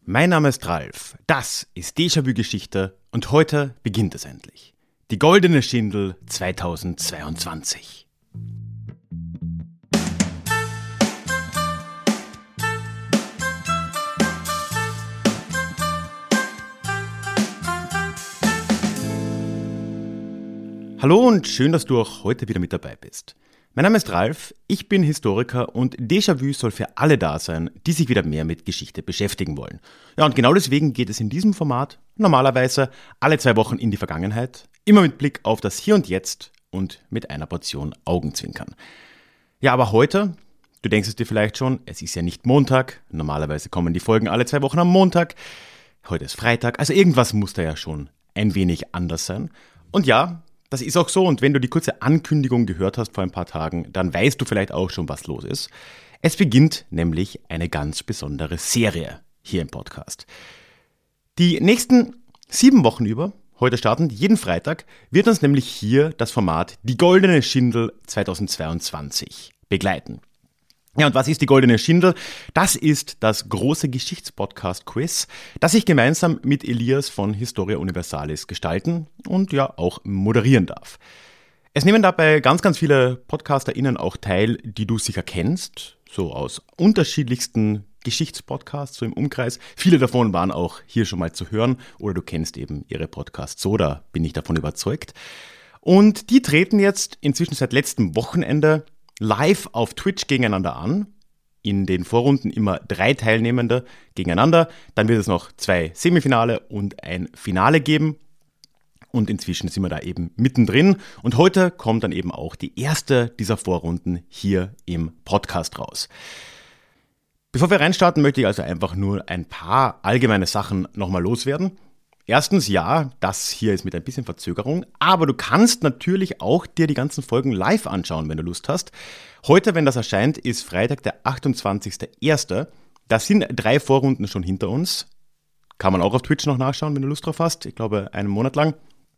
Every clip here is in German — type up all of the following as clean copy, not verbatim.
Mein Name ist Ralf, das ist Déjà-vu-Geschichte und heute beginnt es endlich. Die Goldene Schindel 2022. Hallo und schön, dass du auch heute wieder mit dabei bist. Mein Name ist Ralf, ich bin Historiker und Déjà-vu soll für alle da sein, die sich wieder mehr mit Geschichte beschäftigen wollen. Ja, und genau deswegen geht es in diesem Format normalerweise alle 2 Wochen in die Vergangenheit, immer mit Blick auf das Hier und Jetzt und mit einer Portion Augenzwinkern. Ja, aber heute, du denkst es dir vielleicht schon, es ist ja nicht Montag, normalerweise kommen die Folgen alle 2 Wochen am Montag, heute ist Freitag, also irgendwas muss da ja schon ein wenig anders sein. Und ja, das ist auch so, und wenn du die kurze Ankündigung gehört hast vor ein paar Tagen, dann weißt du vielleicht auch schon, was los ist. Es beginnt nämlich eine ganz besondere Serie hier im Podcast. Die nächsten 7 Wochen über, heute startend, jeden Freitag, wird uns nämlich hier das Format Die Goldene Schindel 2022 begleiten. Ja, und was ist die Goldene Schindel? Das ist das große Geschichtspodcast-Quiz, das ich gemeinsam mit Elias von Historia Universalis gestalten und ja auch moderieren darf. Es nehmen dabei ganz, ganz viele PodcasterInnen auch teil, die du sicher kennst, so aus unterschiedlichsten Geschichtspodcasts, so im Umkreis. Viele davon waren auch hier schon mal zu hören oder du kennst eben ihre Podcasts, so, da bin ich davon überzeugt. Und die treten jetzt inzwischen seit letztem Wochenende live auf Twitch gegeneinander an. In den Vorrunden immer 3 Teilnehmende gegeneinander. Dann wird es noch 2 Semifinale und ein Finale geben. Und inzwischen sind wir da eben mittendrin. Und heute kommt dann eben auch die erste dieser Vorrunden hier im Podcast raus. Bevor wir reinstarten, möchte ich also einfach nur ein paar allgemeine Sachen nochmal loswerden. Erstens, ja, das hier ist mit ein bisschen Verzögerung, aber du kannst natürlich auch dir die ganzen Folgen live anschauen, wenn du Lust hast. Heute, wenn das erscheint, ist Freitag, der 28.01. Da sind 3 Vorrunden schon hinter uns. Kann man auch auf Twitch noch nachschauen, wenn du Lust drauf hast. Ich glaube, einen Monat lang.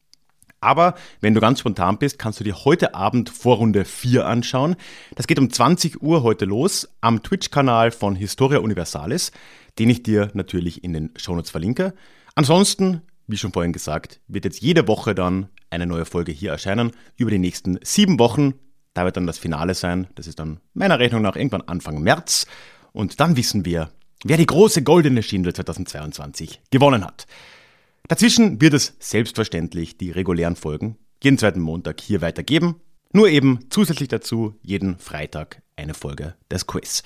Aber wenn du ganz spontan bist, kannst du dir heute Abend Vorrunde 4 anschauen. Das geht um 20 Uhr heute los am Twitch-Kanal von Historia Universalis, den ich dir natürlich in den Shownotes verlinke. Ansonsten, wie schon vorhin gesagt, wird jetzt jede Woche dann eine neue Folge hier erscheinen, über die nächsten 7 Wochen. Da wird dann das Finale sein. Das ist dann meiner Rechnung nach irgendwann Anfang März. Und dann wissen wir, wer die große Goldene Schindel 2022 gewonnen hat. Dazwischen wird es selbstverständlich die regulären Folgen jeden 2. Montag hier weitergeben. Nur eben zusätzlich dazu jeden Freitag eine Folge des Quiz.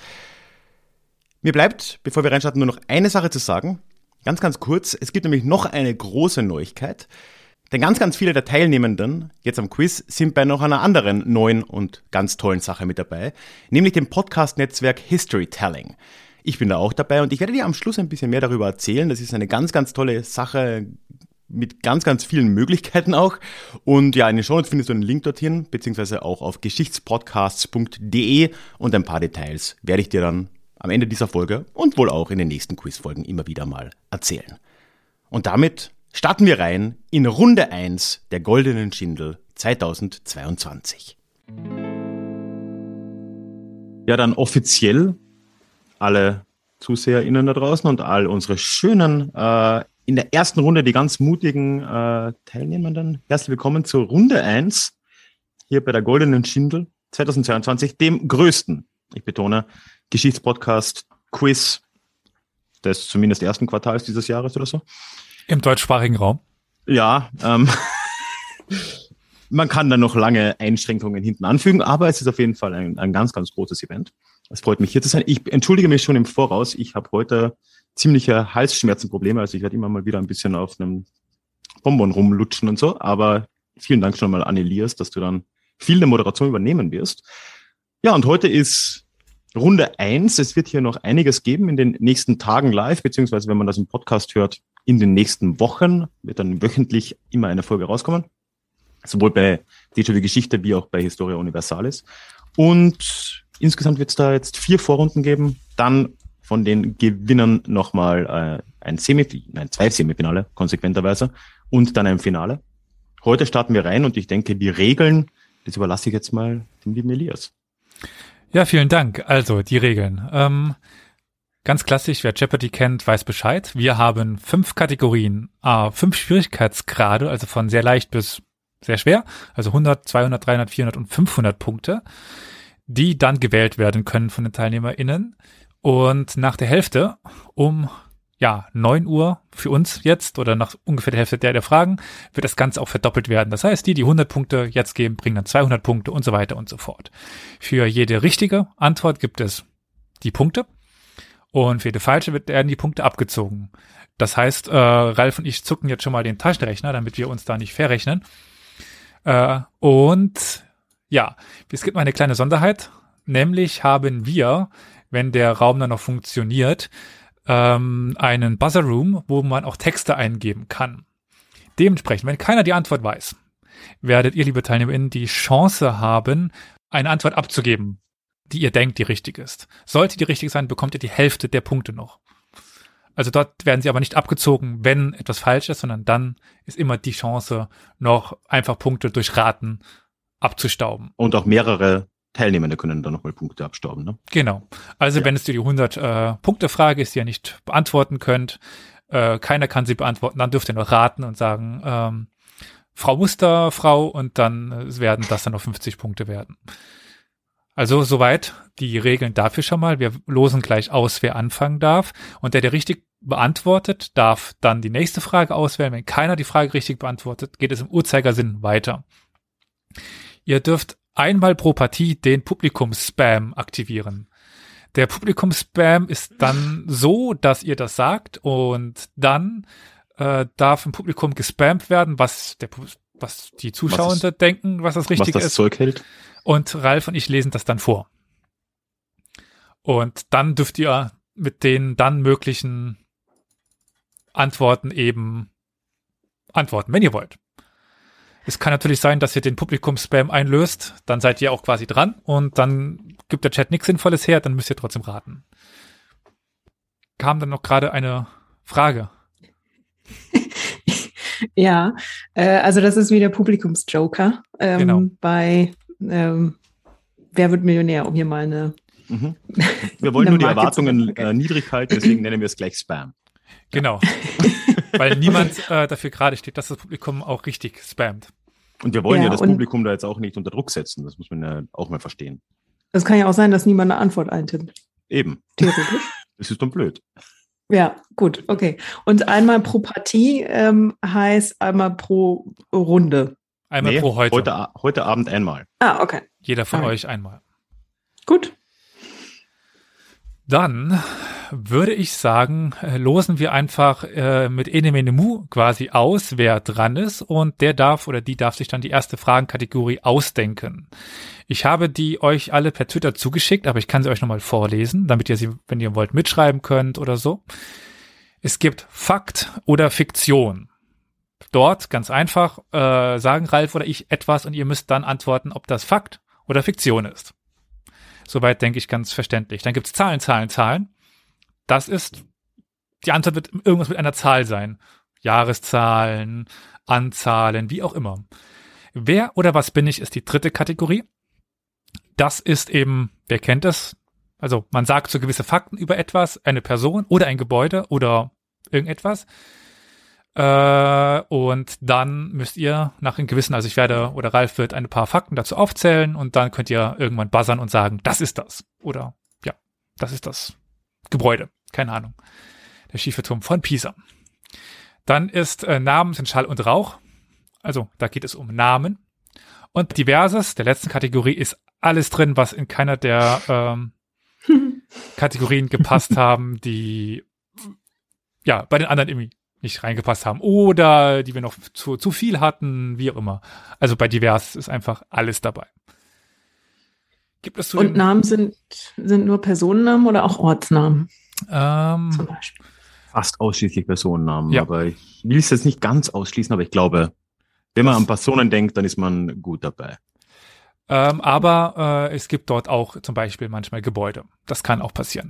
Mir bleibt, bevor wir reinstarten, nur noch eine Sache zu sagen. Ganz, ganz kurz, es gibt nämlich noch eine große Neuigkeit, denn ganz, ganz viele der Teilnehmenden jetzt am Quiz sind bei noch einer anderen neuen und ganz tollen Sache mit dabei, nämlich dem Podcast-Netzwerk Historytelling. Ich bin da auch dabei und ich werde dir am Schluss ein bisschen mehr darüber erzählen. Das ist eine ganz, ganz tolle Sache mit ganz, ganz vielen Möglichkeiten auch. Und ja, in den Shownotes findest du einen Link dorthin, beziehungsweise auch auf geschichtspodcasts.de und ein paar Details werde ich dir dann am Ende dieser Folge und wohl auch in den nächsten Quizfolgen immer wieder mal erzählen. Und damit starten wir rein in Runde 1 der Goldenen Schindel 2022. Ja, dann offiziell alle ZuseherInnen da draußen und all unsere schönen, in der ersten Runde die ganz mutigen Teilnehmenden. Herzlich willkommen zur Runde 1 hier bei der Goldenen Schindel 2022, dem größten, ich betone, Geschichtspodcast, Quiz des zumindest ersten Quartals dieses Jahres oder so. Im deutschsprachigen Raum? Ja, man kann da noch lange Einschränkungen hinten anfügen, aber es ist auf jeden Fall ein ganz, ganz großes Event. Es freut mich, hier zu sein. Ich entschuldige mich schon im Voraus. Ich habe heute ziemliche Halsschmerzenprobleme, also ich werde immer mal wieder ein bisschen auf einem Bonbon rumlutschen und so, aber vielen Dank schon mal an Elias, dass du dann viel der Moderation übernehmen wirst. Ja, und heute ist Runde 1. Es wird hier noch einiges geben in den nächsten Tagen live, beziehungsweise wenn man das im Podcast hört, in den nächsten Wochen wird dann wöchentlich immer eine Folge rauskommen. Sowohl bei Déjà-vu Geschichte wie auch bei Historia Universalis. Und insgesamt wird es da jetzt 4 Vorrunden geben. Dann von den Gewinnern nochmal 2 Semifinale, konsequenterweise. Und dann ein Finale. Heute starten wir rein und ich denke, die Regeln, das überlasse ich jetzt mal dem lieben Elias. Ja, vielen Dank. Also, die Regeln. Ganz klassisch, wer Jeopardy kennt, weiß Bescheid. Wir haben 5 Kategorien, 5 Schwierigkeitsgrade, also von sehr leicht bis sehr schwer, also 100, 200, 300, 400 und 500 Punkte, die dann gewählt werden können von den TeilnehmerInnen. Und nach der Hälfte, um 9 Uhr für uns jetzt oder nach ungefähr der Hälfte der Fragen, wird das Ganze auch verdoppelt werden. Das heißt, die 100 Punkte jetzt geben, bringen dann 200 Punkte und so weiter und so fort. Für jede richtige Antwort gibt es die Punkte und für jede falsche werden die Punkte abgezogen. Das heißt, Ralf und ich zucken jetzt schon mal den Taschenrechner, damit wir uns da nicht verrechnen. Es gibt mal eine kleine Sonderheit, nämlich haben wir, wenn der Raum dann noch funktioniert, einen Buzzer Room, wo man auch Texte eingeben kann. Dementsprechend, wenn keiner die Antwort weiß, werdet ihr, liebe TeilnehmerInnen, die Chance haben, eine Antwort abzugeben, die ihr denkt, die richtig ist. Sollte die richtig sein, bekommt ihr die Hälfte der Punkte noch. Also dort werden sie aber nicht abgezogen, wenn etwas falsch ist, sondern dann ist immer die Chance, noch einfach Punkte durch Raten abzustauben. Und auch mehrere Teilnehmende können dann nochmal Punkte abstauben, ne? Genau. Also wenn es dir die 100-Punkte-Frage ist, die ihr nicht beantworten könnt, keiner kann sie beantworten, dann dürft ihr noch raten und sagen, Frau Musterfrau, und dann werden das dann noch 50 Punkte werden. Also soweit die Regeln dafür schon mal. Wir losen gleich aus, wer anfangen darf. Und der richtig beantwortet, darf dann die nächste Frage auswählen. Wenn keiner die Frage richtig beantwortet, geht es im Uhrzeigersinn weiter. Ihr dürft einmal pro Partie den Publikumsspam aktivieren. Der Publikumsspam ist dann so, dass ihr das sagt und dann darf im Publikum gespammt werden, was die Zuschauer denken, was das richtig ist. Was das Zeug hält. Und Ralf und ich lesen das dann vor. Und dann dürft ihr mit den dann möglichen Antworten eben antworten, wenn ihr wollt. Es kann natürlich sein, dass ihr den Publikumsspam einlöst, dann seid ihr auch quasi dran und dann gibt der Chat nichts Sinnvolles her, dann müsst ihr trotzdem raten. Kam dann noch gerade eine Frage. Ja, also das ist wie der Publikumsjoker Genau. bei Wer wird Millionär, um hier mal eine Wir wollen nur die Erwartungen niedrig halten, deswegen nennen wir es gleich Spam. Genau. Weil niemand dafür gerade steht, dass das Publikum auch richtig spammt. Und wir wollen ja das Publikum da jetzt auch nicht unter Druck setzen. Das muss man ja auch mal verstehen. Es kann ja auch sein, dass niemand eine Antwort eintippt. Eben. Theoretisch. Das ist dann blöd. Ja, gut, okay. Und einmal pro Partie heißt einmal pro Runde. Einmal pro heute. Heute Abend einmal. Ah, okay. Jeder von euch einmal. Gut. Dann würde ich sagen, losen wir einfach mit Ene Mene Mu quasi aus, wer dran ist, und der darf oder die darf sich dann die erste Fragenkategorie ausdenken. Ich habe die euch alle per Twitter zugeschickt, aber ich kann sie euch nochmal vorlesen, damit ihr sie, wenn ihr wollt, mitschreiben könnt oder so. Es gibt Fakt oder Fiktion. Dort, ganz einfach, sagen Ralf oder ich etwas und ihr müsst dann antworten, ob das Fakt oder Fiktion ist. Soweit denke ich ganz verständlich. Dann gibt's Zahlen, Zahlen, Zahlen. Das ist, die Antwort wird irgendwas mit einer Zahl sein. Jahreszahlen, Anzahlen, wie auch immer. Wer oder was bin ich, ist die dritte Kategorie. Das ist eben, wer kennt es? Also man sagt so gewisse Fakten über etwas, eine Person oder ein Gebäude oder irgendetwas. Und dann müsst ihr nach einem gewissen, also ich werde oder Ralf wird ein paar Fakten dazu aufzählen und dann könnt ihr irgendwann buzzern und sagen, das ist das. Oder ja, das ist das Gebäude. Keine Ahnung. Der schiefe Turm von Pisa. Dann ist Namen sind Schall und Rauch. Also da geht es um Namen. Und Diverses, der letzten Kategorie, ist alles drin, was in keiner der Kategorien gepasst haben, die ja bei den anderen irgendwie nicht reingepasst haben oder die wir noch zu viel hatten, wie auch immer. Also bei Divers ist einfach alles dabei. Gibt es und Namen sind nur Personennamen oder auch Ortsnamen? Zum Beispiel. Fast ausschließlich Personennamen, ja. Aber ich will es jetzt nicht ganz ausschließen, aber ich glaube, wenn man an Personen denkt, dann ist man gut dabei. Aber es gibt dort auch zum Beispiel manchmal Gebäude. Das kann auch passieren.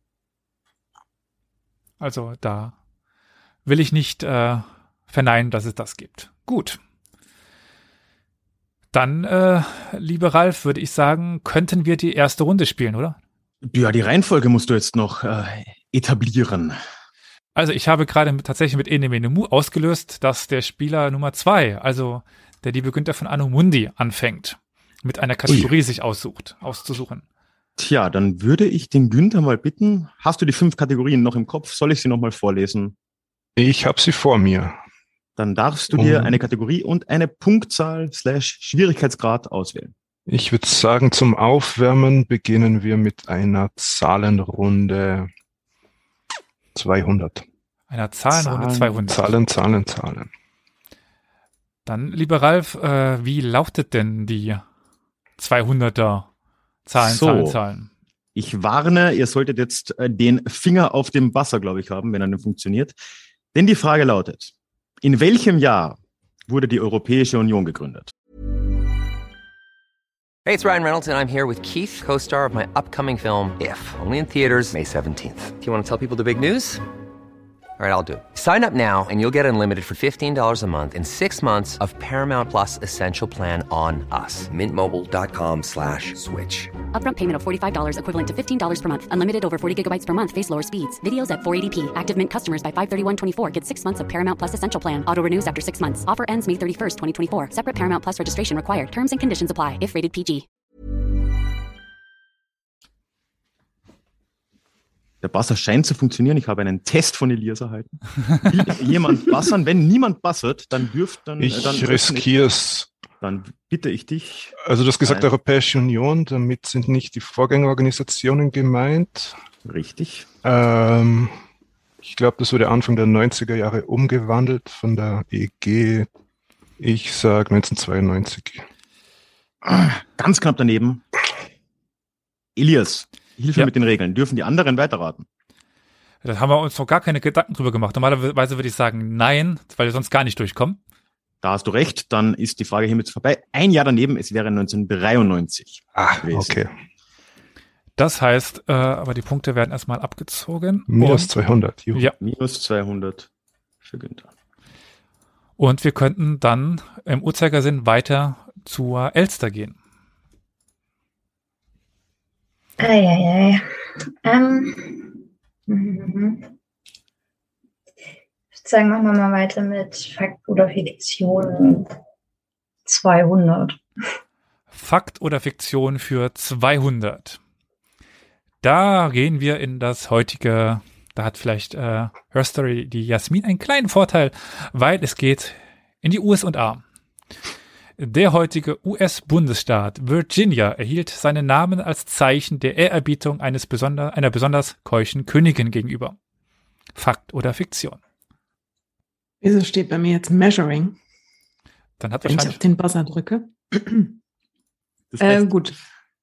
Also da will ich nicht verneinen, dass es das gibt. Gut. Dann, lieber Ralf, würde ich sagen, könnten wir die erste Runde spielen, oder? Ja, die Reihenfolge musst du jetzt noch etablieren. Also ich habe gerade tatsächlich mit Ene Mene Mu ausgelöst, dass der Spieler Nummer 2, also der liebe Günther von Anno Mundi, anfängt, mit einer Kategorie sich auszusuchen. Tja, dann würde ich den Günther mal bitten. Hast du die 5 Kategorien noch im Kopf? Soll ich sie nochmal vorlesen? Ich habe sie vor mir. Dann darfst du dir eine Kategorie und eine Punktzahl / Schwierigkeitsgrad auswählen. Ich würde sagen, zum Aufwärmen beginnen wir mit einer Zahlenrunde 200. Einer Zahlenrunde 200. Zahlen. Dann, lieber Ralf, wie lautet denn die 200er Zahlen? Ich warne, ihr solltet jetzt den Finger auf dem Wasser, glaube ich, haben, wenn er denn funktioniert. Denn die Frage lautet, in welchem Jahr wurde die Europäische Union gegründet? Hey, it's Ryan Reynolds, and I'm here with Keith, co-star of my upcoming film, If, only in theaters May 17th. Do you want to tell people the big news? All right, I'll do it. Sign up now and you'll get unlimited for $15 a month and 6 months of Paramount Plus Essential Plan on us. MintMobile.com/switch. Upfront payment of $45 equivalent to $15 per month. Unlimited over 40 gigabytes per month. Face lower speeds. Videos at 480p. Active Mint customers by 531.24 get 6 months of Paramount Plus Essential Plan. Auto renews after 6 months. Offer ends May 31st, 2024. Separate Paramount Plus registration required. Terms and conditions apply if rated PG. Der Buzzer scheint zu funktionieren. Ich habe einen Test von Elias erhalten. Will jemand buzzern? Wenn niemand buzzert, dann Ich riskiere es. Dann bitte ich dich. Also du hast gesagt Europäische Union, damit sind nicht die Vorgängerorganisationen gemeint. Richtig. Ich glaube, das wurde Anfang der 90er Jahre umgewandelt von der EG. Ich sage 1992. Ganz knapp daneben. Elias, Hilfe Ja. mit den Regeln. Dürfen die anderen weiterraten? Da haben wir uns noch gar keine Gedanken drüber gemacht. Normalerweise würde ich sagen nein, weil wir sonst gar nicht durchkommen. Da hast du recht, dann ist die Frage hiermit vorbei. Ein Jahr daneben, es wäre 1993 gewesen. Okay. Das heißt, aber die Punkte werden erstmal abgezogen. Minus Und- 200. Juhu. Ja, Minus 200 für Günther. und wir könnten dann im Uhrzeigersinn weiter zur Elster gehen. Eieiei. Ich würde sagen, machen wir mal weiter mit Fakt oder Fiktion 200. Fakt oder Fiktion für 200. Da gehen wir in das heutige, da hat vielleicht Herstory die Jasmin einen kleinen Vorteil, weil es geht in die USA. Der heutige US-Bundesstaat Virginia erhielt seinen Namen als Zeichen der Ehrerbietung einer besonders keuschen Königin gegenüber. Fakt oder Fiktion? Wieso steht bei mir jetzt Measuring, Dann hat wenn ich auf wahrscheinlich den Buzzer drücke? Das heißt, Gut.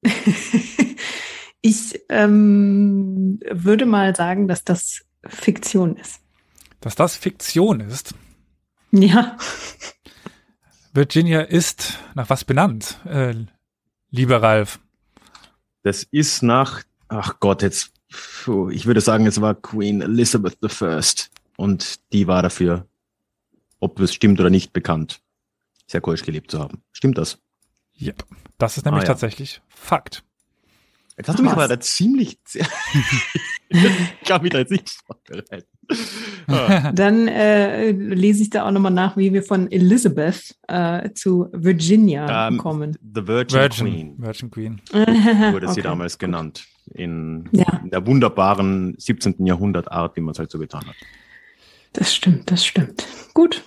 Ich würde mal sagen, dass das Fiktion ist. dass das Fiktion ist. Ja. Virginia ist nach was benannt, lieber Ralf? das ist nach, ach Gott, jetzt, ich würde sagen, es war Queen Elizabeth I. Und die war dafür, ob es stimmt oder nicht, bekannt, sehr keusch gelebt zu haben. Stimmt das? Ja, das ist nämlich ja. tatsächlich Fakt. Jetzt hast du mich Was? aber da ziemlich, ich kann mich da jetzt nicht vorbereiten. Dann lese ich da auch nochmal nach, wie wir von Elizabeth zu Virginia kommen. The Virgin Virgin Queen. wurde sie Okay, damals gut. genannt. In Ja. der wunderbaren 17. Jahrhundert-Art, wie man es halt so getan hat. Das stimmt, das stimmt. Gut.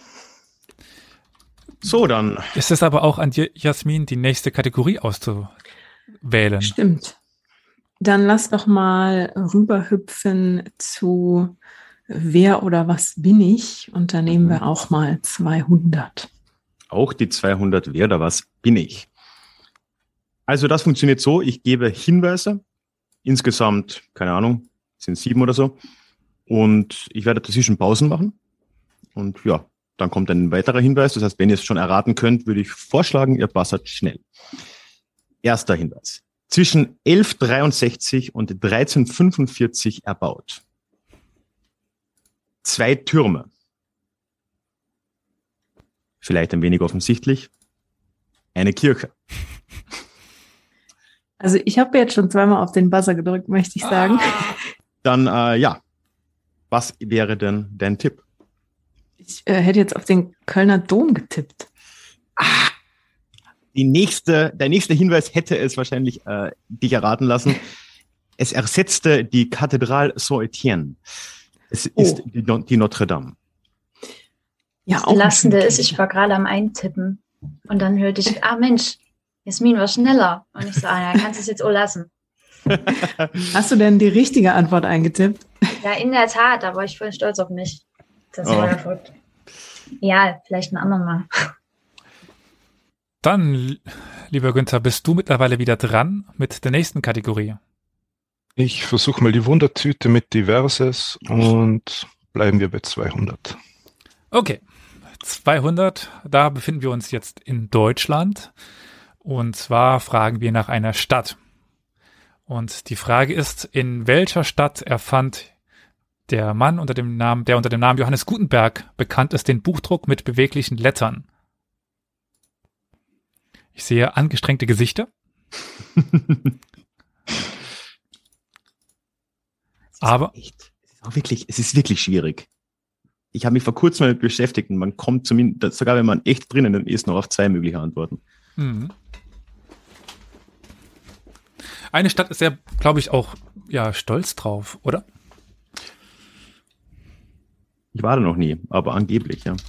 So, dann Ist es aber auch an dir, Jasmin, die nächste Kategorie auszuwählen? Stimmt. Dann lass doch mal rüberhüpfen zu Wer oder was bin ich? Und da nehmen wir auch mal 200. auch die 200, wer oder was bin ich? Also das funktioniert so, ich gebe Hinweise, insgesamt, keine Ahnung, sind 7 oder so, und ich werde dazwischen Pausen machen und ja, dann kommt ein weiterer Hinweis, das heißt, wenn ihr es schon erraten könnt, würde ich vorschlagen, ihr buzzert schnell. Erster Hinweis. Zwischen 1163 und 1345 erbaut. 2 Türme. Vielleicht ein wenig offensichtlich. Eine Kirche. Also ich habe jetzt schon zweimal auf den Buzzer gedrückt, möchte ich sagen. Dann, was wäre denn dein Tipp? Ich hätte jetzt auf den Kölner Dom getippt. Der nächste Hinweis hätte es wahrscheinlich dich erraten lassen. Es ersetzte die Kathedrale Saint-Étienne. Es ist die Notre Dame. Ja, Das auch Belastende ein ist, ich war gerade am Eintippen und dann hörte ich, Mensch, Jasmin war schneller. Und ich so, ja, kannst du es jetzt auch lassen. Hast du denn die richtige Antwort eingetippt? Ja, in der Tat, da war ich voll stolz auf mich. Das war ja verrückt. Ja, vielleicht einen anderen Mal. Dann, lieber Günther, bist du mittlerweile wieder dran mit der nächsten Kategorie. Ich versuche mal die Wundertüte mit Diverses und bleiben wir bei 200. Okay, 200, da befinden wir uns jetzt in Deutschland. Und zwar fragen wir nach einer Stadt. Und die Frage ist, in welcher Stadt erfand der Mann unter dem Namen Johannes Gutenberg bekannt ist, den Buchdruck mit beweglichen Lettern? Ich sehe angestrengte Gesichter. Es ist wirklich schwierig. Ich habe mich vor kurzem damit beschäftigt und man kommt zumindest, sogar wenn man echt drinnen ist, noch auf 2 mögliche Antworten. Mhm. Eine Stadt ist ja, glaube ich, auch stolz drauf, oder? Ich war da noch nie, aber angeblich, ja.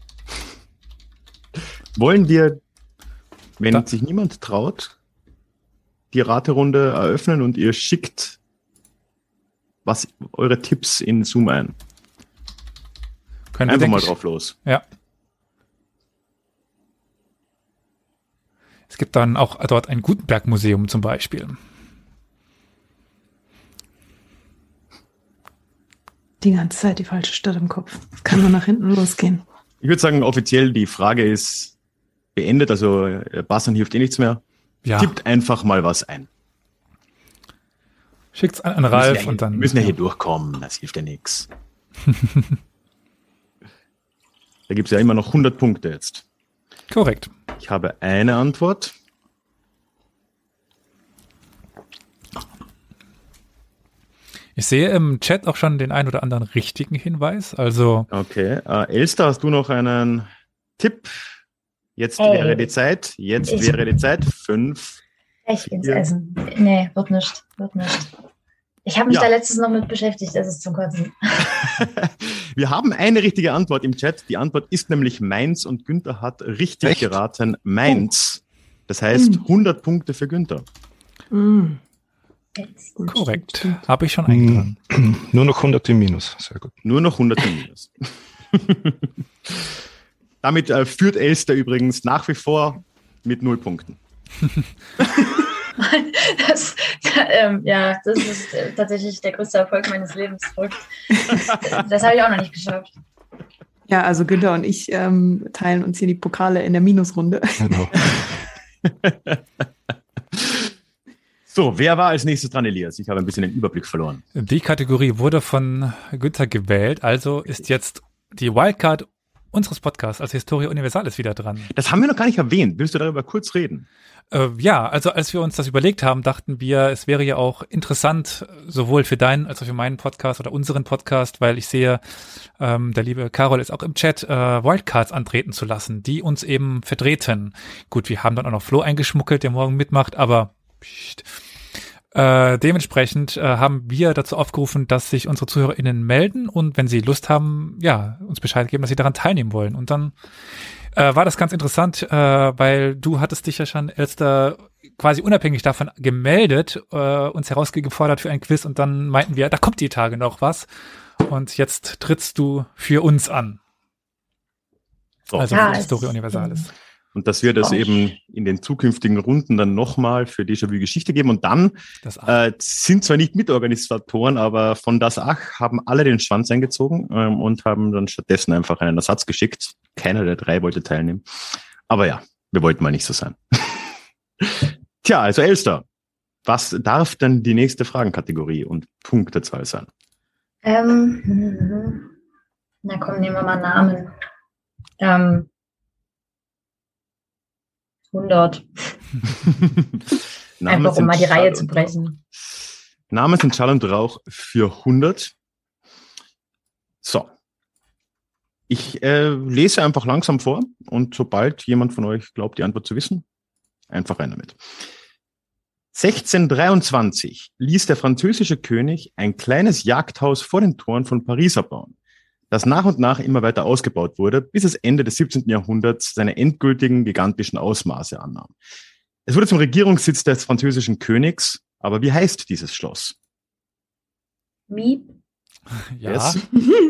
Wollen wir, wenn sich niemand traut, die Raterunde eröffnen und ihr schickt eure Tipps in Zoom ein? Einfach mal drauf los. Ja. Es gibt dann auch dort ein Gutenberg-Museum zum Beispiel. Die ganze Zeit die falsche Stadt im Kopf. Es kann nur nach hinten losgehen. Ich würde sagen, offiziell die Frage ist beendet, also Bassern hilft nichts mehr. Ja. Tippt einfach mal was ein. Schickt's an Ralf und dann... Wir müssen ja hier durchkommen, das hilft ja nichts. Da gibt es ja immer noch 100 Punkte jetzt. Korrekt. Ich habe eine Antwort. Ich sehe im Chat auch schon den ein oder anderen richtigen Hinweis. Also Okay. Elster, hast du noch einen Tipp? Jetzt wäre die Zeit. 5. Ich ins Essen. Nee, wird nicht. Ich habe mich da letztens noch mit beschäftigt, das ist zum Kotzen. Wir haben eine richtige Antwort im Chat. Die Antwort ist nämlich Mainz und Günther hat richtig geraten. Mainz. Das heißt 100 Punkte für Günther. Korrekt. Habe ich schon eingetragen. Nur noch 100 im Minus. Sehr gut. Nur noch 100 im Minus. Damit führt Elster übrigens nach wie vor mit 0 Punkten. Das ist tatsächlich der größte Erfolg meines Lebens. Das habe ich auch noch nicht geschafft. Ja, also Günther und ich teilen uns hier die Pokale in der Minusrunde. Genau. So, wer war als nächstes dran, Elias? Ich habe ein bisschen den Überblick verloren. Die Kategorie wurde von Günther gewählt, also ist jetzt die Wildcard unseres Podcasts als Historia Universalis wieder dran. Das haben wir noch gar nicht erwähnt. Willst du darüber kurz reden? Also als wir uns das überlegt haben, dachten wir, es wäre ja auch interessant, sowohl für deinen als auch für meinen Podcast oder unseren Podcast, weil ich sehe, der liebe Carol ist auch im Chat, Wildcards antreten zu lassen, die uns eben vertreten. Gut, wir haben dann auch noch Flo eingeschmuggelt, der morgen mitmacht, aber dementsprechend haben wir dazu aufgerufen, dass sich unsere ZuhörerInnen melden und wenn sie Lust haben, uns Bescheid geben, dass sie daran teilnehmen wollen. Und dann war das ganz interessant, weil du hattest dich ja schon, Elster, quasi unabhängig davon gemeldet, uns herausgefordert für ein Quiz und dann meinten wir, da kommt die Tage noch was und jetzt trittst du für uns an. So. Also für Historia Universalis. Und dass wir das eben in den zukünftigen Runden dann nochmal für Déjà-vu Geschichte geben. Und dann sind zwar nicht Mitorganisatoren, aber von Das Ach haben alle den Schwanz eingezogen und haben dann stattdessen einfach einen Ersatz geschickt. Keiner der 3 wollte teilnehmen. Aber ja, wir wollten mal nicht so sein. Tja, also Elster, was darf denn die nächste Fragenkategorie und Punktezahl sein? Na komm, nehmen wir mal Namen. 100. Einfach um mal die Reihe zu brechen. Namen sind Schall und Rauch für 100. So. Ich lese einfach langsam vor und sobald jemand von euch glaubt, die Antwort zu wissen, einfach rein damit. 1623 ließ der französische König ein kleines Jagdhaus vor den Toren von Paris erbauen, das nach und nach immer weiter ausgebaut wurde, bis es Ende des 17. Jahrhunderts seine endgültigen gigantischen Ausmaße annahm. Es wurde zum Regierungssitz des französischen Königs, aber wie heißt dieses Schloss? Miep. Ja. Yes.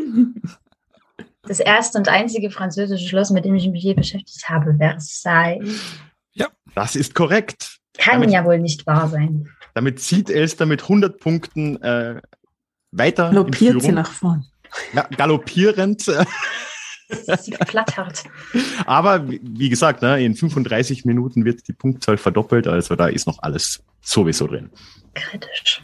Das erste und einzige französische Schloss, mit dem ich mich je beschäftigt habe, Versailles. Das ist korrekt. Kann ja wohl nicht wahr sein. Damit zieht Elster mit 100 Punkten weiter. Galoppiert sie nach vorn. Ja, galoppierend. Sie flattert. Aber wie gesagt, ne, in 35 Minuten wird die Punktzahl verdoppelt, also da ist noch alles sowieso drin. Kritisch.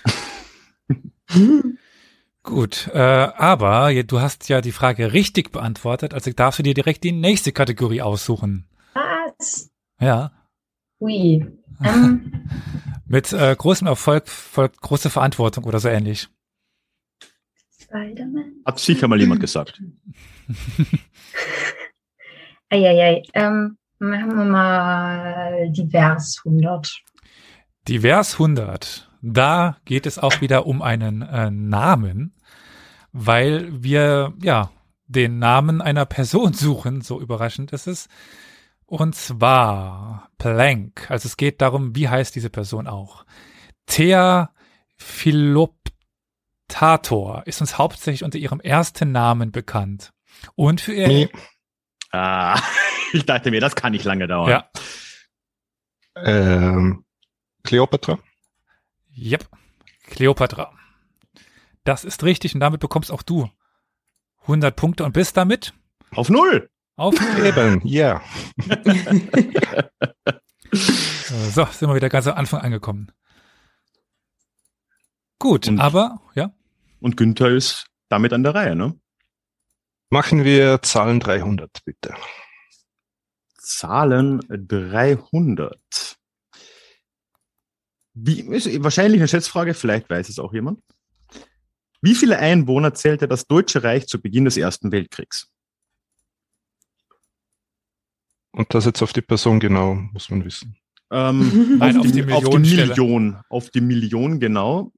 Gut, aber du hast ja die Frage richtig beantwortet, also darfst du dir direkt die nächste Kategorie aussuchen. Was? Ja. Ui. Mit großem Erfolg folgt große Verantwortung oder so ähnlich. Spider-Man? Hat sicher mal jemand gesagt. Eieiei. Machen wir mal divers 100. Divers 100. Da geht es auch wieder um einen Namen, weil wir ja den Namen einer Person suchen, so überraschend ist es. Und zwar Planck. Also es geht darum, wie heißt diese Person auch. Thea Philoptator ist uns hauptsächlich unter ihrem ersten Namen bekannt. Und für ihr... Nee. Ich dachte mir, das kann nicht lange dauern. Ja. Kleopatra? Yep, Kleopatra. Das ist richtig und damit bekommst auch du 100 Punkte und bist damit Auf 0. auf Eben, ja. So, sind wir wieder ganz am Anfang angekommen. Gut, Und- aber, ja, Und Günther ist damit an der Reihe, ne? Machen wir Zahlen 300, bitte. Zahlen 300. Wie, ist wahrscheinlich eine Schätzfrage, vielleicht weiß es auch jemand. Wie viele Einwohner zählte das Deutsche Reich zu Beginn des Ersten Weltkriegs? Und das jetzt auf die Person genau, muss man wissen. Nein, auf die Millionenstelle. Auf die Million, genau.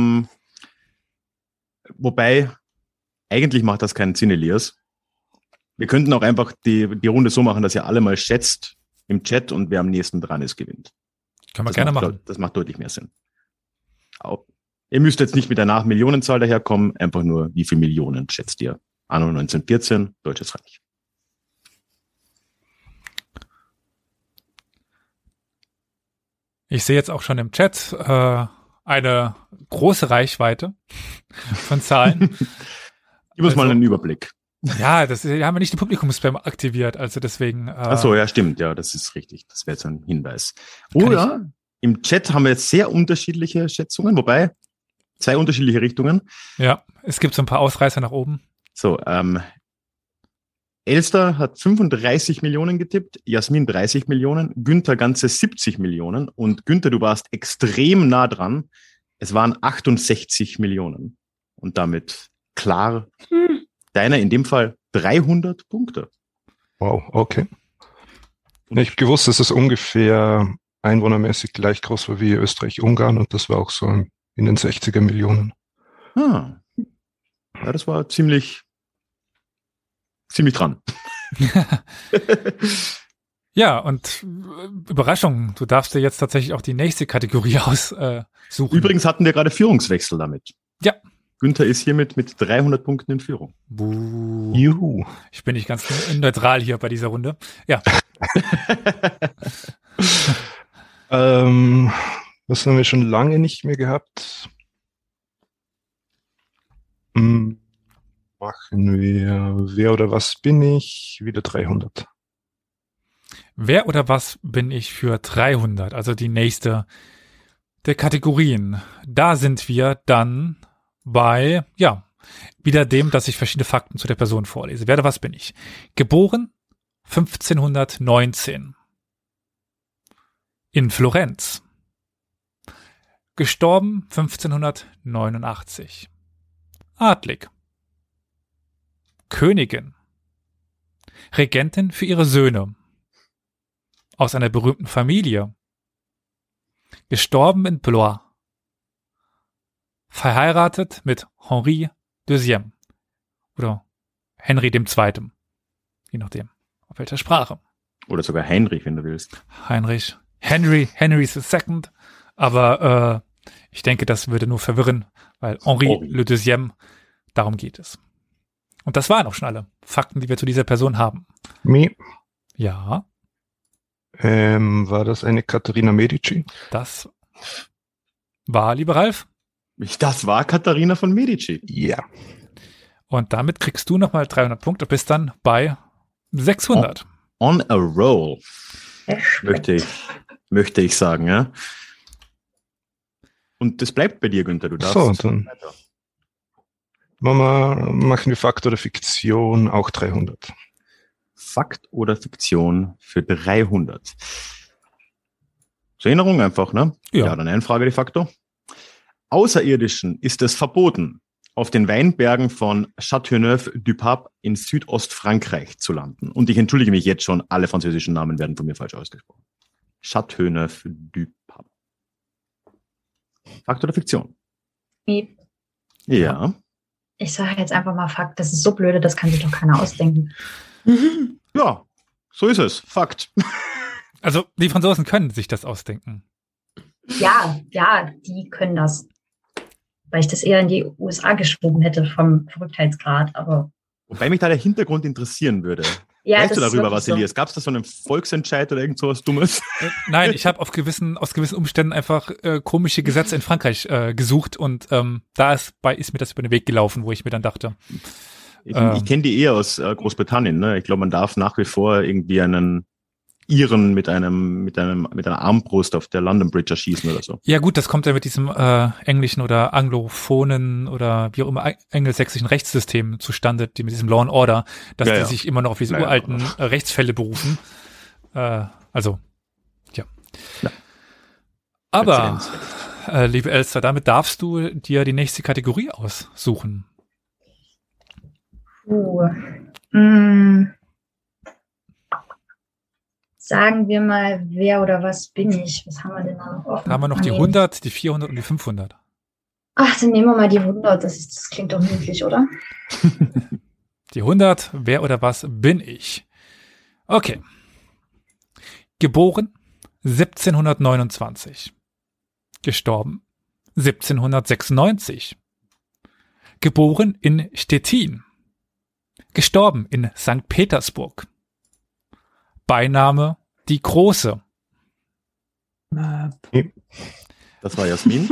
Wobei, eigentlich macht das keinen Sinn, Elias. Wir könnten auch einfach die Runde so machen, dass ihr alle mal schätzt im Chat und wer am nächsten dran ist, gewinnt. können wir gerne machen. Das macht deutlich mehr Sinn. Auch, ihr müsst jetzt nicht mit der Millionenzahl daherkommen, einfach nur, wie viele Millionen schätzt ihr? Anno 1914, Deutsches Reich. Ich sehe jetzt auch schon im Chat eine große Reichweite von Zahlen. Gib uns mal Also- einen Überblick. Ja, wir haben ja nicht den Publikumsspam aktiviert, also deswegen. Ach so, ja, stimmt, ja, das ist richtig. Das wäre jetzt ein Hinweis. Kann Oder im Chat haben wir jetzt sehr unterschiedliche Schätzungen, wobei 2 unterschiedliche Richtungen. Ja, es gibt so ein paar Ausreißer nach oben. So, Elster hat 35 Millionen getippt, Jasmin 30 Millionen, Günther ganze 70 Millionen und Günther, du warst extrem nah dran. Es waren 68 Millionen und damit klar deiner in dem Fall 300 Punkte. Wow, okay. Ich habe gewusst, dass es ungefähr einwohnermäßig gleich groß war wie Österreich-Ungarn und das war auch so in den 60er Millionen. Ja, das war ziemlich dran. Ja, und Überraschung, du darfst dir jetzt tatsächlich auch die nächste Kategorie aussuchen. Übrigens hatten wir gerade Führungswechsel damit. Ja. Günther ist hiermit mit 300 Punkten in Führung. Buh. Juhu. Ich bin nicht ganz neutral hier bei dieser Runde. Ja, Was haben wir schon lange nicht mehr gehabt? Machen wir Wer oder was bin ich? Wieder 300. wer oder was bin ich für 300? Also die nächste der Kategorien. Da sind wir dann bei, ja, wieder dem, dass ich verschiedene Fakten zu der Person vorlese. Wer oder was bin ich? Geboren 1519 in Florenz. Gestorben 1589. Adlig. Königin. Regentin für ihre Söhne. Aus einer berühmten Familie. Gestorben in Blois. Verheiratet mit Henri II. Oder Henry II. Je nachdem, auf welcher Sprache. Oder sogar Heinrich, wenn du willst. Heinrich. Henry II. Aber ich denke, das würde nur verwirren, weil Henri le Deuxième, darum geht es. Und das waren auch schon alle Fakten, die wir zu dieser Person haben. Ja. War das eine Katharina Medici? Das war, lieber Ralf. Das war Katharina von Medici. Ja. Und damit kriegst du nochmal 300 Punkte, bist dann bei 600. On a roll, möchte ich sagen, ja. Und das bleibt bei dir, Günther, du darfst. So, dann machen wir Fakt oder Fiktion auch 300. Fakt oder Fiktion für 300. Zur Erinnerung einfach, ne? Ja, dann eine Frage de facto. Außerirdischen ist es verboten, auf den Weinbergen von Châteauneuf-du-Pape in Südostfrankreich zu landen. Und ich entschuldige mich jetzt schon, alle französischen Namen werden von mir falsch ausgesprochen. Châteauneuf-du-Pape. Fakt oder Fiktion? Ja. Ich sage jetzt einfach mal Fakt, das ist so blöde, das kann sich doch keiner ausdenken. Ja, so ist es. Fakt. Also die Franzosen können sich das ausdenken. Ja, die können das. Weil ich das eher in die USA geschoben hätte vom Verrücktheitsgrad, aber. Wobei mich da der Hintergrund interessieren würde. Ja, weißt du darüber, Vasilias? So. Gab es da so einen Volksentscheid oder irgend sowas Dummes? Nein, ich habe aus gewissen Umständen einfach komische Gesetze in Frankreich gesucht und da ist mir das über den Weg gelaufen, wo ich mir dann dachte. Ich kenne die eher aus Großbritannien. Ne? Ich glaube, man darf nach wie vor irgendwie einen Iren mit einer Armbrust auf der London Bridge erschießen oder so. Ja gut, das kommt ja mit diesem englischen oder anglophonen oder wie auch immer angelsächsischen Rechtssystem zustande, die mit diesem Law and Order, dass die sich immer noch auf diese uralten Rechtsfälle berufen. Also, ja. Aber, liebe Elster, damit darfst du dir die nächste Kategorie aussuchen. Sagen wir mal, wer oder was bin ich? Was haben wir denn da noch offen? Da haben wir noch die 100, die 400 und die 500. Ach, dann nehmen wir mal die 100. Das klingt doch möglich, oder? Die 100, wer oder was bin ich? Okay. Geboren 1729. Gestorben 1796. Geboren in Stettin. Gestorben in St. Petersburg. Beiname die Große. Das war Jasmin.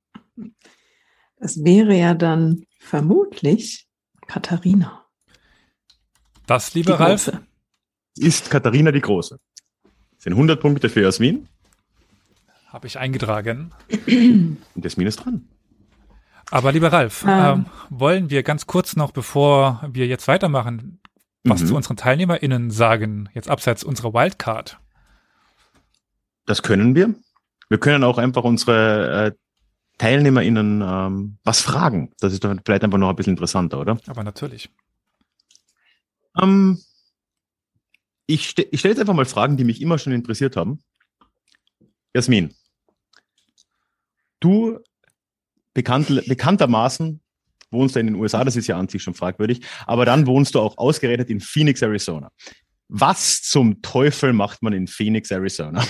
Das wäre ja dann vermutlich Katharina. Das, lieber Ralf, ist Katharina die Große. Das sind 100 Punkte für Jasmin. Habe ich eingetragen. Und Jasmin ist dran. Aber lieber Ralf, wollen wir ganz kurz noch, bevor wir jetzt weitermachen, was zu unseren TeilnehmerInnen sagen, jetzt abseits unserer Wildcard? Das können wir. Wir können auch einfach unsere TeilnehmerInnen was fragen. Das ist doch vielleicht einfach noch ein bisschen interessanter, oder? Aber natürlich. Ich stelle jetzt einfach mal Fragen, die mich immer schon interessiert haben. Jasmin, du bekanntermaßen wohnst du in den USA, das ist ja an sich schon fragwürdig, aber dann wohnst du auch ausgerechnet in Phoenix, Arizona. Was zum Teufel macht man in Phoenix, Arizona?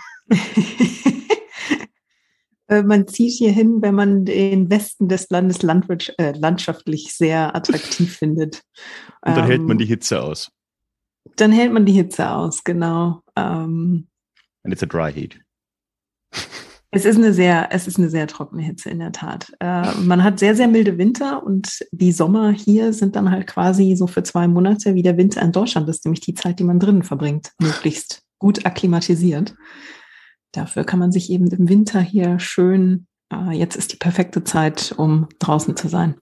Man zieht hier hin, wenn man den Westen des Landes landschaftlich sehr attraktiv findet. Und dann hält man die Hitze aus. Dann hält man die Hitze aus, genau. And it's a dry heat. Es ist eine sehr trockene Hitze, in der Tat. Man hat sehr, sehr milde Winter und die Sommer hier sind dann halt quasi so für 2 Monate wie der Winter in Deutschland. Das ist nämlich die Zeit, die man drinnen verbringt, möglichst gut akklimatisiert. Dafür kann man sich eben im Winter hier schön, jetzt ist die perfekte Zeit, um draußen zu sein.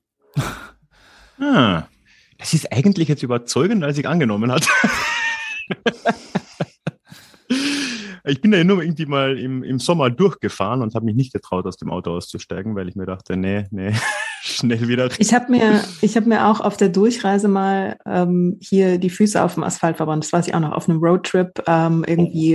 Das ist eigentlich jetzt überzeugender, als ich angenommen hatte. Ich bin da nur irgendwie mal im Sommer durchgefahren und habe mich nicht getraut, aus dem Auto auszusteigen, weil ich mir dachte, nee, schnell wieder. Ich hab mir auch auf der Durchreise mal hier die Füße auf dem Asphalt verbrannt. Das weiß ich auch noch, auf einem Roadtrip irgendwie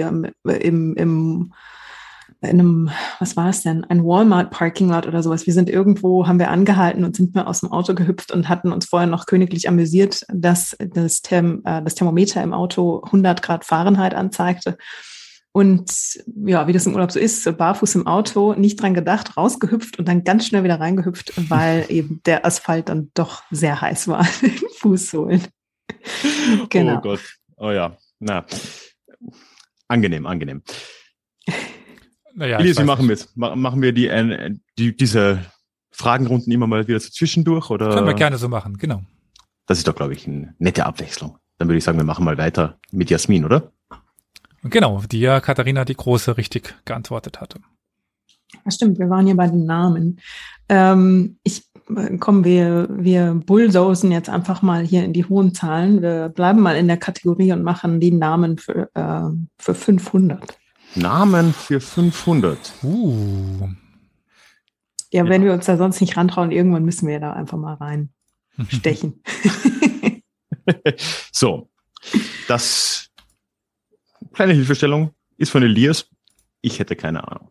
in einem, was war es denn? Ein Walmart-Parking-Lot oder sowas. Wir sind irgendwo, haben wir angehalten und sind mir aus dem Auto gehüpft und hatten uns vorher noch königlich amüsiert, dass das Thermometer im Auto 100 Grad Fahrenheit anzeigte. Und ja, wie das im Urlaub so ist, barfuß im Auto, nicht dran gedacht, rausgehüpft und dann ganz schnell wieder reingehüpft, weil eben der Asphalt dann doch sehr heiß war, den Fußsohlen. Genau. Oh Gott, oh ja, na, angenehm. Naja, Elias, wie machen wir es? Machen wir diese Fragenrunden immer mal wieder so zwischendurch? Oder? Können wir gerne so machen, genau. Das ist doch, glaube ich, eine nette Abwechslung. Dann würde ich sagen, wir machen mal weiter mit Jasmin, oder? Genau, die ja Katharina die Große richtig geantwortet hatte. Ja, stimmt, wir waren ja bei den Namen. Wir bulldozen jetzt einfach mal hier in die hohen Zahlen. Wir bleiben mal in der Kategorie und machen die Namen für 500. Namen für 500. Ja, wenn wir uns da sonst nicht rantrauen, irgendwann müssen wir da einfach mal reinstechen. So, das kleine Hilfestellung ist von Elias. Ich hätte keine Ahnung.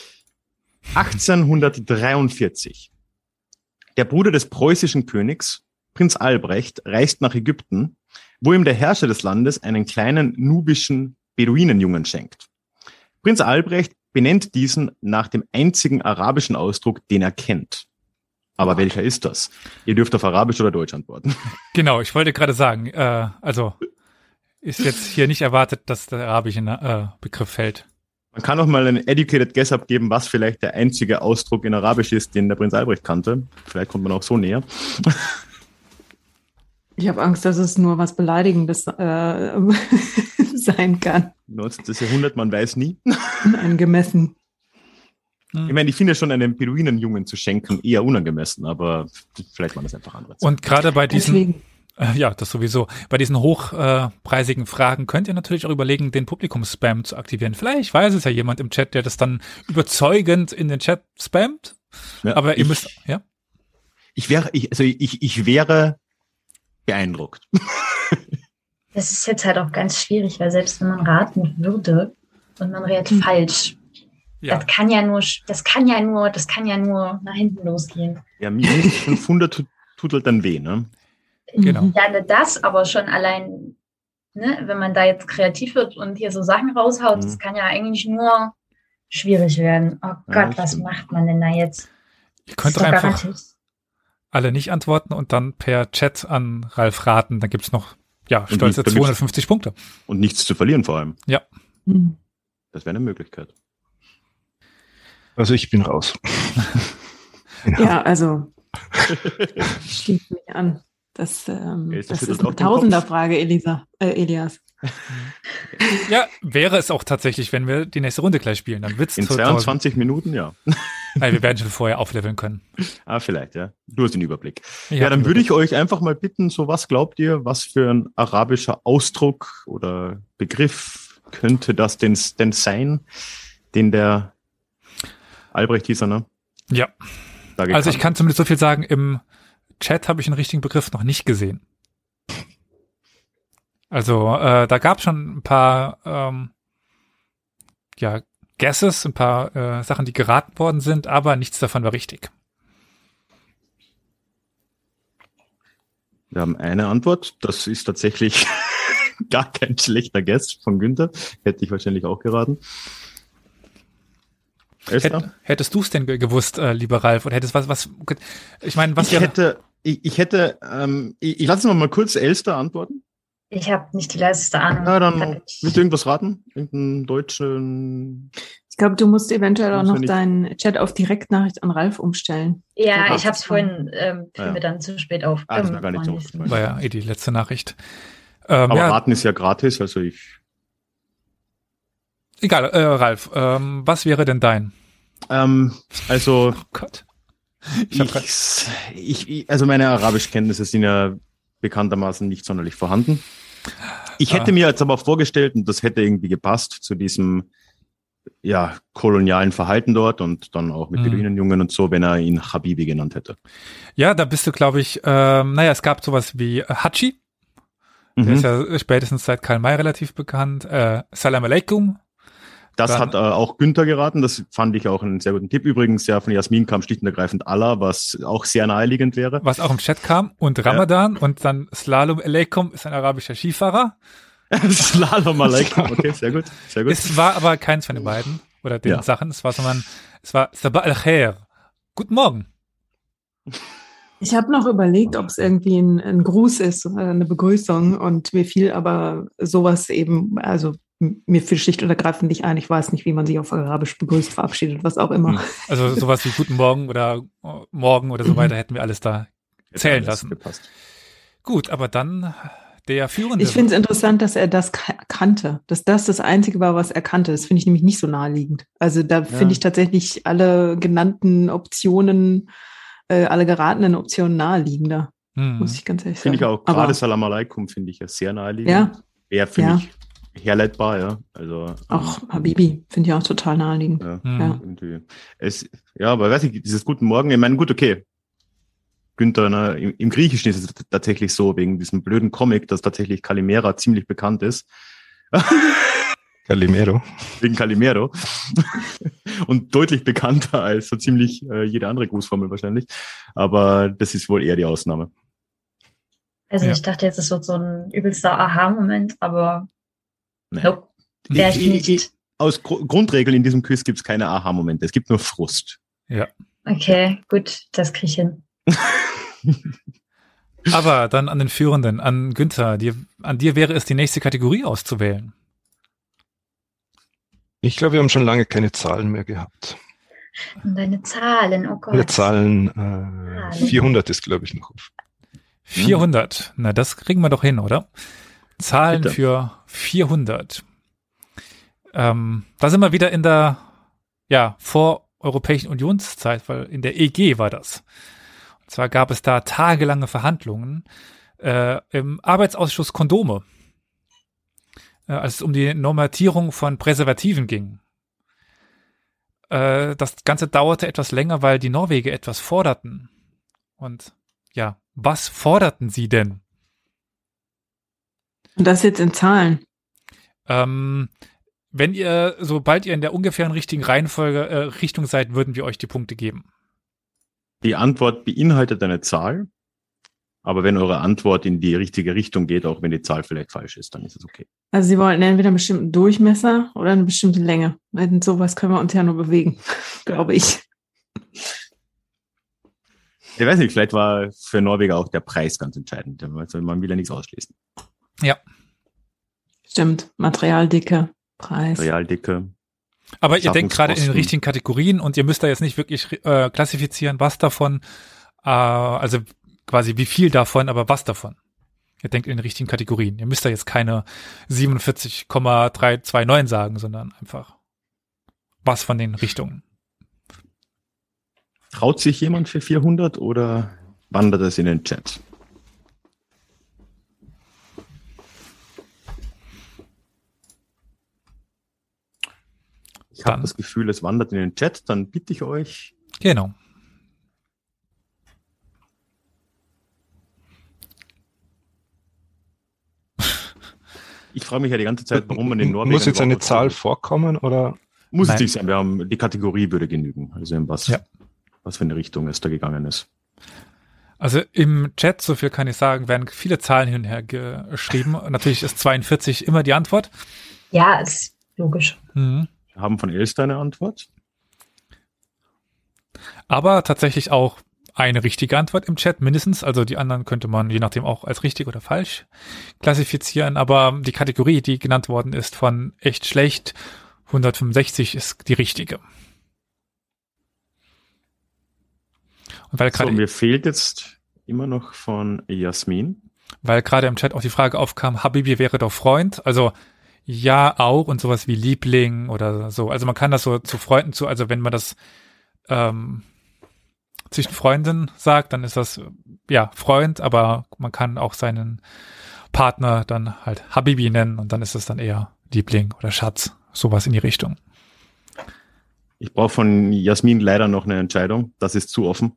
1843. Der Bruder des preußischen Königs, Prinz Albrecht, reist nach Ägypten, wo ihm der Herrscher des Landes einen kleinen nubischen Beduinenjungen schenkt. Prinz Albrecht benennt diesen nach dem einzigen arabischen Ausdruck, den er kennt. Aber welcher ist das? Ihr dürft auf Arabisch oder Deutsch antworten. Genau, ich wollte gerade sagen, also ist jetzt hier nicht erwartet, dass der arabische Begriff fällt. Man kann auch mal einen educated guess abgeben, was vielleicht der einzige Ausdruck in Arabisch ist, den der Prinz Albrecht kannte. Vielleicht kommt man auch so näher. Ich habe Angst, dass es nur was Beleidigendes sein kann. 19. Jahrhundert, man weiß nie. Unangemessen. Ich meine, ich finde schon einen Beduinenjungen zu schenken eher unangemessen, aber vielleicht waren das einfach andere Zeiten. Und gerade bei diesen, Deswegen. Ja, das sowieso, bei diesen hochpreisigen Fragen könnt ihr natürlich auch überlegen, den Publikumsspam zu aktivieren. Vielleicht weiß es ja jemand im Chat, der das dann überzeugend in den Chat spammt. Ja, aber ihr müsst, ja. Ich wäre beeindruckt. Das ist jetzt halt auch ganz schwierig, weil selbst wenn man raten würde und man rät falsch, Ja. das kann ja nur nach hinten losgehen. Ja, minus 500 tut halt dann weh, ne? Genau. Ja, das aber schon allein, ne, wenn man da jetzt kreativ wird und hier so Sachen raushaut, das kann ja eigentlich nur schwierig werden. Oh Gott, was stimmt. macht man denn da jetzt? Ihr könnt doch Das ist doch einfach garantiert. alle nicht antworten und dann per Chat an Ralf raten. Dann gibt's noch, ja, stolze da gibt's- 250 Punkte. Und nichts zu verlieren vor allem. Ja. Das wäre eine Möglichkeit. Also ich bin raus. Ja, also schließt mich an. Das Elsa ist schüttelt eine auch den Tausender-Frage, Elias. Ja, wäre es auch tatsächlich, wenn wir die nächste Runde gleich spielen. Dann wird's In zu 22 Minuten, ja. Nein, wir werden schon vorher aufleveln können. Vielleicht, ja. Du hast den Überblick. Ich Ja, hab dann den würde ich euch einfach mal bitten, so was glaubt ihr, was für ein arabischer Ausdruck oder Begriff könnte das denn sein, den der Albrecht hieß er, ne? Ja. Da Also ich gekannt. kann zumindest so viel sagen, im Chat habe ich einen richtigen Begriff noch nicht gesehen. Also da gab es schon ein paar Guesses, ein paar Sachen, die geraten worden sind, aber nichts davon war richtig. Wir haben eine Antwort. Das ist tatsächlich gar kein schlechter Guess von Günther. Hätte ich wahrscheinlich auch geraten. Elster? Hättest du es denn gewusst, lieber Ralf, oder hättest was ich meine, was Ich lasse mal kurz Elster antworten. Ich habe nicht die leiseste Ahnung. Na, dann willst du irgendwas raten? Irgendeinen deutschen... Ich glaube, du musst eventuell auch Muss ja noch nicht- deinen Chat auf Direktnachricht an Ralf umstellen. Ja, Ja, ich habe es vorhin, fiel Ja. mir dann zu spät auf. Das ist mir gar nicht so aufgefallen. war ja die letzte Nachricht. Aber ja, raten ist ja gratis, also egal, Ralf, was wäre denn dein? Also Oh Gott. also meine Arabischkenntnisse sind ja bekanntermaßen nicht sonderlich vorhanden. Ich hätte mir jetzt aber vorgestellt, und das hätte irgendwie gepasst zu diesem kolonialen Verhalten dort und dann auch mit Beduinenjungen und so, wenn er ihn Habibi genannt hätte. Ja, da bist du, glaube ich, es gab sowas wie Hachi. Der ist ja spätestens seit Karl May relativ bekannt. Salam Alaikum. Das hat auch Günther geraten. Das fand ich auch einen sehr guten Tipp. Übrigens, ja, von Jasmin kam schlicht und ergreifend Allah, was auch sehr naheliegend wäre. Was auch im Chat kam. Und Ramadan und dann Slalom Alaikum ist ein arabischer Skifahrer. Slalom Alaikum, okay, sehr gut, sehr gut. Es war aber keins von den beiden oder den Sachen. Es war Sabah al-Khair. Guten Morgen. Ich habe noch überlegt, ob es irgendwie ein Gruß ist, eine Begrüßung, und mir fiel aber sowas eben, also mir fiel schlicht und ergreifend nicht ein. Ich weiß nicht, wie man sich auf Arabisch begrüßt, verabschiedet, was auch immer. Also sowas wie Guten Morgen oder Morgen oder so weiter hätten wir alles da zählen lassen. Gepasst. Gut, aber dann der Führende. Ich finde es interessant, dass er das kannte, dass das Einzige war, was er kannte. Das finde ich nämlich nicht so naheliegend. Also da finde ich tatsächlich alle genannten Optionen, alle geratenen Optionen naheliegender, muss ich ganz ehrlich sagen. Finde ich auch, gerade Salam Alaikum finde ich ja sehr naheliegend. Ja. Wäre für mich herleitbar, ja. Also, auch Habibi finde ich auch total naheliegend. Irgendwie. Aber weiß ich, dieses Guten Morgen, ich meine, gut, okay. Günther, ne, im Griechischen ist es tatsächlich so, wegen diesem blöden Comic, dass tatsächlich Kalimera ziemlich bekannt ist. Calimero. Wegen Calimero. Und deutlich bekannter als so ziemlich jede andere Grußformel wahrscheinlich. Aber das ist wohl eher die Ausnahme. Also ich dachte jetzt, es wird so ein übelster Aha-Moment, aber nope, wäre ich nicht. Aus Grundregeln in diesem Quiz gibt es keine Aha-Momente, es gibt nur Frust. Ja. Okay, gut, das kriege ich hin. Aber dann an den Führenden, an Günther, an dir wäre es, die nächste Kategorie auszuwählen. Ich glaube, wir haben schon lange keine Zahlen mehr gehabt. Und deine Zahlen, oh Gott. Wir Zahlen 400 ist, glaube ich, noch auf. 400, na das kriegen wir doch hin, oder? Zahlen Bitte. Für 400. Da sind wir wieder in der voreuropäischen Unionszeit, weil in der EG war das. Und zwar gab es da tagelange Verhandlungen im Arbeitsausschuss Kondome, als es um die Normatierung von Präservativen ging. Das Ganze dauerte etwas länger, weil die Norweger etwas forderten. Und was forderten sie denn? Und das jetzt in Zahlen? Sobald ihr in der ungefähren richtigen Reihenfolge Richtung seid, würden wir euch die Punkte geben. Die Antwort beinhaltet eine Zahl, aber wenn eure Antwort in die richtige Richtung geht, auch wenn die Zahl vielleicht falsch ist, dann ist es okay. Also Sie wollten entweder einen bestimmten Durchmesser oder eine bestimmte Länge. In sowas können wir uns ja nur bewegen, glaube ich. Ich weiß nicht, vielleicht war für Norweger auch der Preis ganz entscheidend. Also man will ja nichts ausschließen. Ja. Stimmt, Materialdicke, Preis. Materialdicke. Aber ihr denkt gerade in den richtigen Kategorien und ihr müsst da jetzt nicht wirklich klassifizieren, was davon, also quasi wie viel davon, aber was davon. Ihr denkt in den richtigen Kategorien. Ihr müsst da jetzt keine 47,329 sagen, sondern einfach was von den Richtungen. Traut sich jemand für 400 oder wandert es in den Chat? Ich habe das Gefühl, es wandert in den Chat, dann bitte ich euch. Genau. Ich frage mich ja die ganze Zeit, warum man in Norwegen... Muss jetzt eine Zahl vorkommen, oder? Muss es nicht sein, die Kategorie würde genügen. Also in was für eine Richtung es da gegangen ist. Also im Chat, so viel kann ich sagen, werden viele Zahlen hin und her geschrieben. Natürlich ist 42 immer die Antwort. Ja, ist logisch. Wir haben von Elster eine Antwort. Aber tatsächlich auch eine richtige Antwort im Chat, mindestens. Also die anderen könnte man je nachdem auch als richtig oder falsch klassifizieren. Aber die Kategorie, die genannt worden ist von echt schlecht, 165 ist die richtige. Und weil so, mir fehlt jetzt immer noch von Jasmin. Weil gerade im Chat auch die Frage aufkam, Habibi wäre doch Freund. Also ja, auch und sowas wie Liebling oder so. Also man kann das so zu Freunden also wenn man das zwischen Freunden sagt, dann ist das Freund, aber man kann auch seinen Partner dann halt Habibi nennen und dann ist es dann eher Liebling oder Schatz, sowas in die Richtung. Ich brauche von Jasmin leider noch eine Entscheidung. Das ist zu offen.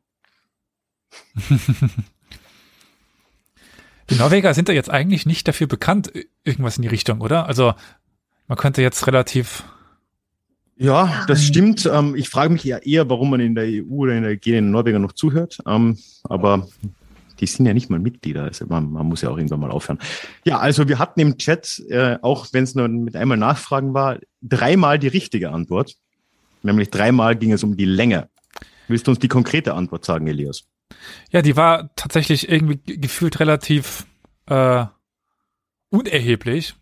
Die Norweger sind ja jetzt eigentlich nicht dafür bekannt, irgendwas in die Richtung, oder? Also man könnte jetzt relativ... Ja, das stimmt. Ich frage mich eher, warum man in der EU oder in der G den Norwegern noch zuhört. Aber die sind ja nicht mal Mitglieder. Also man muss ja auch irgendwann mal aufhören. Ja, also wir hatten im Chat, auch wenn es nur mit einmal Nachfragen war, 3-mal die richtige Antwort. Nämlich 3-mal ging es um die Länge. Willst du uns die konkrete Antwort sagen, Elias? Ja, die war tatsächlich irgendwie gefühlt relativ unerheblich,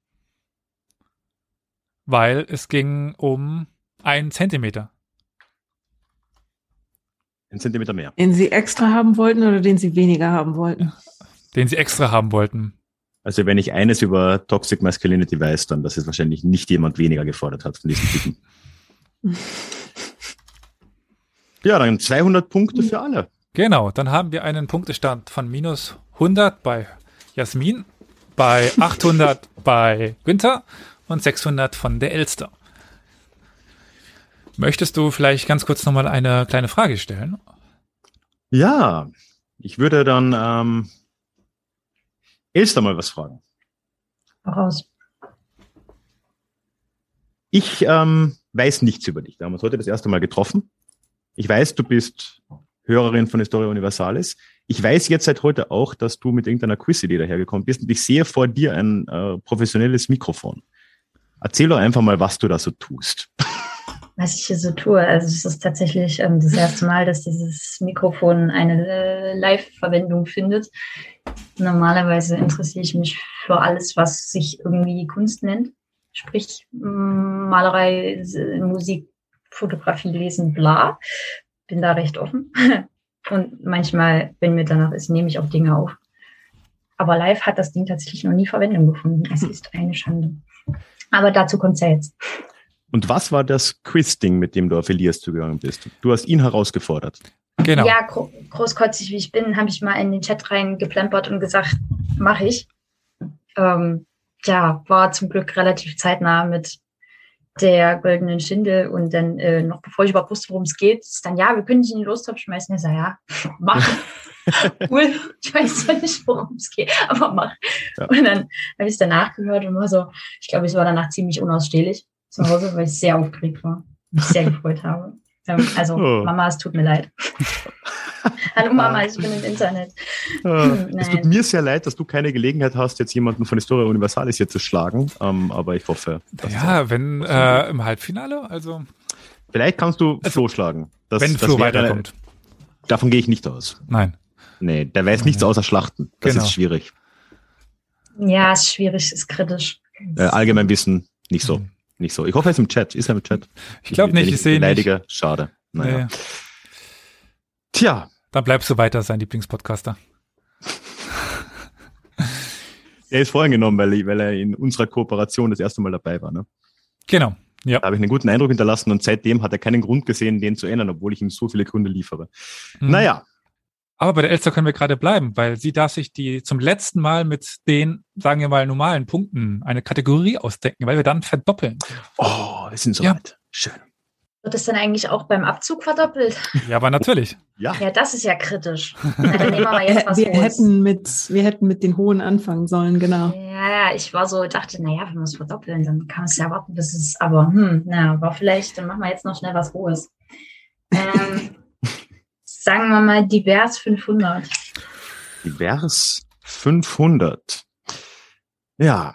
weil es ging um 1 Zentimeter. 1 Zentimeter mehr. Den Sie extra haben wollten oder den Sie weniger haben wollten? Den sie extra haben wollten. Also wenn ich eines über Toxic Masculinity weiß, dann, dass es wahrscheinlich nicht jemand weniger gefordert hat von diesen Typen. Ja, dann 200 Punkte für alle. Genau, dann haben wir einen Punktestand von minus 100 bei Jasmin, bei 800 bei Günther und 600 von der Elster. Möchtest du vielleicht ganz kurz nochmal eine kleine Frage stellen? Ja, ich würde dann Elster mal was fragen. Raus. Ich weiß nichts über dich. Wir haben uns heute das erste Mal getroffen. Ich weiß, du bist Hörerin von Historia Universalis. Ich weiß jetzt seit heute auch, dass du mit irgendeiner Quiz-Idee dahergekommen bist und ich sehe vor dir ein professionelles Mikrofon. Erzähl doch einfach mal, was du da so tust. Was ich hier so tue, also es ist tatsächlich das erste Mal, dass dieses Mikrofon eine Live-Verwendung findet. Normalerweise interessiere ich mich für alles, was sich irgendwie Kunst nennt. Sprich Malerei, Musik, Fotografie, Lesen, bla. Bin da recht offen. Und manchmal, wenn mir danach ist, nehme ich auch Dinge auf. Aber live hat das Ding tatsächlich noch nie Verwendung gefunden. Es ist eine Schande. Aber dazu kommt es ja jetzt. Und was war das Quiz-Ding, mit dem du auf Elias zugegangen bist? Du hast ihn herausgefordert. Genau. Ja, großkotzig wie ich bin, habe ich mal in den Chat reingeplempert und gesagt, mache ich. War zum Glück relativ zeitnah mit der goldenen Schindel und dann noch bevor ich überhaupt wusste, worum es geht, ist dann, ja, wir können dich in den Lostopf schmeißen. Ich sage, ja, mach. Cool, ich weiß zwar nicht, worum es geht, aber mach. Ja. Und dann habe ich es danach gehört und war so, ich glaube, ich war danach ziemlich unausstehlich zu Hause, weil ich sehr aufgeregt war, mich sehr gefreut habe. Also, Mama, es tut mir leid. Hallo Mama, ich bin im Internet. Es tut mir sehr leid, dass du keine Gelegenheit hast, jetzt jemanden von Historia Universalis hier zu schlagen, aber ich hoffe. Ja, wenn im Halbfinale, also. Vielleicht kannst du Flo schlagen. Wenn Flo weiterkommt. Davon gehe ich nicht aus. Nein. Nee, der weiß nichts außer Schlachten. Das ist schwierig. Ja, ist schwierig, ist kritisch. Allgemeinwissen nicht so. Nicht so. Ich hoffe, er ist im Chat. Ist er im Chat? Ich glaube nicht, ich sehe ihn nicht. Schade. Naja. Nee. Tja. Dann bleibst du weiter sein Lieblingspodcaster. Er ist vorhin genommen, weil er in unserer Kooperation das erste Mal dabei war. Ne? Genau. Ja. Da habe ich einen guten Eindruck hinterlassen und seitdem hat er keinen Grund gesehen, den zu ändern, obwohl ich ihm so viele Gründe liefere. Naja. Aber bei der Elster können wir gerade bleiben, weil sie darf sich die zum letzten Mal mit den, sagen wir mal, normalen Punkten eine Kategorie ausdenken, weil wir dann verdoppeln. Oh, wir sind soweit. Schön. Wird das dann eigentlich auch beim Abzug verdoppelt? Ja, aber natürlich. Ja, das ist ja kritisch. Na, dann nehmen wir mal jetzt was wir hätten mit den hohen anfangen sollen, genau. Ja, ich war so, dachte, naja, wenn wir es verdoppeln, dann kann es ja warten, bis es, aber, war vielleicht, dann machen wir jetzt noch schnell was Hohes. Sagen wir mal divers 500. Divers 500. Ja.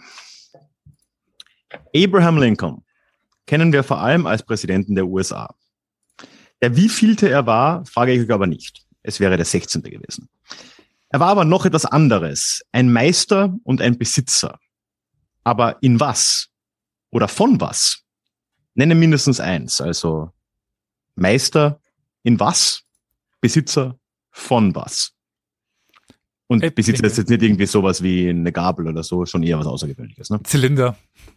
Abraham Lincoln kennen wir vor allem als Präsidenten der USA. Der wievielte er war, frage ich euch aber nicht. Es wäre der 16. gewesen. Er war aber noch etwas anderes. Ein Meister und ein Besitzer. Aber in was? Oder von was? Nenne mindestens eins. Also Meister in was? Besitzer von was? Und Besitzer ist jetzt nicht irgendwie sowas wie eine Gabel oder so, schon eher was Außergewöhnliches. Ne? Zylinder.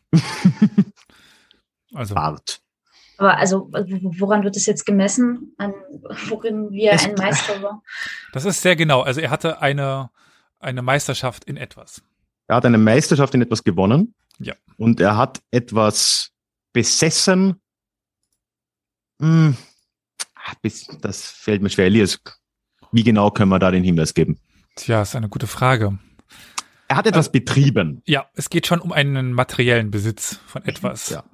Also. Bart. Aber also, woran wird es jetzt gemessen? An worin wir ein Meister war? Das ist sehr genau. Also er hatte eine Meisterschaft in etwas. Er hat eine Meisterschaft in etwas gewonnen. Ja. Und er hat etwas besessen, Das fällt mir schwer. Elias, wie genau können wir da den Hinweis geben? Tja, ist eine gute Frage. Er hat etwas betrieben. Ja, es geht schon um einen materiellen Besitz von etwas. Ja.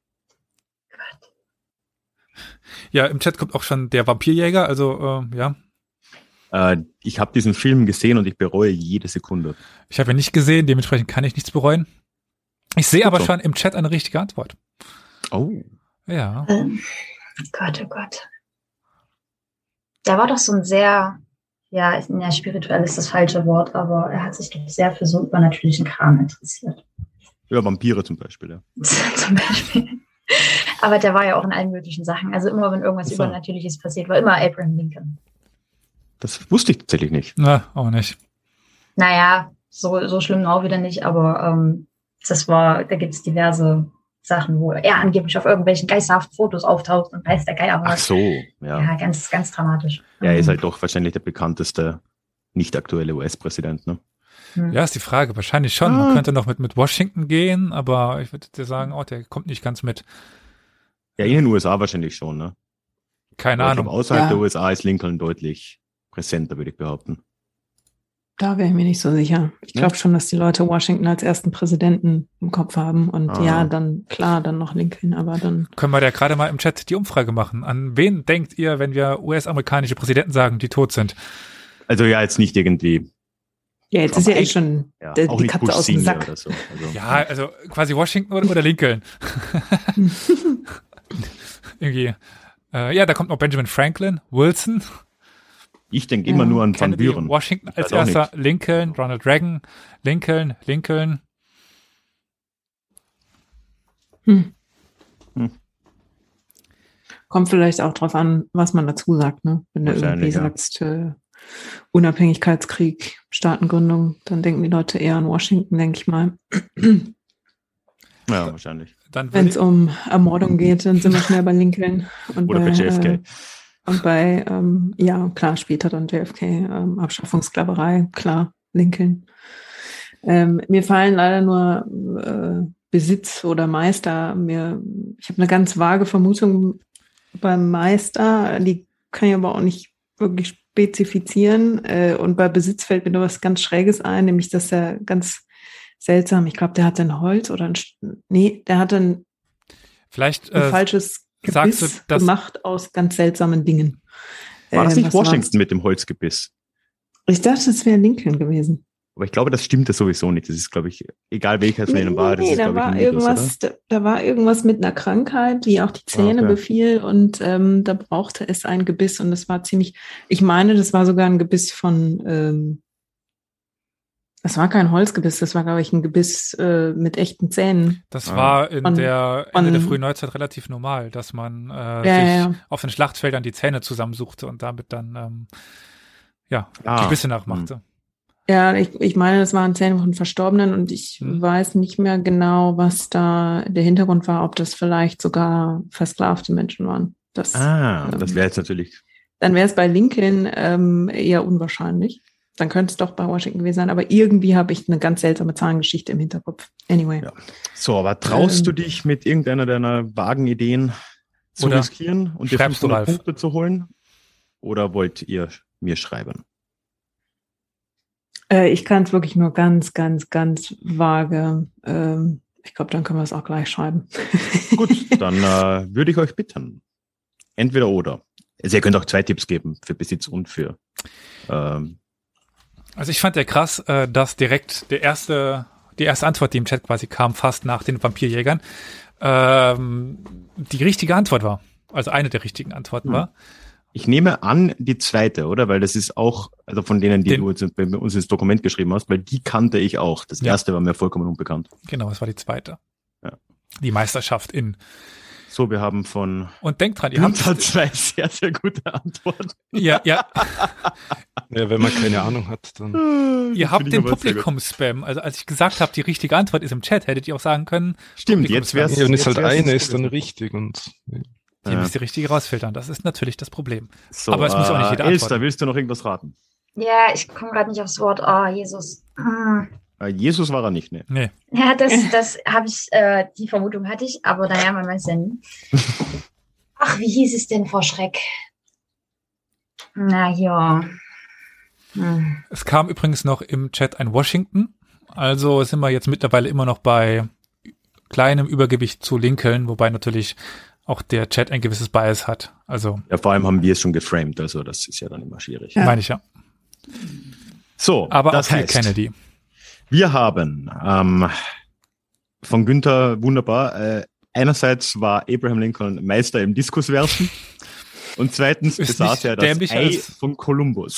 Ja, im Chat kommt auch schon der Vampirjäger, also ja. Ich habe diesen Film gesehen und ich bereue jede Sekunde. Ich habe ihn nicht gesehen, dementsprechend kann ich nichts bereuen. Ich sehe aber so. schon im Chat eine richtige Antwort. Oh. Ja. Gott, oh Gott. Der war doch so ein sehr, ja, spirituell ist das falsche Wort, aber er hat sich doch sehr für so übernatürlichen Kram interessiert. Ja, Vampire zum Beispiel, ja. Zum Beispiel. Aber der war ja auch in allen möglichen Sachen. Also immer, wenn irgendwas So. Übernatürliches passiert, war immer Abraham Lincoln. Das wusste ich tatsächlich nicht. Na, auch nicht. Naja, so schlimm auch wieder nicht, aber da gibt es diverse Sachen, wo er angeblich auf irgendwelchen geisterhaften Fotos auftaucht und weiß der Geier Ach was. so, ja. Ja, ganz, ganz dramatisch. Er ist halt doch wahrscheinlich der bekannteste nicht aktuelle US-Präsident, ne? Ja, ist die Frage. Wahrscheinlich schon. Man könnte noch mit Washington gehen, aber ich würde dir sagen, der kommt nicht ganz mit. Ja, in den USA wahrscheinlich schon, ne? Keine Aber ich Ahnung. glaube, außerhalb Ja. der USA ist Lincoln deutlich präsenter, würde ich behaupten. Da wäre ich mir nicht so sicher. Ich glaube schon, dass die Leute Washington als ersten Präsidenten im Kopf haben. Und ja, dann noch Lincoln, aber dann. Können wir da gerade mal im Chat die Umfrage machen. An wen denkt ihr, wenn wir US-amerikanische Präsidenten sagen, die tot sind? Also ja, jetzt nicht irgendwie, Ja, jetzt ist ja eh schon ja, die auch nicht Katze Bush aus dem Senior Sack. oder so. Also, Ja, also quasi Washington oder Lincoln. Irgendwie. Ja, da kommt noch Benjamin Franklin, Wilson, ich denke immer nur an Van Kennedy, Buren. Washington als weiß auch erster, Lincoln, Ronald Reagan, Lincoln. Kommt vielleicht auch drauf an, was man dazu sagt, ne? Wenn du irgendwie Wahrscheinlich, ja. sagst, Unabhängigkeitskrieg, Staatengründung, dann denken die Leute eher an Washington, denke ich mal. Ja, wahrscheinlich. Dann Wenn würde es um Ermordung geht, dann sind wir schnell bei Lincoln. Und Oder bei JFK. Und bei, ja, klar, später dann JFK, Abschaffungssklaverei, klar, Lincoln. Mir fallen leider nur Besitz oder Meister. Ich habe eine ganz vage Vermutung beim Meister, die kann ich aber auch nicht wirklich spezifizieren. Und bei Besitz fällt mir nur was ganz Schräges ein, nämlich, dass er ganz seltsam, ich glaube, der hatte ein Holz oder der hatte ein vielleicht falsches sagst Gebiss du, dass gemacht aus ganz seltsamen Dingen. War das nicht was Washington war's? mit dem Holzgebiss? Ich dachte, es wäre Lincoln gewesen. Aber ich glaube, das stimmt ja sowieso nicht. Das ist, glaube ich, egal welcher von denen war, das ist, da glaube ich, war ein Mythos, irgendwas, da war irgendwas mit einer Krankheit, die auch die Zähne Okay. befiel und da brauchte es ein Gebiss und das war ziemlich, ich meine, das war sogar ein Gebiss von, das war kein Holzgebiss, das war, glaube ich, ein Gebiss mit echten Zähnen. das war in Von- der von- Ende der frühen Neuzeit relativ normal, dass man sich ja. auf den Schlachtfeldern die Zähne zusammensuchte und damit dann Ah. Gebisse nachmachte. Ja, ich meine, das waren Zähne von Verstorbenen und ich weiß nicht mehr genau, was da der Hintergrund war, ob das vielleicht sogar versklavte Menschen waren. Das Das wäre jetzt natürlich. dann wäre es bei Lincoln eher unwahrscheinlich. Dann könnte es doch bei Washington gewesen sein, aber irgendwie habe ich eine ganz seltsame Zahlengeschichte im Hinterkopf. Anyway. Ja. So, aber traust du dich mit irgendeiner deiner vagen Ideen zu Oder riskieren und dir schreibst du, 500 Ralf? Punkte zu holen? Oder wollt ihr mir schreiben? Ich kann es wirklich nur ganz, ganz, ganz vage. Ich glaube, dann können wir es auch gleich schreiben. Gut, dann würde ich euch bitten. Entweder oder. Also ihr könnt auch 2 Tipps geben für Besitz und für Also ich fand ja krass, dass direkt die erste Antwort, die im Chat quasi kam, fast nach den Vampirjägern, die richtige Antwort war. Also eine der richtigen Antworten war. Ich nehme an, die zweite, oder? Weil das ist auch, also von denen, die du jetzt bei uns ins Dokument geschrieben hast, weil die kannte ich auch. Das erste war mir vollkommen unbekannt. Genau, es war die zweite. Ja. Die Meisterschaft in. So, wir haben von Und denkt dran, ihr habt 2 sehr, sehr gute Antworten. ja, Ja, wenn man keine Ahnung hat, dann. ihr habt den Publikum-Spam. Also als ich gesagt habe, die richtige Antwort ist im Chat, hättet ihr auch sagen können, Stimmt, jetzt wäre es. Ja, und ist halt eine, ist dann richtig und. ihr müsst die richtige rausfiltern. Das ist natürlich das Problem. So, Aber es muss auch nicht jeder Elster, antworten. willst du noch irgendwas raten? Ja, ich komme gerade nicht aufs Wort. Oh, Jesus. Jesus war er nicht, ne? Nee. Ja, das habe ich, die Vermutung hatte ich, aber naja, man weiß ja nie. Ach, wie hieß es denn vor Schreck? Na ja. Es kam übrigens noch im Chat ein Washington. Also sind wir jetzt mittlerweile immer noch bei kleinem Übergewicht zu Lincoln, wobei natürlich auch der Chat ein gewisses Bias hat. Also Ja, vor allem haben wir es schon geframed, also das ist ja dann immer schwierig. meine ich ja. So, Aber das auch viel heißt, Kennedy. wir haben von Günther wunderbar, einerseits war Abraham Lincoln Meister im Diskuswerfen und zweitens Ist besaß nicht er das dämlicher Ei als- von Kolumbus.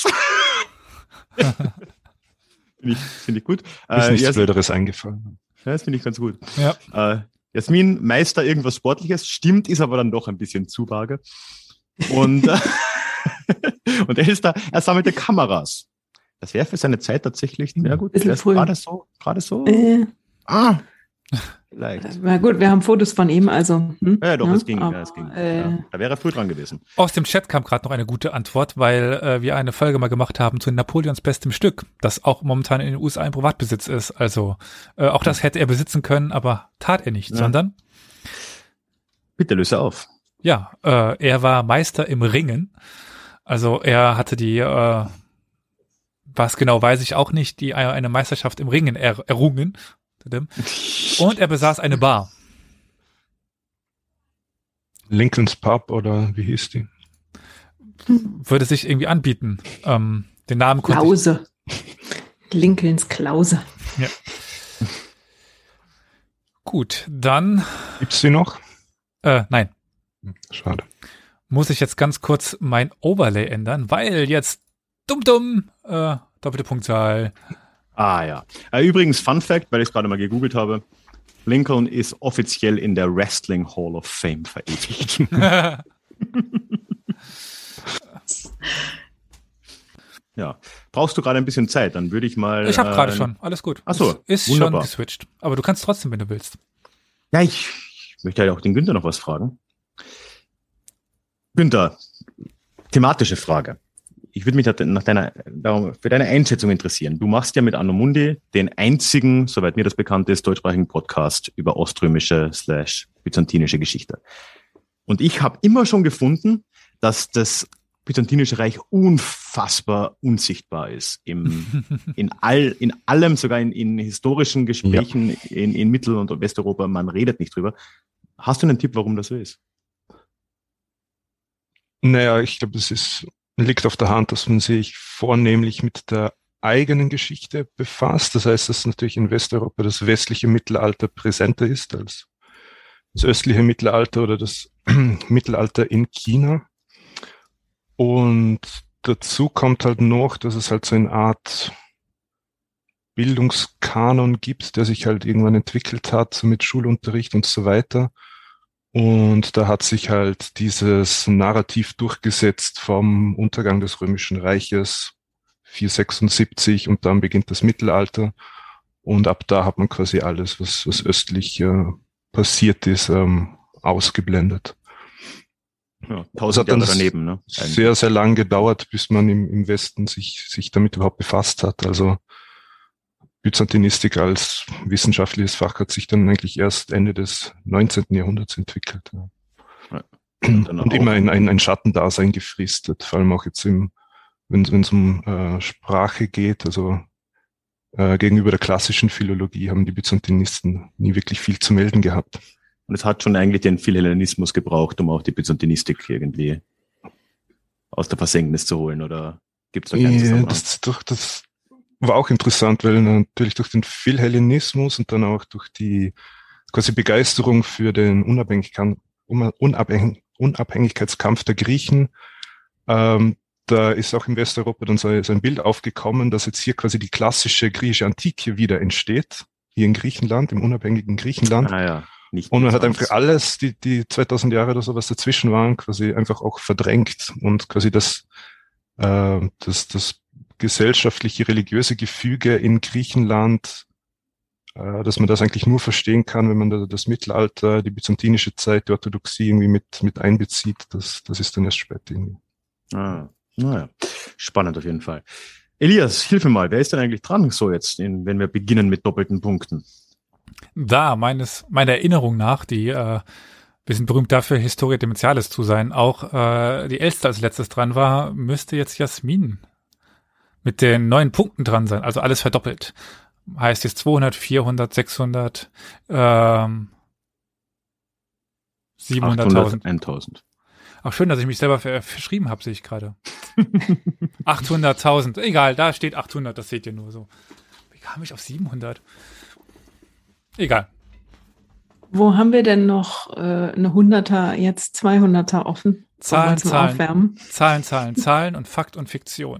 Finde ich gut. Ist nichts Ja, Blöderes eingefallen. das finde ich ganz gut. Ja. Jasmin, Meister irgendwas Sportliches, stimmt, ist aber dann doch ein bisschen zu vage. Und, und er sammelte Kameras. Das wäre für seine Zeit tatsächlich, ja gut, Bisschen der ist früh. gerade so. Vielleicht. Na gut, wir haben Fotos von ihm, also. Ja, doch, ne? es ging. Aber, Ja, es ging. Ja, da wäre er früh dran gewesen. Aus dem Chat kam gerade noch eine gute Antwort, weil wir eine Folge mal gemacht haben zu Napoleons bestem Stück, das auch momentan in den USA in Privatbesitz ist. Also auch das hätte er besitzen können, aber tat er nicht, Ja. sondern Bitte löse auf. ja, er war Meister im Ringen. Also er hatte die, was genau weiß ich auch nicht, die eine Meisterschaft im Ringen errungen. Und er besaß eine Bar. Lincoln's Pub oder wie hieß die? Würde sich irgendwie anbieten. Den Namen konnte ich, Klause. Lincolns Klause. gut, dann, Gibt's die noch? nein, Schade. muss ich jetzt ganz kurz mein Overlay ändern, weil jetzt doppelte Punktzahl. Ja. Übrigens, Fun Fact, weil ich es gerade mal gegoogelt habe. Lincoln ist offiziell in der Wrestling Hall of Fame verewigt. Ja. Brauchst du gerade ein bisschen Zeit? Dann würde ich mal. Ich habe gerade schon, alles gut. Ach so, Ist wunderbar. schon geswitcht. Aber du kannst trotzdem, wenn du willst. Ja, ich möchte ja auch den Günther noch was fragen. Günther, thematische Frage. Ich würde mich für deine Einschätzung interessieren. Du machst ja mit Anno Mundi den einzigen, soweit mir das bekannt ist, deutschsprachigen Podcast über oströmische / byzantinische Geschichte. Und ich habe immer schon gefunden, dass das Byzantinische Reich unfassbar unsichtbar ist. In allem, sogar in historischen Gesprächen in Mittel- und Westeuropa, man redet nicht drüber. Hast du einen Tipp, warum das so ist? Naja, ich glaube, liegt auf der Hand, dass man sich vornehmlich mit der eigenen Geschichte befasst. Das heißt, dass natürlich in Westeuropa das westliche Mittelalter präsenter ist als das östliche Mittelalter oder das Mittelalter in China. Und dazu kommt halt noch, dass es halt so eine Art Bildungskanon gibt, der sich halt irgendwann entwickelt hat, so mit Schulunterricht und so weiter. Und da hat sich halt dieses Narrativ durchgesetzt vom Untergang des Römischen Reiches 476 und dann beginnt das Mittelalter. Und ab da hat man quasi alles, was östlich passiert ist, ausgeblendet. Ja, Das 1000 hat dann Jahre daneben, ne? sehr, sehr lang gedauert, bis man im Westen sich damit überhaupt befasst hat. Also Byzantinistik als wissenschaftliches Fach hat sich dann eigentlich erst Ende des 19. Jahrhunderts entwickelt. Ja. Und immer in ein Schattendasein gefristet, vor allem auch jetzt wenn es um Sprache geht, also gegenüber der klassischen Philologie haben die Byzantinisten nie wirklich viel zu melden gehabt. Und es hat schon eigentlich den Philhellenismus gebraucht, um auch die Byzantinistik irgendwie aus der Versenknis zu holen, oder gibt es da keinen Zusammenhang? Das war auch interessant, weil natürlich durch den Philhellenismus und dann auch durch die quasi Begeisterung für den Unabhängigkeitskampf der Griechen, da ist auch in Westeuropa dann so ein Bild aufgekommen, dass jetzt hier quasi die klassische griechische Antike wieder entsteht, hier in Griechenland, im unabhängigen Griechenland. Und man hat einfach alles, die 2000 Jahre oder so, was dazwischen waren, quasi einfach auch verdrängt und quasi das gesellschaftliche, religiöse Gefüge in Griechenland, dass man das eigentlich nur verstehen kann, wenn man das Mittelalter, die byzantinische Zeit, die Orthodoxie irgendwie mit einbezieht. Das ist dann erst später irgendwie. Naja, spannend auf jeden Fall. Elias, hilf mir mal, wer ist denn eigentlich dran so jetzt, wenn wir beginnen mit doppelten Punkten? Da, meiner Erinnerung nach, die Wir sind berühmt dafür, Historia Dementialis zu sein. Auch die Elster als letztes dran war, müsste jetzt Jasmin mit den 9 Punkten dran sein. Also alles verdoppelt. Heißt jetzt 200, 400, 600, 700.000. 1000. Ach, schön, dass ich mich selber verschrieben habe, sehe ich gerade. 800.000. Egal, da steht 800, das seht ihr nur so. Wie kam ich auf 700? Egal. Wo haben wir denn noch eine 100er, jetzt 200er offen? Zahlen, zum Zahlen, Aufwärmen? Zahlen und Fakt und Fiktion.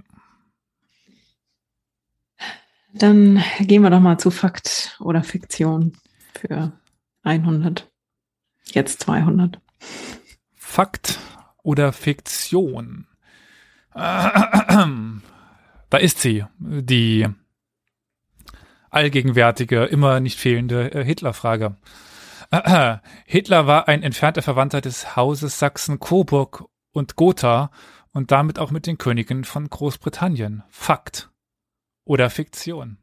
Dann gehen wir doch mal zu Fakt oder Fiktion für 100. Jetzt 200. Fakt oder Fiktion? Da ist sie, die allgegenwärtige, immer nicht fehlende Hitler-Frage. Hitler war ein entfernter Verwandter des Hauses Sachsen-Coburg und Gotha und damit auch mit den Königen von Großbritannien. Fakt oder Fiktion?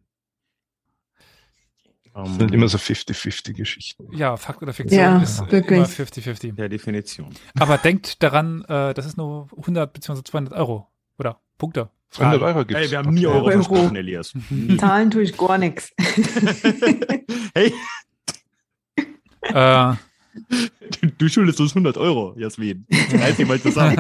Das sind immer so 50-50 Geschichten. Ja, Fakt oder Fiktion Ja, ist wirklich. immer 50-50. Per Definition. Aber denkt daran, das ist nur 100 bzw. 200 Euro oder Punkte. 200 Euro gibt's. Hey, wir haben nie Euro Euro. versprochen, Elias. Nie. Zahlen tue ich gar nichts. Hey, Äh, du schuldest uns 100 Euro, Jasmin. Reiß dich mal zusammen.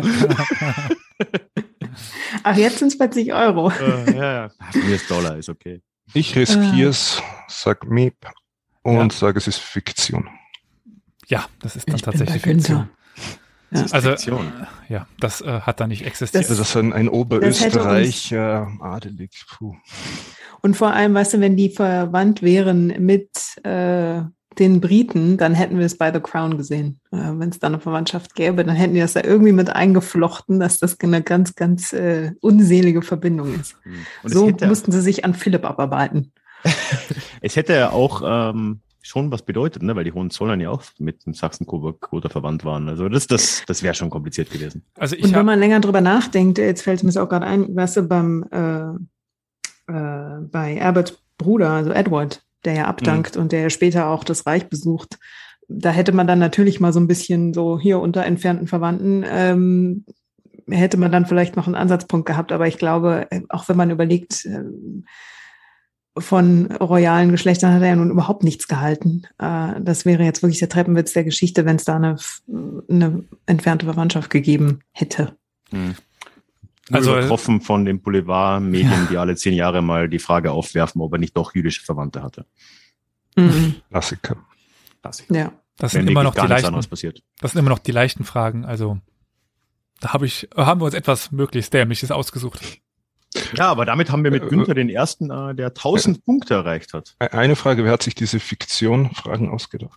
Ach, jetzt sind es plötzlich Euro. Ja. Mir ist Dollar, ist okay. Ich riskiere es, sag Miep und sage, es ist Fiktion. ja, das ist dann Ich bin tatsächlich bei Günther. Fiktion. Ja. Also, Fiktion. ja, das hat da nicht existiert. Also das ist ein Oberösterreich, adelig. Puh. Und vor allem, weißt du, wenn die verwandt wären mit den Briten, dann hätten wir es bei The Crown gesehen. Wenn es da eine Verwandtschaft gäbe, dann hätten die das da irgendwie mit eingeflochten, dass das eine ganz, ganz unselige Verbindung ist. Und So es hätte, mussten sie sich an Philipp abarbeiten. es hätte ja auch schon was bedeutet, ne? Weil die Hohenzollern ja auch mit dem Sachsen-Coburg-Gotha verwandt waren. Also das wäre schon kompliziert gewesen. Also Und wenn man länger drüber nachdenkt, jetzt fällt es mir auch gerade ein, weißt du, bei Alberts Bruder, also Edward, der ja abdankt und der ja später auch das Reich besucht, da hätte man dann natürlich mal so ein bisschen so hier unter entfernten Verwandten, hätte man dann vielleicht noch einen Ansatzpunkt gehabt. Aber ich glaube, auch wenn man überlegt, von royalen Geschlechtern hat er ja nun überhaupt nichts gehalten. Das wäre jetzt wirklich der Treppenwitz der Geschichte, wenn es da eine entfernte Verwandtschaft gegeben hätte. Also übertroffen von den Boulevardmedien, die alle 10 Jahre mal die Frage aufwerfen, ob er nicht doch jüdische Verwandte hatte. Mhm. Klassiker. Ja. das Wenn sind immer wirklich noch die gar nichts leichten. anderes passiert. Das sind immer noch die leichten Fragen. Also da haben wir uns etwas möglichst Dämliches ausgesucht. Ja, aber damit haben wir mit Günther den ersten, der 1000 Punkte erreicht hat. Eine Frage, wer hat sich diese Fiktion-Fragen ausgedacht?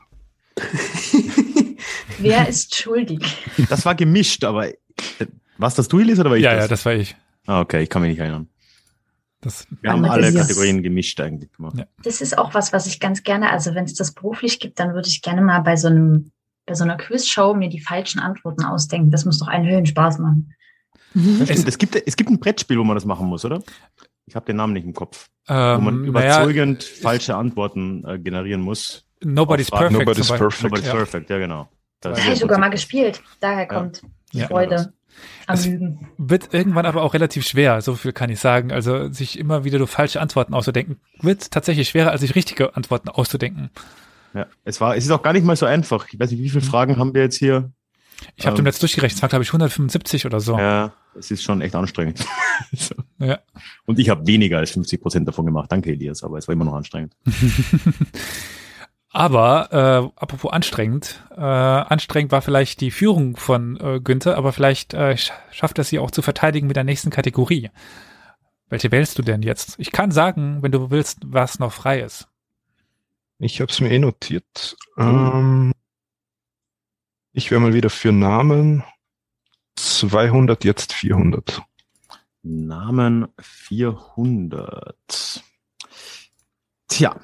Wer ist schuldig? Das war gemischt, aber was das du, Elisa, oder war ich Ja, das war ich. Ah, okay, ich kann mich nicht erinnern. Wir haben Aber alle das ist- Kategorien gemischt eigentlich gemacht. Ja. Das ist auch was ich ganz gerne, also wenn es das beruflich gibt, dann würde ich gerne mal bei so einer Quizshow mir die falschen Antworten ausdenken. Das muss doch einen Höhenspaß machen. Es gibt ein Brettspiel, wo man das machen muss, oder? Ich habe den Namen nicht im Kopf. Wo man überzeugend falsche Antworten generieren muss. Nobody's Auf Fragen. Perfect. Nobody's zum Beispiel. perfect. Nobody's Perfect, ja genau. Das habe ich sogar mal gespielt. Daher kommt die Ja, Freude genau am Es- Lügen. Wird irgendwann aber auch relativ schwer, so viel kann ich sagen. Also sich immer wieder so falsche Antworten auszudenken, wird tatsächlich schwerer, als sich richtige Antworten auszudenken. Ja, es ist auch gar nicht mal so einfach. Ich weiß nicht, wie viele Fragen haben wir jetzt hier? Ich habe dem jetzt durchgerechnet, es war glaube ich 175 oder so. Ja, es ist schon echt anstrengend. So. Ja. Und ich habe weniger als 50% davon gemacht. Danke, Elias, aber es war immer noch anstrengend. Aber apropos anstrengend, anstrengend war vielleicht die Führung von Günther, aber vielleicht schafft er sie auch zu verteidigen mit der nächsten Kategorie. Welche wählst du denn jetzt? Ich kann sagen, wenn du willst, was noch frei ist. Ich habe es mir notiert. Ich wäre mal wieder für Namen 200, jetzt 400. Namen 400. Tja.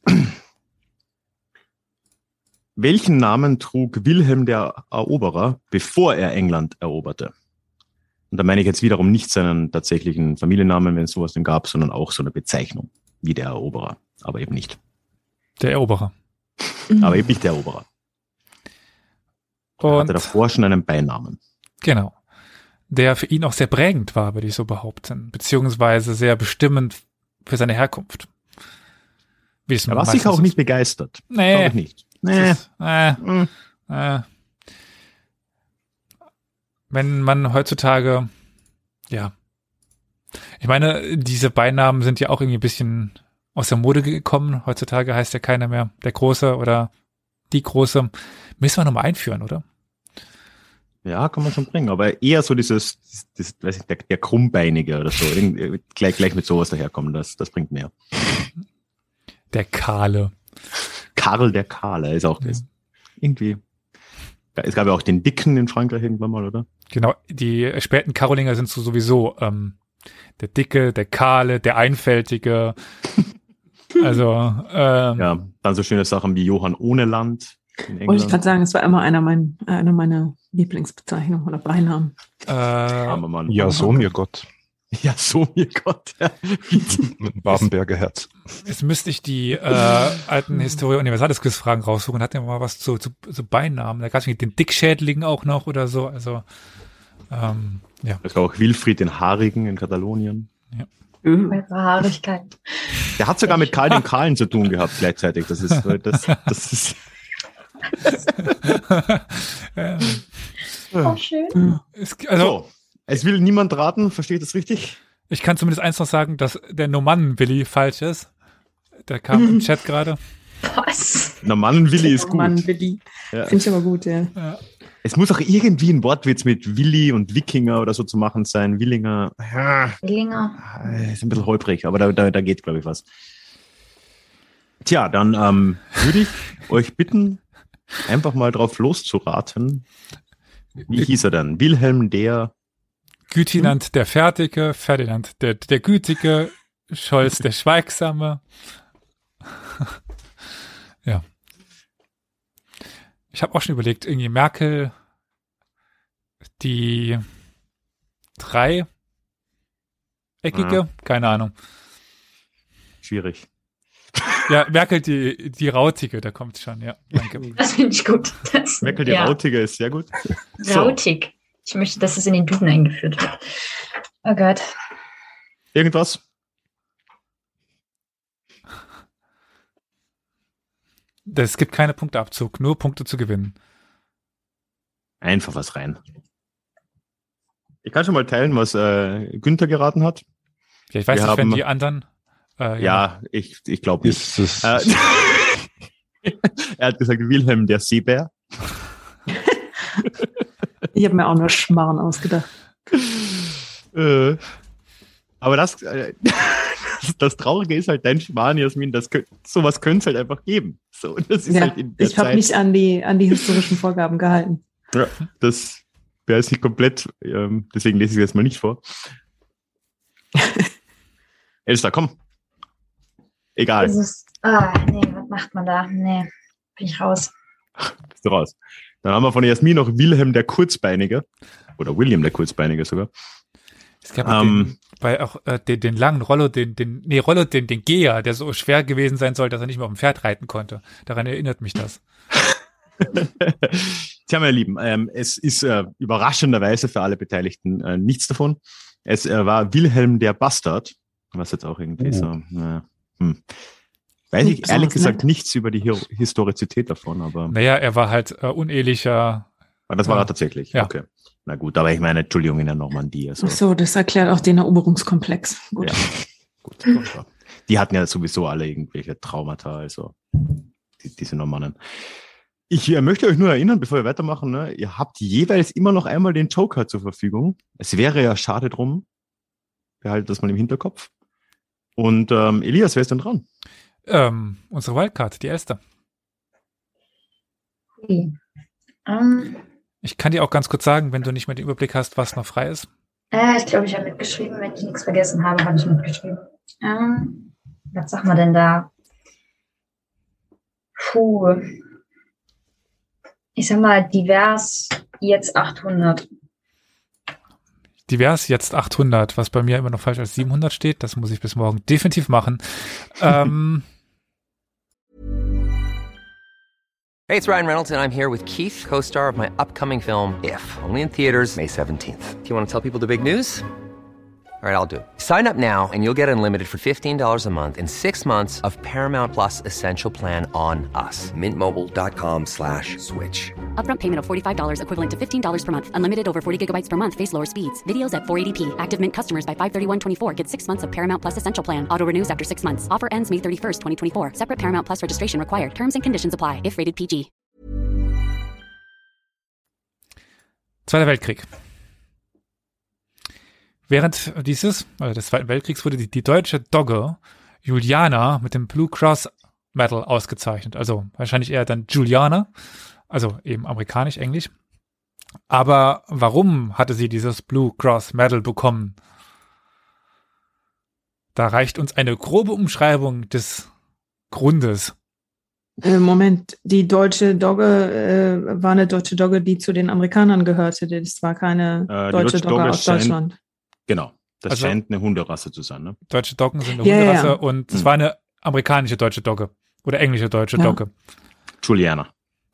Welchen Namen trug Wilhelm der Eroberer, bevor er England eroberte? Und da meine ich jetzt wiederum nicht seinen tatsächlichen Familiennamen, wenn es sowas denn gab, sondern auch so eine Bezeichnung, wie der Eroberer. Aber eben nicht. Der Eroberer. Aber eben nicht der Eroberer. Er hatte davor schon einen Beinamen. Genau. Der für ihn auch sehr prägend war, würde ich so behaupten. Beziehungsweise sehr bestimmend für seine Herkunft. Er war sicher auch nicht begeistert. Nee. Ich nicht. Nee. Wenn man heutzutage, ja, ich meine, diese Beinamen sind ja auch irgendwie ein bisschen aus der Mode gekommen. Heutzutage heißt ja keiner mehr der Große oder die Große. Müssen wir nochmal einführen, oder? Ja, kann man schon bringen, aber eher so das weiß ich, der Krummbeinige oder so. Gleich mit sowas daherkommen, das bringt mehr. Der Kahle. Karl der Kahle ist auch das. Irgendwie. Es gab ja auch den Dicken in Frankreich irgendwann mal, oder? Genau, die späten Karolinger sind so sowieso der Dicke, der Kahle, der Einfältige. Also ja, dann so schöne Sachen wie Johann ohne Land in England. Wollte ich gerade sagen, es war immer einer meiner Lieblingsbezeichnungen oder Beinamen. Armer Mann. Ja, so mir Gott. Ja, so mir Gott. Ja. Mit dem Babenberger Herz. Jetzt müsste ich die alten Historia Universalis Quiz Fragen raussuchen. Hat ja mal was zu Beinamen. Da gab es den Dickschädling auch noch oder so. Also ja. Es gab auch Wilfried den Haarigen in Katalonien. Ja. Eure Haarigkeit. Der hat sogar mit Karl den Kahlen zu tun gehabt gleichzeitig. Das ist Oh, schön. so. Es will niemand raten, verstehe ich das richtig? Ich kann zumindest eins noch sagen, dass der Normannen-Willi falsch ist. Der kam im Chat gerade. Was? Normannen-Willi ist gut. Mann-Willi. Ja. Finde ich aber gut, ja. Es muss auch irgendwie ein Wortwitz mit Willi und Wikinger oder so zu machen sein. Willinger. Willinger. Ist ein bisschen holprig, aber da geht, glaube ich, was. Tja, dann würde ich euch bitten, einfach mal drauf loszuraten. Wie hieß er dann? Wilhelm der... Gütinand der Fertige, Ferdinand der Gütige, Scholz der Schweigsame. Ja. Ich habe auch schon überlegt, irgendwie Merkel, die dreieckige, keine Ahnung. Schwierig. Ja, Merkel die Rautige, da kommt schon, ja. Danke. Das finde ich gut. Merkel die Rautige ist sehr gut. Rautig. Ich möchte, dass es in den Duden eingeführt wird. Oh Gott. Irgendwas? Es gibt keine Punkteabzug, nur Punkte zu gewinnen. Einfach was rein. Ich kann schon mal teilen, was Günther geraten hat. Ja, ich weiß nicht, wenn die anderen... ja, ich glaube nicht. Er hat gesagt, Wilhelm der Seebär. Ich habe mir auch nur Schmarrn ausgedacht. Aber das Traurige ist halt dein Schmarrn, Jasmin, sowas könnte es halt einfach geben. So, das ist halt in der ich habe mich an die historischen Vorgaben gehalten. Ja, das wäre jetzt nicht komplett, deswegen lese ich es jetzt mal nicht vor. Elster, komm. Egal. Nee, was macht man da? Nee, bin ich raus. Bist du raus. Dann haben wir von Jasmin noch Wilhelm der Kurzbeinige. Oder William der Kurzbeinige sogar. Es gab den langen Rollo, den Geher, der so schwer gewesen sein soll, dass er nicht mehr auf dem Pferd reiten konnte. Daran erinnert mich das. Tja, meine Lieben, es ist überraschenderweise für alle Beteiligten nichts davon. Es war Wilhelm der Bastard, was jetzt auch irgendwie so... Weiß ich ehrlich gesagt nichts über die Historizität davon, aber... Naja, er war halt unehelicher... Das war er tatsächlich, ja. Okay. Na gut, aber ich meine, Entschuldigung, in der Normandie. Also. Ach so, das erklärt auch den Eroberungskomplex. Gut. Ja, gut. Die hatten ja sowieso alle irgendwelche Traumata, also diese Normannen. Ich möchte euch nur erinnern, bevor wir weitermachen, ne, ihr habt jeweils immer noch einmal den Joker zur Verfügung. Es wäre ja schade drum. Behaltet das mal im Hinterkopf. Und Elias, wer ist denn dran? Unsere Wildcard, die erste. Okay. Ich kann dir auch ganz kurz sagen, wenn du nicht mehr den Überblick hast, was noch frei ist. Ich glaube, ich habe mitgeschrieben. Wenn ich nichts vergessen habe, habe ich mitgeschrieben. Was sagen wir denn da? Puh. Ich sag mal, divers jetzt 800. Divers jetzt 800, was bei mir immer noch falsch als 700 steht. Das muss ich bis morgen definitiv machen. Hey, it's Ryan Reynolds, and I'm here with Keith, co-star of my upcoming film, If, only in theaters May 17th. Do you want to tell people the big news? All right, I'll do it. Sign up now and you'll get unlimited for $15 a month and 6 months of Paramount Plus Essential Plan on us. MintMobile.com/switch. Upfront payment of $45 equivalent to $15 per month. Unlimited over 40 gigabytes per month. Face lower speeds. Videos at 480p. Active Mint customers by 531.24 get 6 months of Paramount Plus Essential Plan. Auto renews after 6 months. Offer ends May 31st, 2024. Separate Paramount Plus registration required. Terms and conditions apply if rated PG. Zweiter Weltkrieg. Während des Zweiten Weltkriegs wurde die deutsche Dogge Juliana mit dem Blue Cross Medal ausgezeichnet. Also wahrscheinlich eher dann Juliana, also eben amerikanisch, englisch. Aber warum hatte sie dieses Blue Cross Medal bekommen? Da reicht uns eine grobe Umschreibung des Grundes. Moment, die deutsche Dogge war eine deutsche Dogge, die zu den Amerikanern gehörte. Das war keine deutsche Dogge aus Deutschland. Genau, das scheint eine Hunderasse zu sein. Ne? Deutsche Doggen sind eine Hunderasse und es war eine amerikanische deutsche Dogge oder englische deutsche Dogge. Juliana.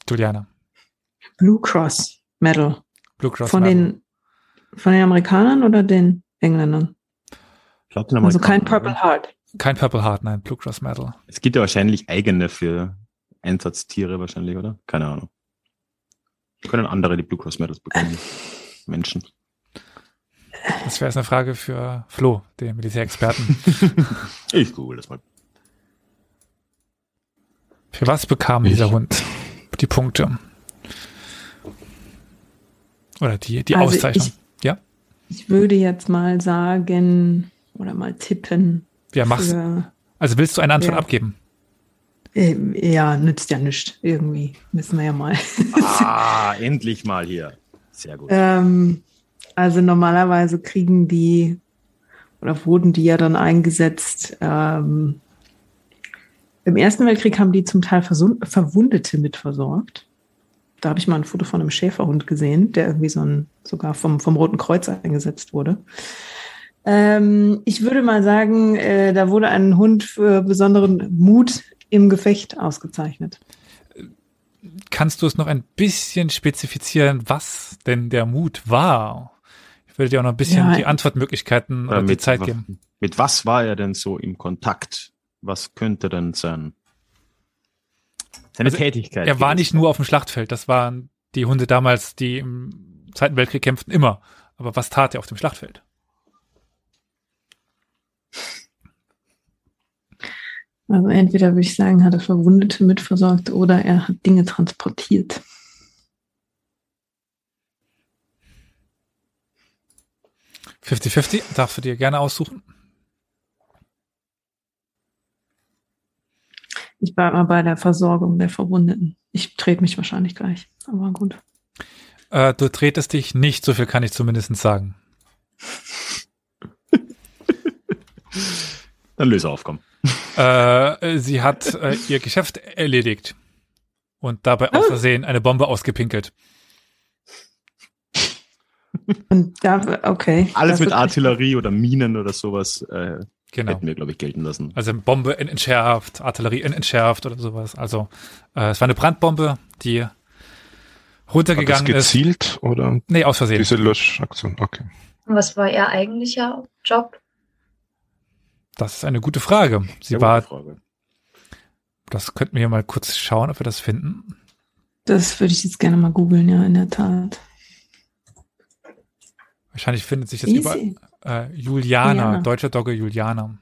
Blue Cross Medal. Blue Cross von Medal. Den Amerikanern oder den Engländern? Ich glaub, den also kein Amerikanern, Purple Heart. Kein Purple Heart, nein, Blue Cross Medal. Es gibt ja wahrscheinlich eigene für Einsatztiere wahrscheinlich, oder? Keine Ahnung. Können andere die Blue Cross Medals bekommen? Menschen. Das wäre jetzt eine Frage für Flo, den Militärexperten. Ich google das mal. Für was bekam dieser Hund die Punkte? Oder die also Auszeichnung? Ich würde jetzt mal sagen oder mal tippen. Ja, mach's. Also willst du eine Antwort abgeben? Ja, nützt ja nichts. Irgendwie müssen wir ja mal. Endlich mal hier. Sehr gut. Also normalerweise kriegen die oder wurden die ja dann eingesetzt. Im Ersten Weltkrieg haben die zum Teil Verwundete mitversorgt. Da habe ich mal ein Foto von einem Schäferhund gesehen, der irgendwie sogar vom Roten Kreuz eingesetzt wurde. Ich würde mal sagen, da wurde ein Hund für besonderen Mut im Gefecht ausgezeichnet. Kannst du es noch ein bisschen spezifizieren, was denn der Mut war? Ich würde dir auch noch ein bisschen die Antwortmöglichkeiten oder die Zeit geben. Mit was war er denn so im Kontakt? Was könnte denn seine Tätigkeit? Er war nicht nur auf dem Schlachtfeld. Das waren die Hunde damals, die im Zweiten Weltkrieg kämpften, immer. Aber was tat er auf dem Schlachtfeld? Also entweder würde ich sagen, hat er Verwundete mitversorgt oder er hat Dinge transportiert. »50-50« darfst du dir gerne aussuchen. Ich bleibe mal bei der Versorgung der Verwundeten. Ich trete mich wahrscheinlich gleich, aber gut. Du tretest dich nicht, so viel kann ich zumindest sagen. Dann löse auf, komm. Sie hat ihr Geschäft erledigt und dabei aus Versehen eine Bombe ausgepinkelt. Und alles mit Artillerie oder Minen oder sowas genau. Hätten wir, glaube ich, gelten lassen. Also Bombe entschärft, Artillerie entschärft oder sowas. Also es war eine Brandbombe, die runtergegangen ist. Gezielt oder? Nee, aus Versehen. Diese Löschaktion, okay. Und was war ihr eigentlicher Job? Das ist eine gute Frage. Das könnten wir mal kurz schauen, ob wir das finden. Das würde ich jetzt gerne mal googeln, ja, in der Tat. Wahrscheinlich findet sich jetzt überall Juliana, deutsche Dogge Juliana.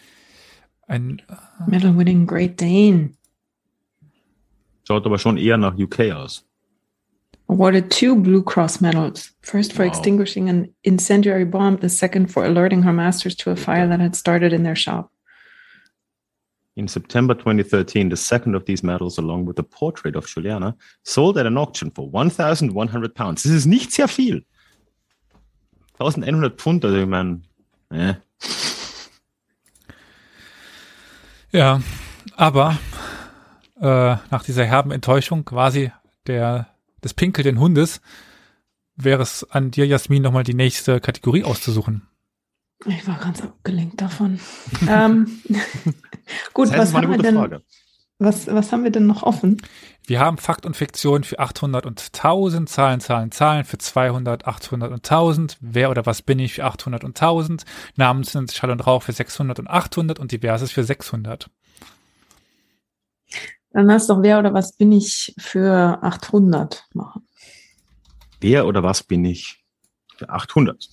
Medal winning Great Dane. Schaut aber schon eher nach UK aus. Awarded 2 Blue Cross medals. First for extinguishing an incendiary bomb, the second for alerting her masters to a fire that had started in their shop. In September 2013, the second of these medals, along with the portrait of Juliana, sold at an auction for £1,100. Das ist nicht sehr viel. 1.100 Pfund, also ich meine, Ja, aber nach dieser herben Enttäuschung quasi des pinkelnden Hundes wäre es an dir, Jasmin, nochmal die nächste Kategorie auszusuchen. Ich war ganz abgelenkt davon. Gut, das heißt, was haben wir denn? Frage. Was haben wir denn noch offen? Wir haben Fakt und Fiktion für 800 und 1000, Zahlen für 200, 800 und 1000, wer oder was bin ich für 800 und 1000, Namen sind Schall und Rauch für 600 und 800 und Diverses für 600. Dann lass doch wer oder was bin ich für 800 machen. Wer oder was bin ich für 800?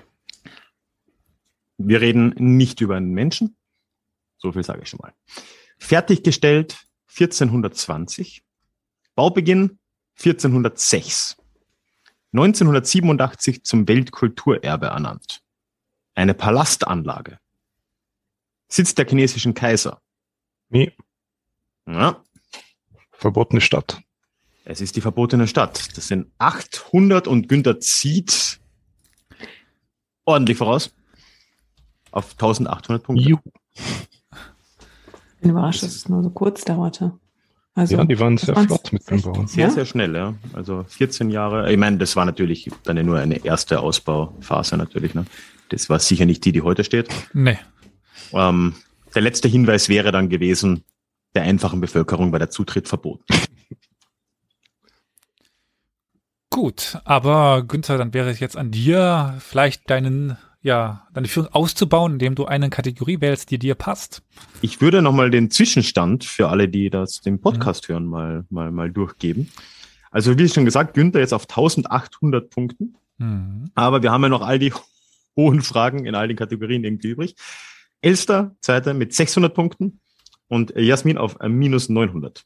Wir reden nicht über einen Menschen. So viel sage ich schon mal. Fertiggestellt 1420. Baubeginn 1406. 1987 zum Weltkulturerbe ernannt. Eine Palastanlage. Sitz der chinesischen Kaiser. Nee. Ja, Verbotene Stadt. es ist die verbotene Stadt. Das sind 800 und Günther zieht ordentlich voraus. Auf 1800 Punkte. Juhu. Ich bin überrascht, dass es nur so kurz dauerte. Also, Ja, die waren sehr das flott mit dem Bauen. Sehr, Ja? sehr schnell, ja. Also 14 Jahre. Ich meine, das war natürlich dann ja nur eine erste Ausbauphase natürlich. Ne? Das war sicher nicht die, die heute steht. Nee. Der letzte Hinweis wäre dann gewesen, der einfachen Bevölkerung war der Zutritt verboten. Gut, aber Günther, dann wäre es jetzt an dir, vielleicht deine Führung auszubauen, indem du eine Kategorie wählst, die dir passt. Ich würde nochmal den Zwischenstand für alle, die den Podcast hören, mal durchgeben. Also wie schon gesagt, Günther jetzt auf 1800 Punkten. Mhm. Aber wir haben ja noch all die hohen Fragen in all den Kategorien irgendwie übrig. Elster, Zweiter mit 600 Punkten und Jasmin auf minus 900.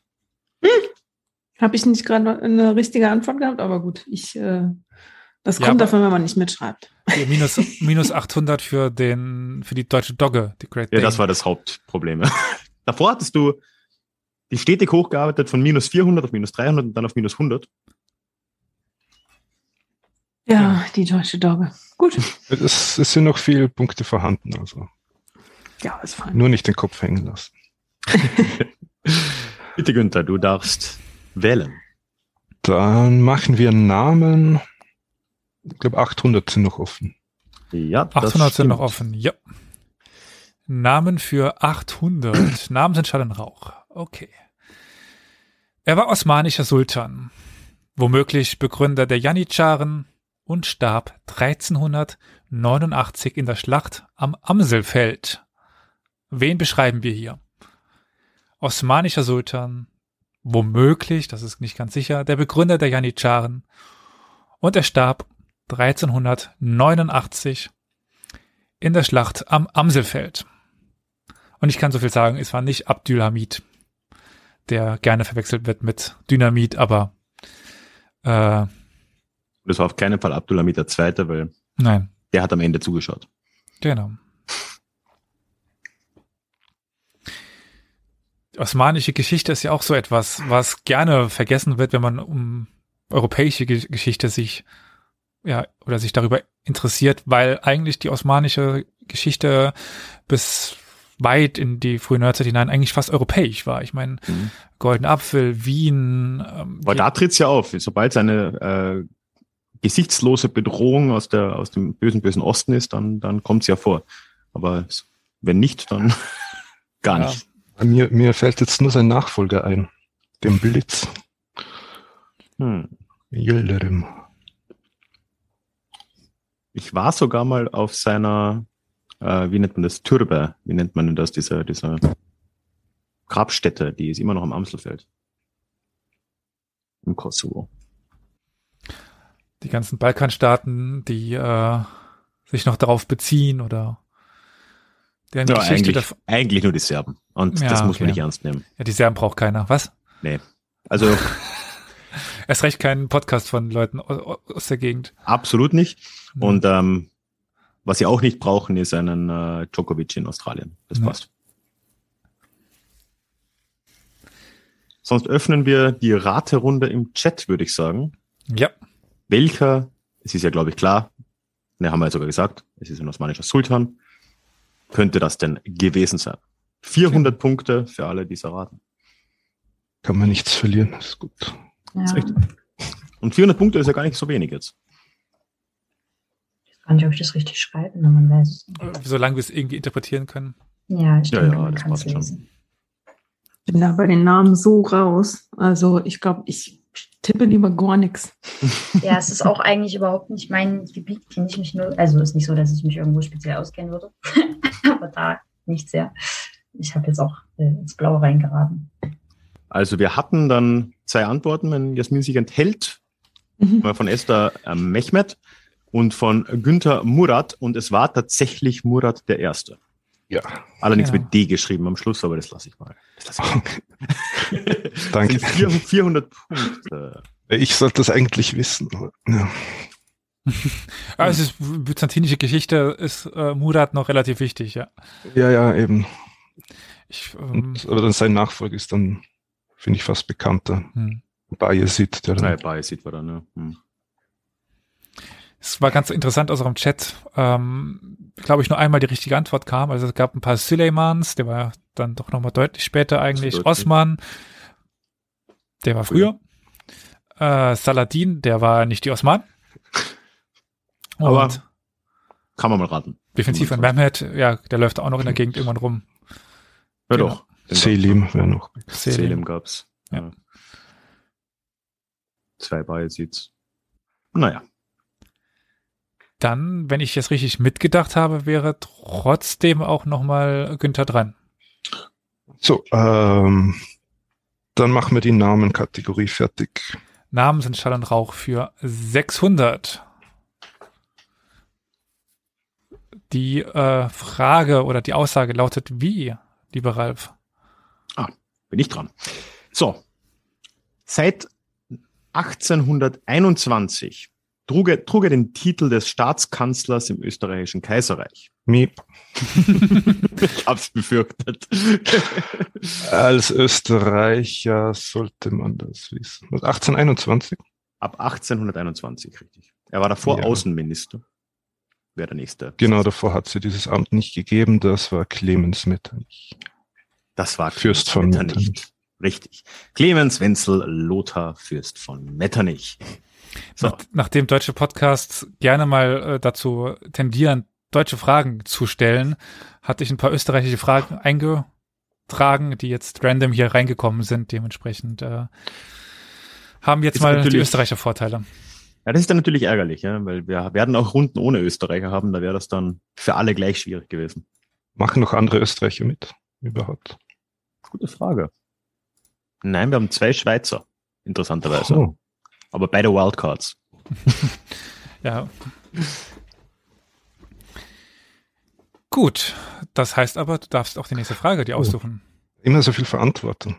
Habe ich nicht gerade eine richtige Antwort gehabt, aber gut, das kommt davon, wenn man nicht mitschreibt. Ja, minus 800 für die deutsche Dogge, die Great Ja, Dane. das war das Hauptproblem. Davor hattest du die stetig hochgearbeitet von minus 400 auf minus 300 und dann auf minus 100. Ja, die deutsche Dogge. Gut. Es sind noch viele Punkte vorhanden, also Ja, ist fein. nur nicht den Kopf hängen lassen. Bitte Günther, du darfst wählen. Dann machen wir Namen. Ich glaube, 800 sind noch offen. Ja, das 800 sind noch stimmt. offen, ja. Namen für 800. Namen sind Schall und Rauch. Okay. Er war osmanischer Sultan, womöglich Begründer der Janitscharen und starb 1389 in der Schlacht am Amselfeld. Wen beschreiben wir hier? Osmanischer Sultan, womöglich, das ist nicht ganz sicher, der Begründer der Janitscharen, und er starb 1389 in der Schlacht am Amselfeld. Und ich kann so viel sagen, es war nicht Abdülhamid, der gerne verwechselt wird mit Dynamit, aber Das war auf keinen Fall Abdulhamid II., weil nein, der hat am Ende zugeschaut. genau. Die osmanische Geschichte ist ja auch so etwas, was gerne vergessen wird, wenn man um europäische Geschichte sich darüber interessiert, weil eigentlich die osmanische Geschichte bis weit in die frühe Neuzeit hinein eigentlich fast europäisch war. Ich meine, Goldener Apfel, Wien. Aber da tritt's ja auf. Sobald es eine gesichtslose Bedrohung aus dem bösen Osten ist, dann kommt's ja vor. Aber wenn nicht, dann gar Ja. nicht. Mir fällt jetzt nur sein Nachfolger ein. Dem Blitz. Yildirim. Ich war sogar mal auf seiner, wie nennt man das, Türbe, wie nennt man denn das, diese Grabstätte, die ist immer noch am Amselfeld. Im Kosovo. Die ganzen Balkanstaaten, die sich noch darauf beziehen oder deren Ja, Geschichte eigentlich nur die Serben. Und Ja, das muss man okay. nicht ernst nehmen. Ja, die Serben braucht keiner. Was? Nee. Also Erst recht keinen Podcast von Leuten aus der Gegend. absolut nicht. Mhm. Und was sie auch nicht brauchen, ist einen Djokovic in Australien. Das Nee. passt. Sonst öffnen wir die Raterunde im Chat, würde ich sagen. Ja, Welcher, es ist ja, glaube ich, klar, ne, haben wir ja sogar gesagt, es ist ein osmanischer Sultan, könnte das denn gewesen sein? 400 Punkte für alle, die es erraten. Kann man nichts verlieren. Ist gut. Ja, ist echt- Und 400 Punkte ist ja gar nicht so wenig jetzt. ich weiß gar nicht, ob ich das richtig schreibe, aber man weiß es nicht. solange wir es irgendwie interpretieren können. Ja, ich Ja, denke, ja, man das kann es passt schon. lesen. bin da bei den Namen so raus. Also ich glaube, ich tippe lieber gar nichts. Ja, es ist auch eigentlich überhaupt nicht mein Gebiet, kenne ich mich nur, also ist nicht so, dass ich mich irgendwo speziell auskennen würde, aber da nicht sehr. Ich habe jetzt auch ins Blaue reingeraten. Also wir hatten dann 2 Antworten, wenn Jasmin sich enthält. Von Esther Mehmet und von Günther Murat. Und es war tatsächlich Murat der Erste. Ja. Allerdings mit D geschrieben am Schluss, aber das lasse ich mal. Danke. 400 Punkte. Ich sollte das eigentlich wissen. Ja. Also byzantinische Geschichte ist Murat noch relativ wichtig, ja. Ja, eben. Aber dann sein Nachfolger ist dann, finde ich, fast bekannter. Bayezid, der dann. Bayezid war dann, ne? Es war ganz interessant aus eurem Chat, glaube ich, nur einmal die richtige Antwort kam. Also es gab ein paar Süleymans, der war dann doch nochmal deutlich später eigentlich. Osman, der war früher. Saladin, der war nicht die Osman. Aber kann man mal raten. Definitiv ein Mehmet, ja, der läuft auch noch in der Gegend irgendwann rum. Ja, genau. doch. Selim wäre noch. Selim gab's. Ja. 2 Bayezids. Naja. Dann, wenn ich jetzt richtig mitgedacht habe, wäre trotzdem auch nochmal Günther dran. So, dann machen wir die Namenkategorie fertig. Namen sind Schall und Rauch für 600. Die Frage oder die Aussage lautet wie, lieber Ralf? Bin ich dran. So, seit 1821 trug er den Titel des Staatskanzlers im österreichischen Kaiserreich. Miep. Ich hab's befürchtet. Als Österreicher sollte man das wissen. 1821? Ab 1821, richtig. Er war davor Außenminister. Wäre der nächste. Genau, davor hat sie dieses Amt nicht gegeben. Das war Clemens Metternich. Das war Fürst von Metternich. Richtig. Clemens Wenzel Lothar, Fürst von Metternich. So. Nachdem deutsche Podcasts gerne mal dazu tendieren, deutsche Fragen zu stellen, hatte ich ein paar österreichische Fragen eingetragen, die jetzt random hier reingekommen sind. Dementsprechend haben jetzt mal die Österreicher Vorteile. Ja, das ist dann natürlich ärgerlich, ja, weil wir werden auch Runden ohne Österreicher haben. Da wäre das dann für alle gleich schwierig gewesen. Machen noch andere Österreicher mit überhaupt? Gute Frage. Nein, wir haben 2 Schweizer, interessanterweise. Oh. Aber beide Wildcards. Ja. Gut, das heißt aber, du darfst auch die nächste Frage dir aussuchen. Immer so viel Verantwortung.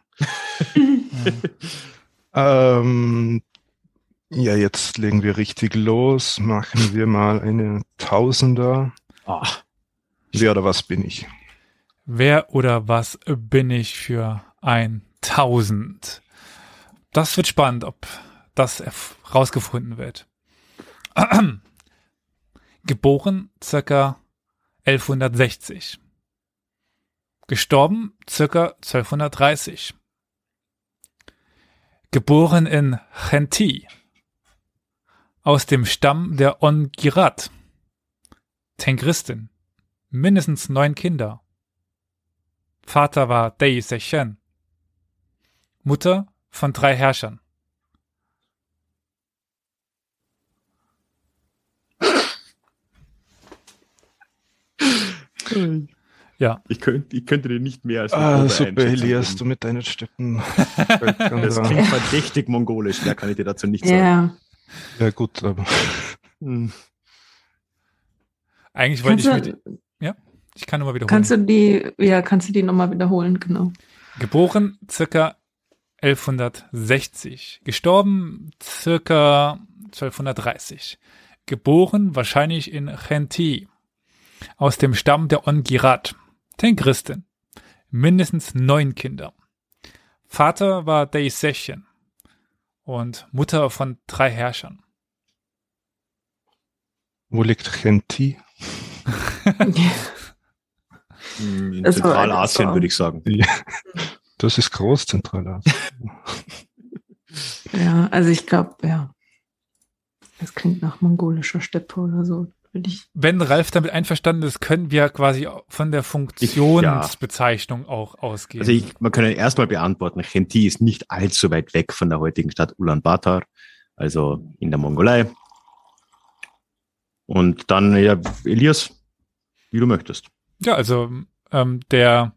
Ja, jetzt legen wir richtig los. Machen wir mal eine Tausender. Wer oder was bin ich? Wer oder was bin ich für 1000? Das wird spannend, ob das rausgefunden wird. Geboren circa 1160. Gestorben circa 1230. Geboren in Chenti. Aus dem Stamm der Ongirat. Tengristin. Mindestens 9 Kinder. Vater war Dei Sechen. Mutter von 3 Herrschern. Ja. Ich könnte dir nicht mehr als super, Elias, du mit deinen Stöcken. Das klingt verdächtig mongolisch, mehr kann ich dir dazu nicht sagen. Ja gut, aber... Eigentlich wollte ich kann nochmal wiederholen. Kannst du die nochmal wiederholen, genau. Geboren circa 1160. Gestorben circa 1230. Geboren wahrscheinlich in Chenti. Aus dem Stamm der Ongirat. Tengristin. Mindestens 9 Kinder. Vater war Dei Sechen. Und Mutter von 3 Herrschern. Wo liegt Chenti? In Zentralasien, würde ich sagen. Ja. Das ist groß, Zentralasien. Ja, also ich glaube, ja. Das klingt nach mongolischer Steppe oder so. Wenn Ralf damit einverstanden ist, können wir quasi von der Funktionsbezeichnung auch ausgehen. Also man kann erstmal beantworten, Khenti ist nicht allzu weit weg von der heutigen Stadt Ulaanbaatar, also in der Mongolei. Und dann, ja, Elias, wie du möchtest. Ja, also der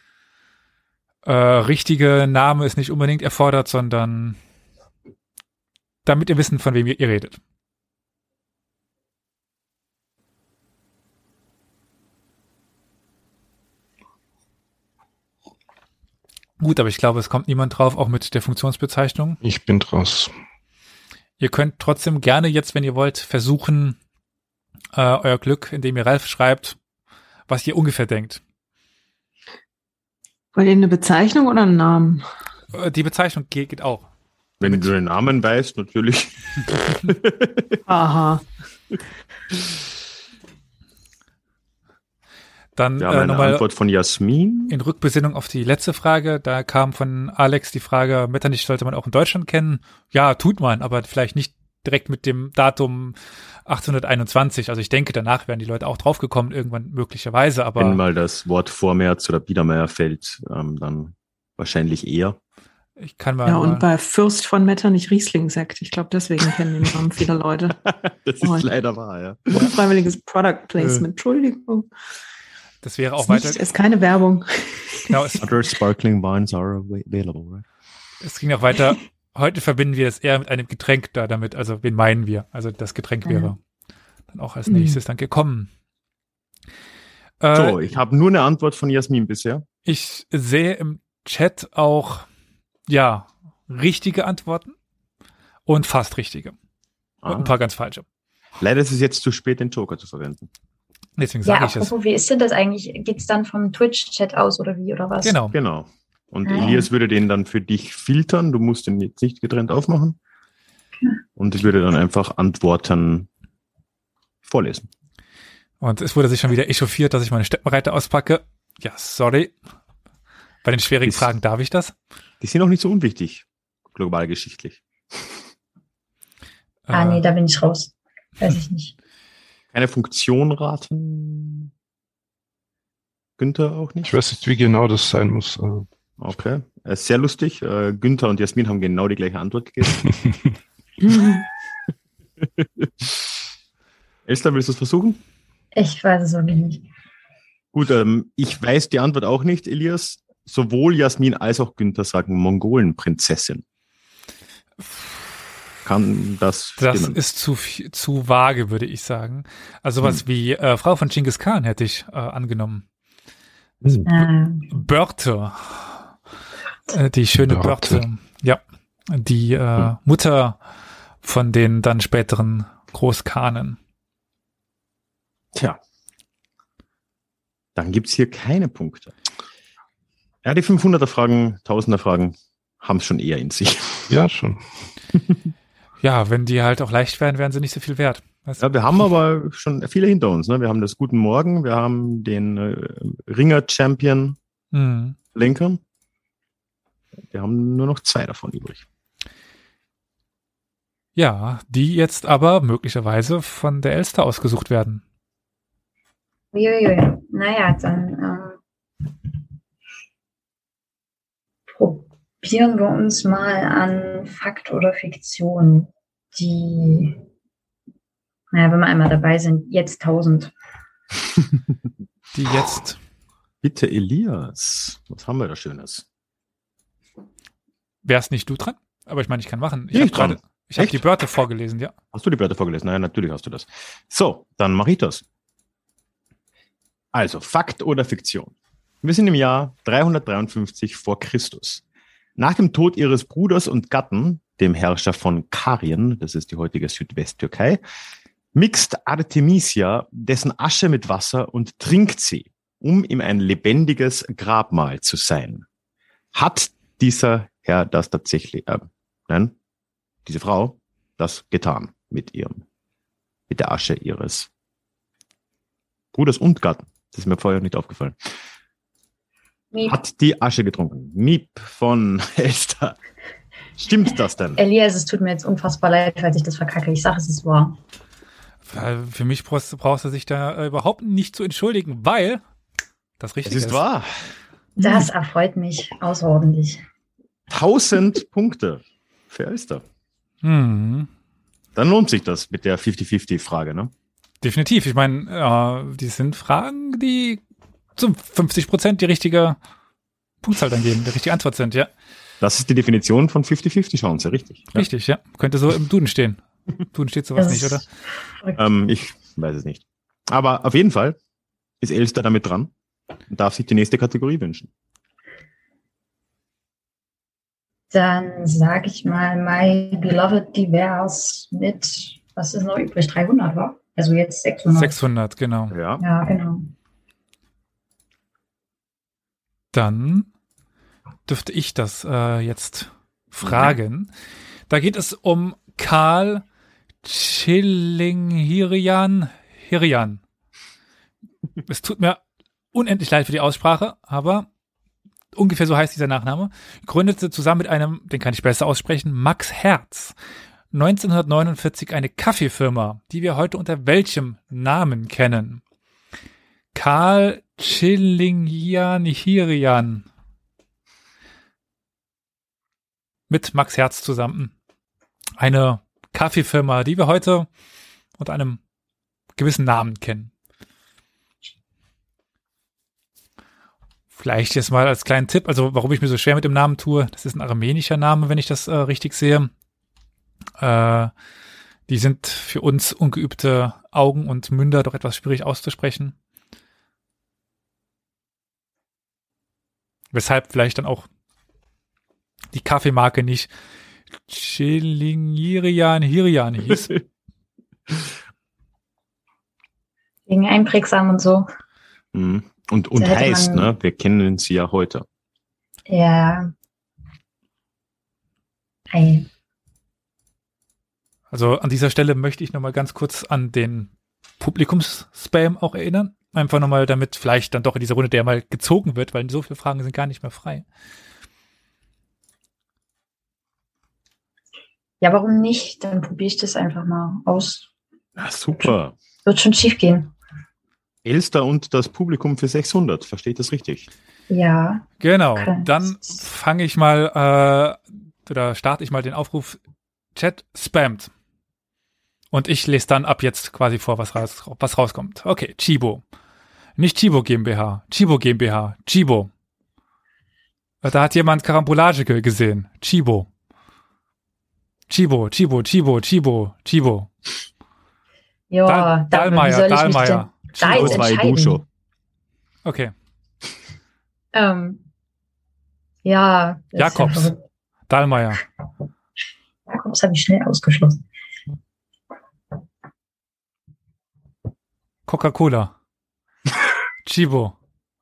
richtige Name ist nicht unbedingt erfordert, sondern damit ihr wissen, von wem ihr redet. Gut, aber ich glaube, es kommt niemand drauf, auch mit der Funktionsbezeichnung. Ich bin draus. Ihr könnt trotzdem gerne jetzt, wenn ihr wollt, versuchen, euer Glück, indem ihr Ralf schreibt, was ihr ungefähr denkt. Wollt ihr eine Bezeichnung oder einen Namen? Die Bezeichnung geht auch. Wenn du den Namen weißt, natürlich. Aha. Dann Wir haben eine nochmal Antwort von Jasmin. in Rückbesinnung auf die letzte Frage. Da kam von Alex die Frage, Metternich sollte man auch in Deutschland kennen. Ja, tut man, aber vielleicht nicht direkt mit dem Datum 1821. Also ich denke, danach wären die Leute auch draufgekommen, irgendwann möglicherweise. Aber wenn mal das Wort Vormärz oder Biedermeier fällt, dann wahrscheinlich eher. ich kann mal... Ja, und bei Fürst von Metternich Riesling-Sekt. Ich glaube, deswegen kennen den Namen viele Leute. Das ist leider wahr, ja. Unfreiwilliges Product Placement. Entschuldigung. Das wäre auch Nicht, weiter... ist keine Werbung. Genau, Other sparkling wines are available, right? es ging auch weiter. Heute verbinden wir es eher mit einem Getränk damit. Also wen meinen wir? Also das Getränk wäre dann auch als nächstes dann gekommen. So, ich habe nur eine Antwort von Jasmin bisher. Ich sehe im Chat auch, ja, richtige Antworten und fast richtige. Und ein paar ganz falsche. Leider ist es jetzt zu spät, den Joker zu verwenden. Deswegen Ja, sage ich es. apropos, wie ist denn das eigentlich? Geht's dann vom Twitch-Chat aus oder wie oder was? Genau. Und Elias würde den dann für dich filtern. Du musst den jetzt nicht getrennt aufmachen. Und ich würde dann einfach Antworten vorlesen. Und es wurde sich schon wieder echauffiert, dass ich meine Steppenreiter auspacke. Ja, sorry. Bei den schwierigen Fragen darf ich das. Die sind auch nicht so unwichtig, global geschichtlich. Nee, da bin ich raus. Weiß ich nicht. Keine Funktion raten? Günther auch nicht? Ich weiß nicht, wie genau das sein muss. Also. Okay, sehr lustig. Günther und Jasmin haben genau die gleiche Antwort gegeben. Elster, willst du es versuchen? Ich weiß es wirklich nicht. Gut, ich weiß die Antwort auch nicht, Elias. Sowohl Jasmin als auch Günther sagen Mongolenprinzessin. Kann das stimmen? Das ist zu vage, würde ich sagen. Also was wie Frau von Genghis Khan hätte ich angenommen. Börte. Die schöne Börte. Ja, die Mutter von den dann späteren Großkhanen. Tja. Dann gibt's hier keine Punkte. Ja, die 500er-Fragen, 1000er-Fragen haben es schon eher in sich. Ja, schon. Ja, wenn die halt auch leicht wären, wären sie nicht so viel wert. Weißt du? Ja, wir haben aber schon viele hinter uns. Ne? Wir haben das Guten Morgen, wir haben den Ringer-Champion Lincoln. Wir haben nur noch 2 davon übrig. Ja, die jetzt aber möglicherweise von der Elster ausgesucht werden. Uiuiui. Naja, dann probieren wir uns mal an Fakt oder Fiktion, die, naja, wenn wir einmal dabei sind, jetzt 1000. Die jetzt. Bitte, Elias. Was haben wir da Schönes? Wär's nicht du dran? Aber ich meine, ich kann machen. Ich habe die Wörter vorgelesen, ja. Hast du die Wörter vorgelesen? Naja, natürlich hast du das. So, dann mache ich das. Also, Fakt oder Fiktion? Wir sind im Jahr 353 vor Christus. Nach dem Tod ihres Bruders und Gatten, dem Herrscher von Karien, das ist die heutige Südwesttürkei, mixt Artemisia dessen Asche mit Wasser und trinkt sie, um ihm ein lebendiges Grabmal zu sein. Hat dieser Herr das tatsächlich, diese Frau, das getan mit der Asche ihres Bruders und Gatten? Das ist mir vorher nicht aufgefallen. Miep. Hat die Asche getrunken. Miep von Elster. Stimmt das denn? Elias, es tut mir jetzt unfassbar leid, falls ich das verkacke. Ich sage, es ist wahr. Für mich brauchst du sich da überhaupt nicht zu entschuldigen, weil das richtig ist. Es ist wahr. Das erfreut mich außerordentlich. 1000 Punkte für Elster. Mhm. Dann lohnt sich das mit der 50-50-Frage, ne? Definitiv. Ich meine, die sind Fragen, die zu 50% die richtige Punktzahl dann geben, die richtige Antwort sind, ja. Das ist die Definition von 50-50-Chance, richtig. Ja. Richtig, ja. Könnte so im Duden stehen. Im Duden steht sowas nicht, oder? Ich weiß es nicht. Aber auf jeden Fall ist Elster damit dran und darf sich die nächste Kategorie wünschen. Dann sage ich mal My Beloved Divers mit, was ist noch übrig, 300, war? Also jetzt 600. 600, genau. Ja. Ja, genau. Dann dürfte ich das jetzt fragen. Da geht es um Karl Chillinghirian. Es tut mir unendlich leid für die Aussprache, aber ungefähr so heißt dieser Nachname. Gründete zusammen mit einem, den kann ich besser aussprechen, Max Herz, 1949 eine Kaffeefirma, die wir heute unter welchem Namen kennen? Karl Chillinghirian. Mit Max Herz zusammen. Eine Kaffeefirma, die wir heute unter einem gewissen Namen kennen. Vielleicht jetzt mal als kleinen Tipp, also warum ich mir so schwer mit dem Namen tue, das ist ein armenischer Name, wenn ich das richtig sehe. Die sind für uns ungeübte Augen und Münder doch etwas schwierig auszusprechen. Weshalb vielleicht dann auch die Kaffeemarke nicht Chillinghirian hieß. Wegen einprägsam und so. Mhm. Und heißt, ne? Wir kennen sie ja heute. Ja. Ei. Also an dieser Stelle möchte ich nochmal ganz kurz an den Publikumsspam auch erinnern. Einfach nochmal, damit vielleicht dann doch in dieser Runde der mal gezogen wird, weil so viele Fragen sind gar nicht mehr frei. Ja, warum nicht? Dann probiere ich das einfach mal aus. Ja, super. Wird schon schief gehen. Elster und das Publikum für 600. Versteht das richtig? Ja. Genau. Okay. Dann fange ich mal, oder starte ich mal den Aufruf, Chat spammt. Und ich lese dann ab jetzt quasi vor, was rauskommt. Okay, Chibo. Nicht Chibo GmbH. Chibo GmbH. Chibo. Da hat jemand Karambolage gesehen. Chibo. Chibo. Ja, Dahlmeier. Chibo 2 Duscho. Okay. Ja. Jakobs. Ja Dahlmeier. Jakobs habe ich schnell ausgeschlossen. Coca-Cola. Chibo.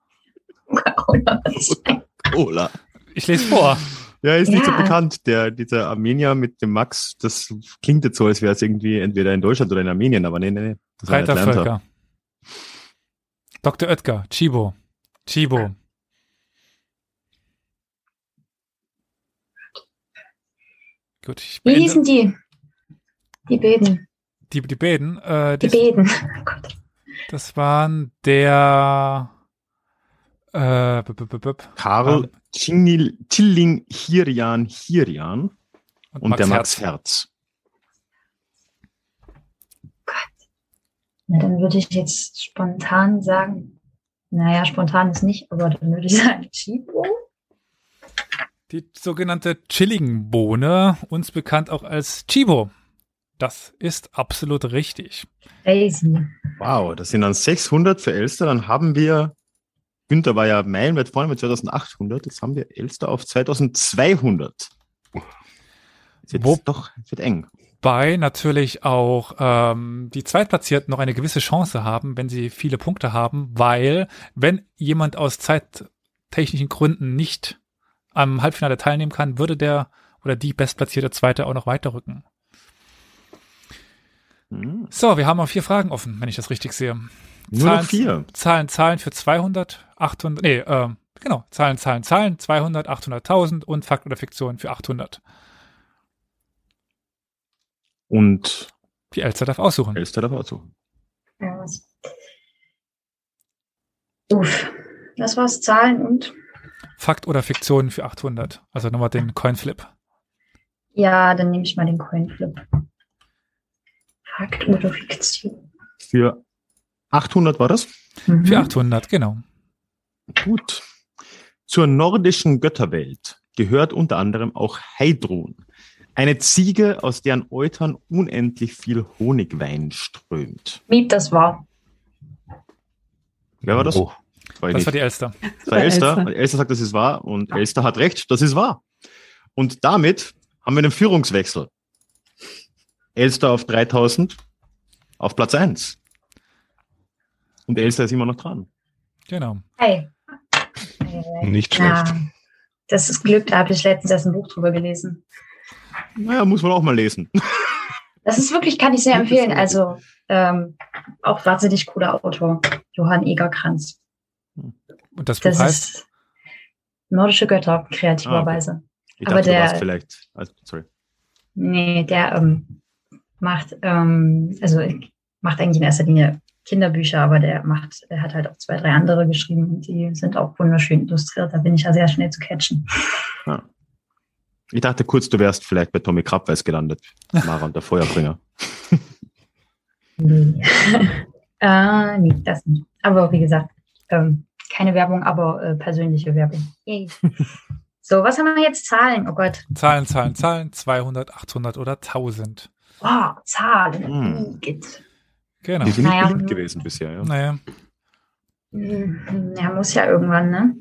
Cola. Ich lese vor. Ja, ist nicht so bekannt. Dieser Armenier mit dem Max, das klingt jetzt so, als wäre es irgendwie entweder in Deutschland oder in Armenien, aber nee. Das war in Atlanta. Reitervölker. Dr. Oetker. Chibo. Gut, Wie hießen die? Die Beden. Die Beden? Die Beden. Oh Gott. Das waren der Karl Chillinghirian und der Max Herz. Gott. Na, dann würde ich jetzt spontan sagen, naja, spontan ist nicht, aber dann würde ich sagen Chibo. Die sogenannte Chilling-Bohne, uns bekannt auch als Chibo. Das ist absolut richtig. Crazy. Wow, das sind dann 600 für Elster. Dann haben wir, Günther war ja meilenweit vorne mit 2800. Jetzt haben wir Elster auf 2200. Es wird eng. Wobei natürlich auch die Zweitplatzierten noch eine gewisse Chance haben, wenn sie viele Punkte haben, weil wenn jemand aus zeittechnischen Gründen nicht am Halbfinale teilnehmen kann, würde der oder die bestplatzierte Zweite auch noch weiterrücken. So, wir haben noch 4 Fragen offen, wenn ich das richtig sehe. Nur noch 4. Zahlen für 200, 800, Zahlen, 200, 800.000 und Fakt oder Fiktion für 800. Und Die Elster darf aussuchen. Elster darf aussuchen. Ja, was? Uff. Das war's, Zahlen und? Fakt oder Fiktion für 800. Also nochmal den Coinflip. Ja, dann nehme ich mal den Coinflip. Fakt oder Fiktion? Für 800 war das? Mhm. Für 800, genau. Gut. Zur nordischen Götterwelt gehört unter anderem auch Heidrun. Eine Ziege, aus deren Eutern unendlich viel Honigwein strömt. Miep, das war. Wer war das? Oh. Das war die Elster. Das war Elster. Elster sagt, das ist wahr und Elster hat recht, das ist wahr. Und damit haben wir einen Führungswechsel. Elster auf 3000 auf Platz 1. Und Elster ist immer noch dran. Genau. Hey. Nicht schlecht. Ja, das ist Glück, da habe ich letztens erst ein Buch drüber gelesen. Naja, muss man auch mal lesen. Das ist wirklich, kann ich sehr empfehlen. Also auch wahnsinnig cooler Autor, Johann Egerkrantz. Und das Buch Das heißt? ist Nordische Götter, kreativerweise. Ich Aber dachte, du der- warst vielleicht. Also, sorry. Nee, der macht eigentlich in erster Linie Kinderbücher, aber er hat halt auch 2, 3 andere geschrieben, die sind auch wunderschön illustriert. Da bin ich ja sehr schnell zu catchen. Ja. Ich dachte kurz, du wärst vielleicht bei Tommy Krabweis gelandet. Mara und der Feuerbringer. Nee. Nee, das nicht. Aber wie gesagt, keine Werbung, aber persönliche Werbung. Yay. So, was haben wir jetzt? Zahlen? Oh Gott. Zahlen. 200, 800 oder 1000. Oh, Zahlen. Hm. Geht. Genau. Die sind nicht Naja. beliebt gewesen bisher. Ja. Naja. Ja, muss ja irgendwann, ne?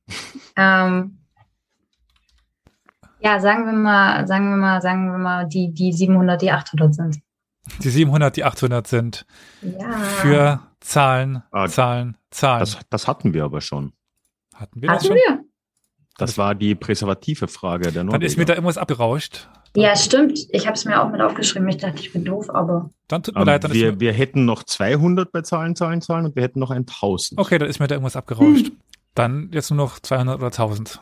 Ja, sagen wir mal, die 700, die 800 sind. Die 700, die 800 sind Ja. für Zahlen. Das hatten wir aber schon. Hatten wir das Hatten schon? wir? Das war die präservative Frage der Dann ist mir Norweger. da irgendwas abgerauscht. Ja, stimmt. Ich habe es mir auch mit aufgeschrieben. Ich dachte, ich bin doof, aber Dann tut mir leid. Dann ist mir, wir hätten noch 200 bei Zahlen und wir hätten noch 1000. okay, dann ist mir da irgendwas abgerauscht. Dann jetzt nur noch 200 oder 1000.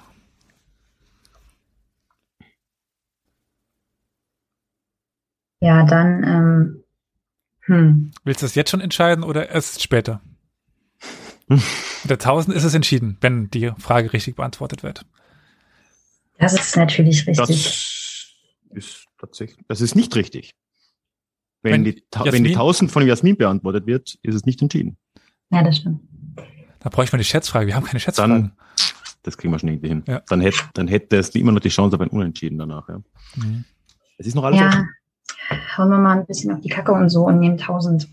ja, dann, Willst du das jetzt schon entscheiden oder erst später? Mit der 1000 ist es entschieden, wenn die Frage richtig beantwortet wird. das ist natürlich Das richtig. ist tatsächlich, das ist nicht richtig. Wenn die Jasmin- 1000 von Jasmin beantwortet wird, ist es nicht entschieden. Ja, das stimmt. Da bräuchte man die Schätzfrage. Wir haben keine Schätzfragen. Das kriegen wir schon irgendwie hin. Ja. Dann hätte es immer noch die Chance auf ein Unentschieden danach. Ja. Mhm. Es ist noch alles Ja, offen. hauen wir mal ein bisschen auf die Kacke und so und nehmen 1000.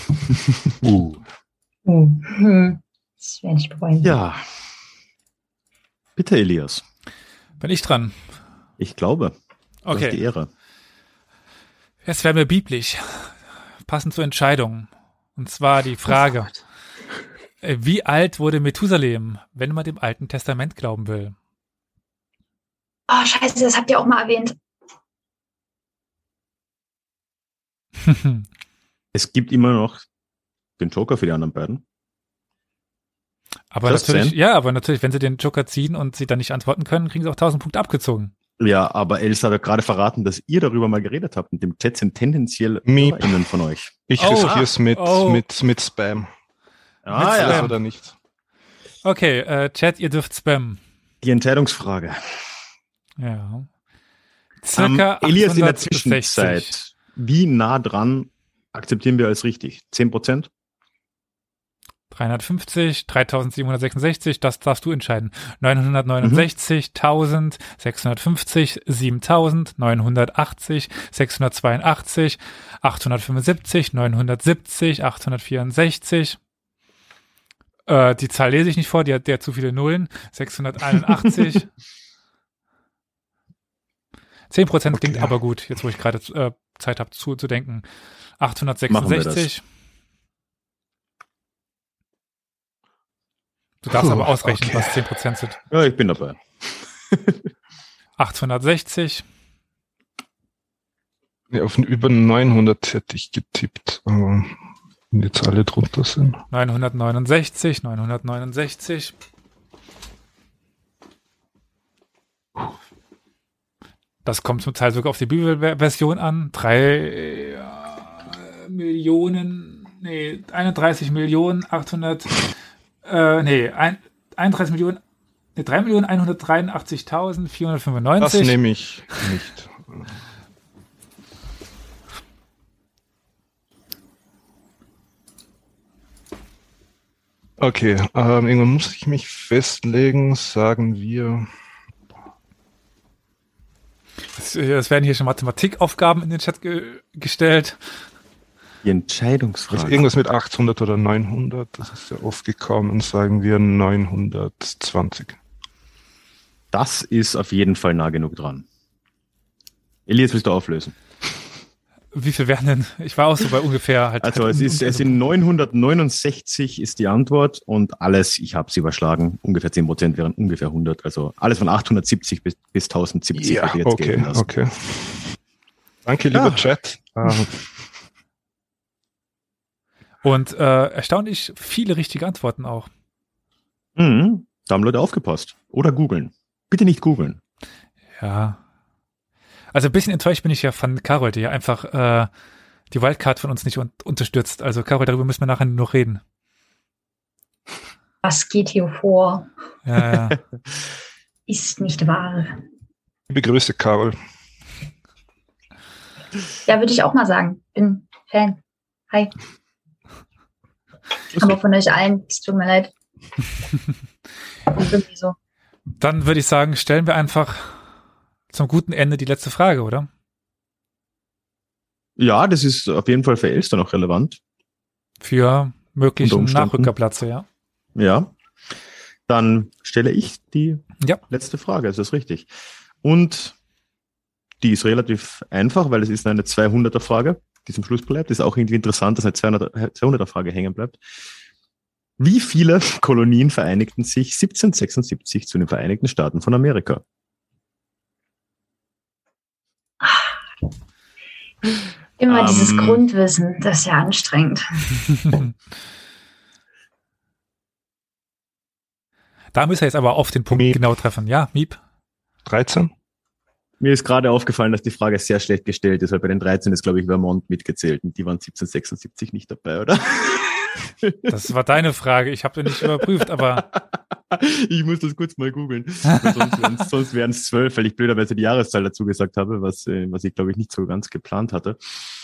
Das werde ich bereuen. Ja. Bitte, Elias. Bin ich dran? Ich glaube. Du hast die Okay. Ehre. Jetzt werden wir biblisch. Passend zur Entscheidung. Und zwar die Frage, wie alt wurde Methusalem, wenn man dem Alten Testament glauben will? Oh, scheiße, das habt ihr auch mal erwähnt. Es gibt immer noch den Joker für die anderen beiden. Aber 14? natürlich, ja, aber natürlich, wenn sie den Joker ziehen und sie dann nicht antworten können, kriegen sie auch 1000 Punkte abgezogen. Ja, aber Elsa hat gerade verraten, dass ihr darüber mal geredet habt. Und dem Chat sind tendenziell Miep. HörerInnen von euch. Ich Oh. riskiere es mit Spam. Ah, Mit ja. Alles oder nicht. Okay, Chat, ihr dürft spammen. Die Entscheidungsfrage. Ja. Circa Elias, in der 860. Zwischenzeit, wie nah dran akzeptieren wir als richtig? 10%? 350, 3766, das darfst du entscheiden. 969, 1000, 650, 7000, 980, 682, 875, 970, 864. Die Zahl lese ich nicht vor, die hat zu viele Nullen. 681. 10% klingt Okay. aber gut, jetzt wo ich gerade Zeit habe zu denken. Machen wir 866. Du darfst aber ausrechnen, okay. was 10% sind. Ja, ich bin dabei. 860. Ja, auf über 900 hätte ich getippt, aber wenn jetzt alle drunter sind. 969, 969. Das kommt zum Teil sogar auf die Bibelversion an. 3.183.495. Das nehme ich nicht. Okay, irgendwann muss ich mich festlegen, sagen wir. Es werden hier schon Mathematikaufgaben in den Chat gestellt. Die Entscheidungsfrage. Also irgendwas mit 800 oder 900, das ist ja oft gekommen, sagen wir 920. Das ist auf jeden Fall nah genug dran. Elias, willst du auflösen? Wie viel wären denn? Ich war auch so bei ungefähr halt. Also es sind 969 ist die Antwort und alles, ich habe es überschlagen, ungefähr 10% wären ungefähr 100. Also alles von 870 bis 1070 Ja, wird jetzt gelten lassen. Okay. Danke, lieber Chat. Und erstaunlich viele richtige Antworten auch. Da haben Leute aufgepasst. Oder googeln. Bitte nicht googeln. Ja. Also ein bisschen enttäuscht bin ich ja von Carol, die ja einfach die Wildcard von uns nicht unterstützt. Also Carol, darüber müssen wir nachher noch reden. Was geht hier vor? Ja. Ist nicht wahr. Liebe Grüße, Carol. Ja, würde ich auch mal sagen. Bin Fan. Hi. Aber von euch allen, es tut mir leid. Irgendwie so. Dann würde ich sagen, stellen wir einfach zum guten Ende die letzte Frage, oder? Ja, das ist auf jeden Fall für Elster noch relevant. Für möglichen Nachrückerplätze, ja. Ja. Dann stelle ich die letzte Frage, ist das richtig? Und die ist relativ einfach, weil es ist eine 200er-Frage, die zum Schluss bleibt. Das ist auch irgendwie interessant, dass eine 200er-Frage hängen bleibt. Wie viele Kolonien vereinigten sich 1776 zu den Vereinigten Staaten von Amerika? Immer dieses Grundwissen, das ist ja anstrengend. Da müssen wir jetzt aber auf den Punkt genau treffen. Ja, Miep? 13? Mir ist gerade aufgefallen, dass die Frage sehr schlecht gestellt ist, weil bei den 13 ist, glaube ich, Vermont mitgezählt und die waren 1776 nicht dabei, oder? Das war deine Frage, ich habe den nicht überprüft, aber... Ich muss das kurz mal googeln, sonst wären es 12, weil ich blöderweise die Jahreszahl dazu gesagt habe, was ich, glaube ich, nicht so ganz geplant hatte.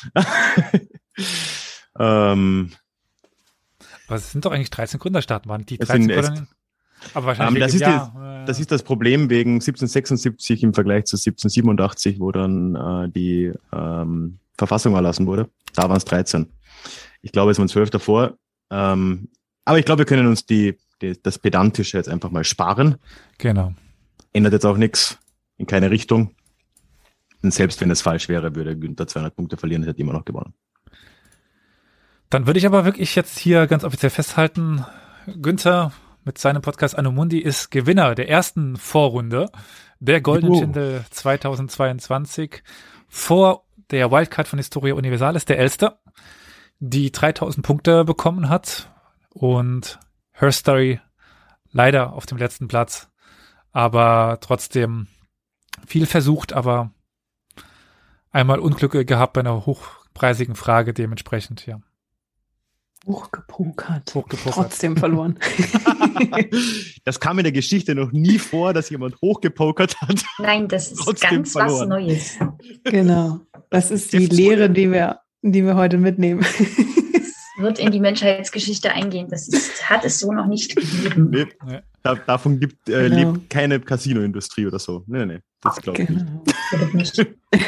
Aber es sind doch eigentlich 13 Gründerstaaten, waren die 13 Gründerstaaten? Aber wahrscheinlich das ist das Problem wegen 1776 im Vergleich zu 1787, wo dann die Verfassung erlassen wurde. Da waren es 13. Ich glaube, es waren 12 davor. Aber ich glaube, wir können uns das Pedantische jetzt einfach mal sparen. Genau. Ändert jetzt auch nichts in keine Richtung. Und selbst wenn es falsch wäre, würde Günther 200 Punkte verlieren, hätte immer noch gewonnen. Dann würde ich aber wirklich jetzt hier ganz offiziell festhalten, Günther mit seinem Podcast Anno Mundi ist Gewinner der ersten Vorrunde der Goldenen Schindel 2022 vor der Wildcard von Historia Universalis, der Elster, die 3000 Punkte bekommen hat und Her Story leider auf dem letzten Platz, aber trotzdem viel versucht, aber einmal Unglück gehabt bei einer hochpreisigen Frage dementsprechend, ja. Hochgepokert. Trotzdem verloren. Das kam in der Geschichte noch nie vor, dass jemand hochgepokert hat. Nein, das ist ganz verloren. Was Neues. Genau. Das ist die Lehre, die wir heute mitnehmen. Wird in die Menschheitsgeschichte eingehen. Hat es so noch nicht gegeben. Nee, davon lebt keine Casino-Industrie oder so. Nee. Das glaube ich nicht.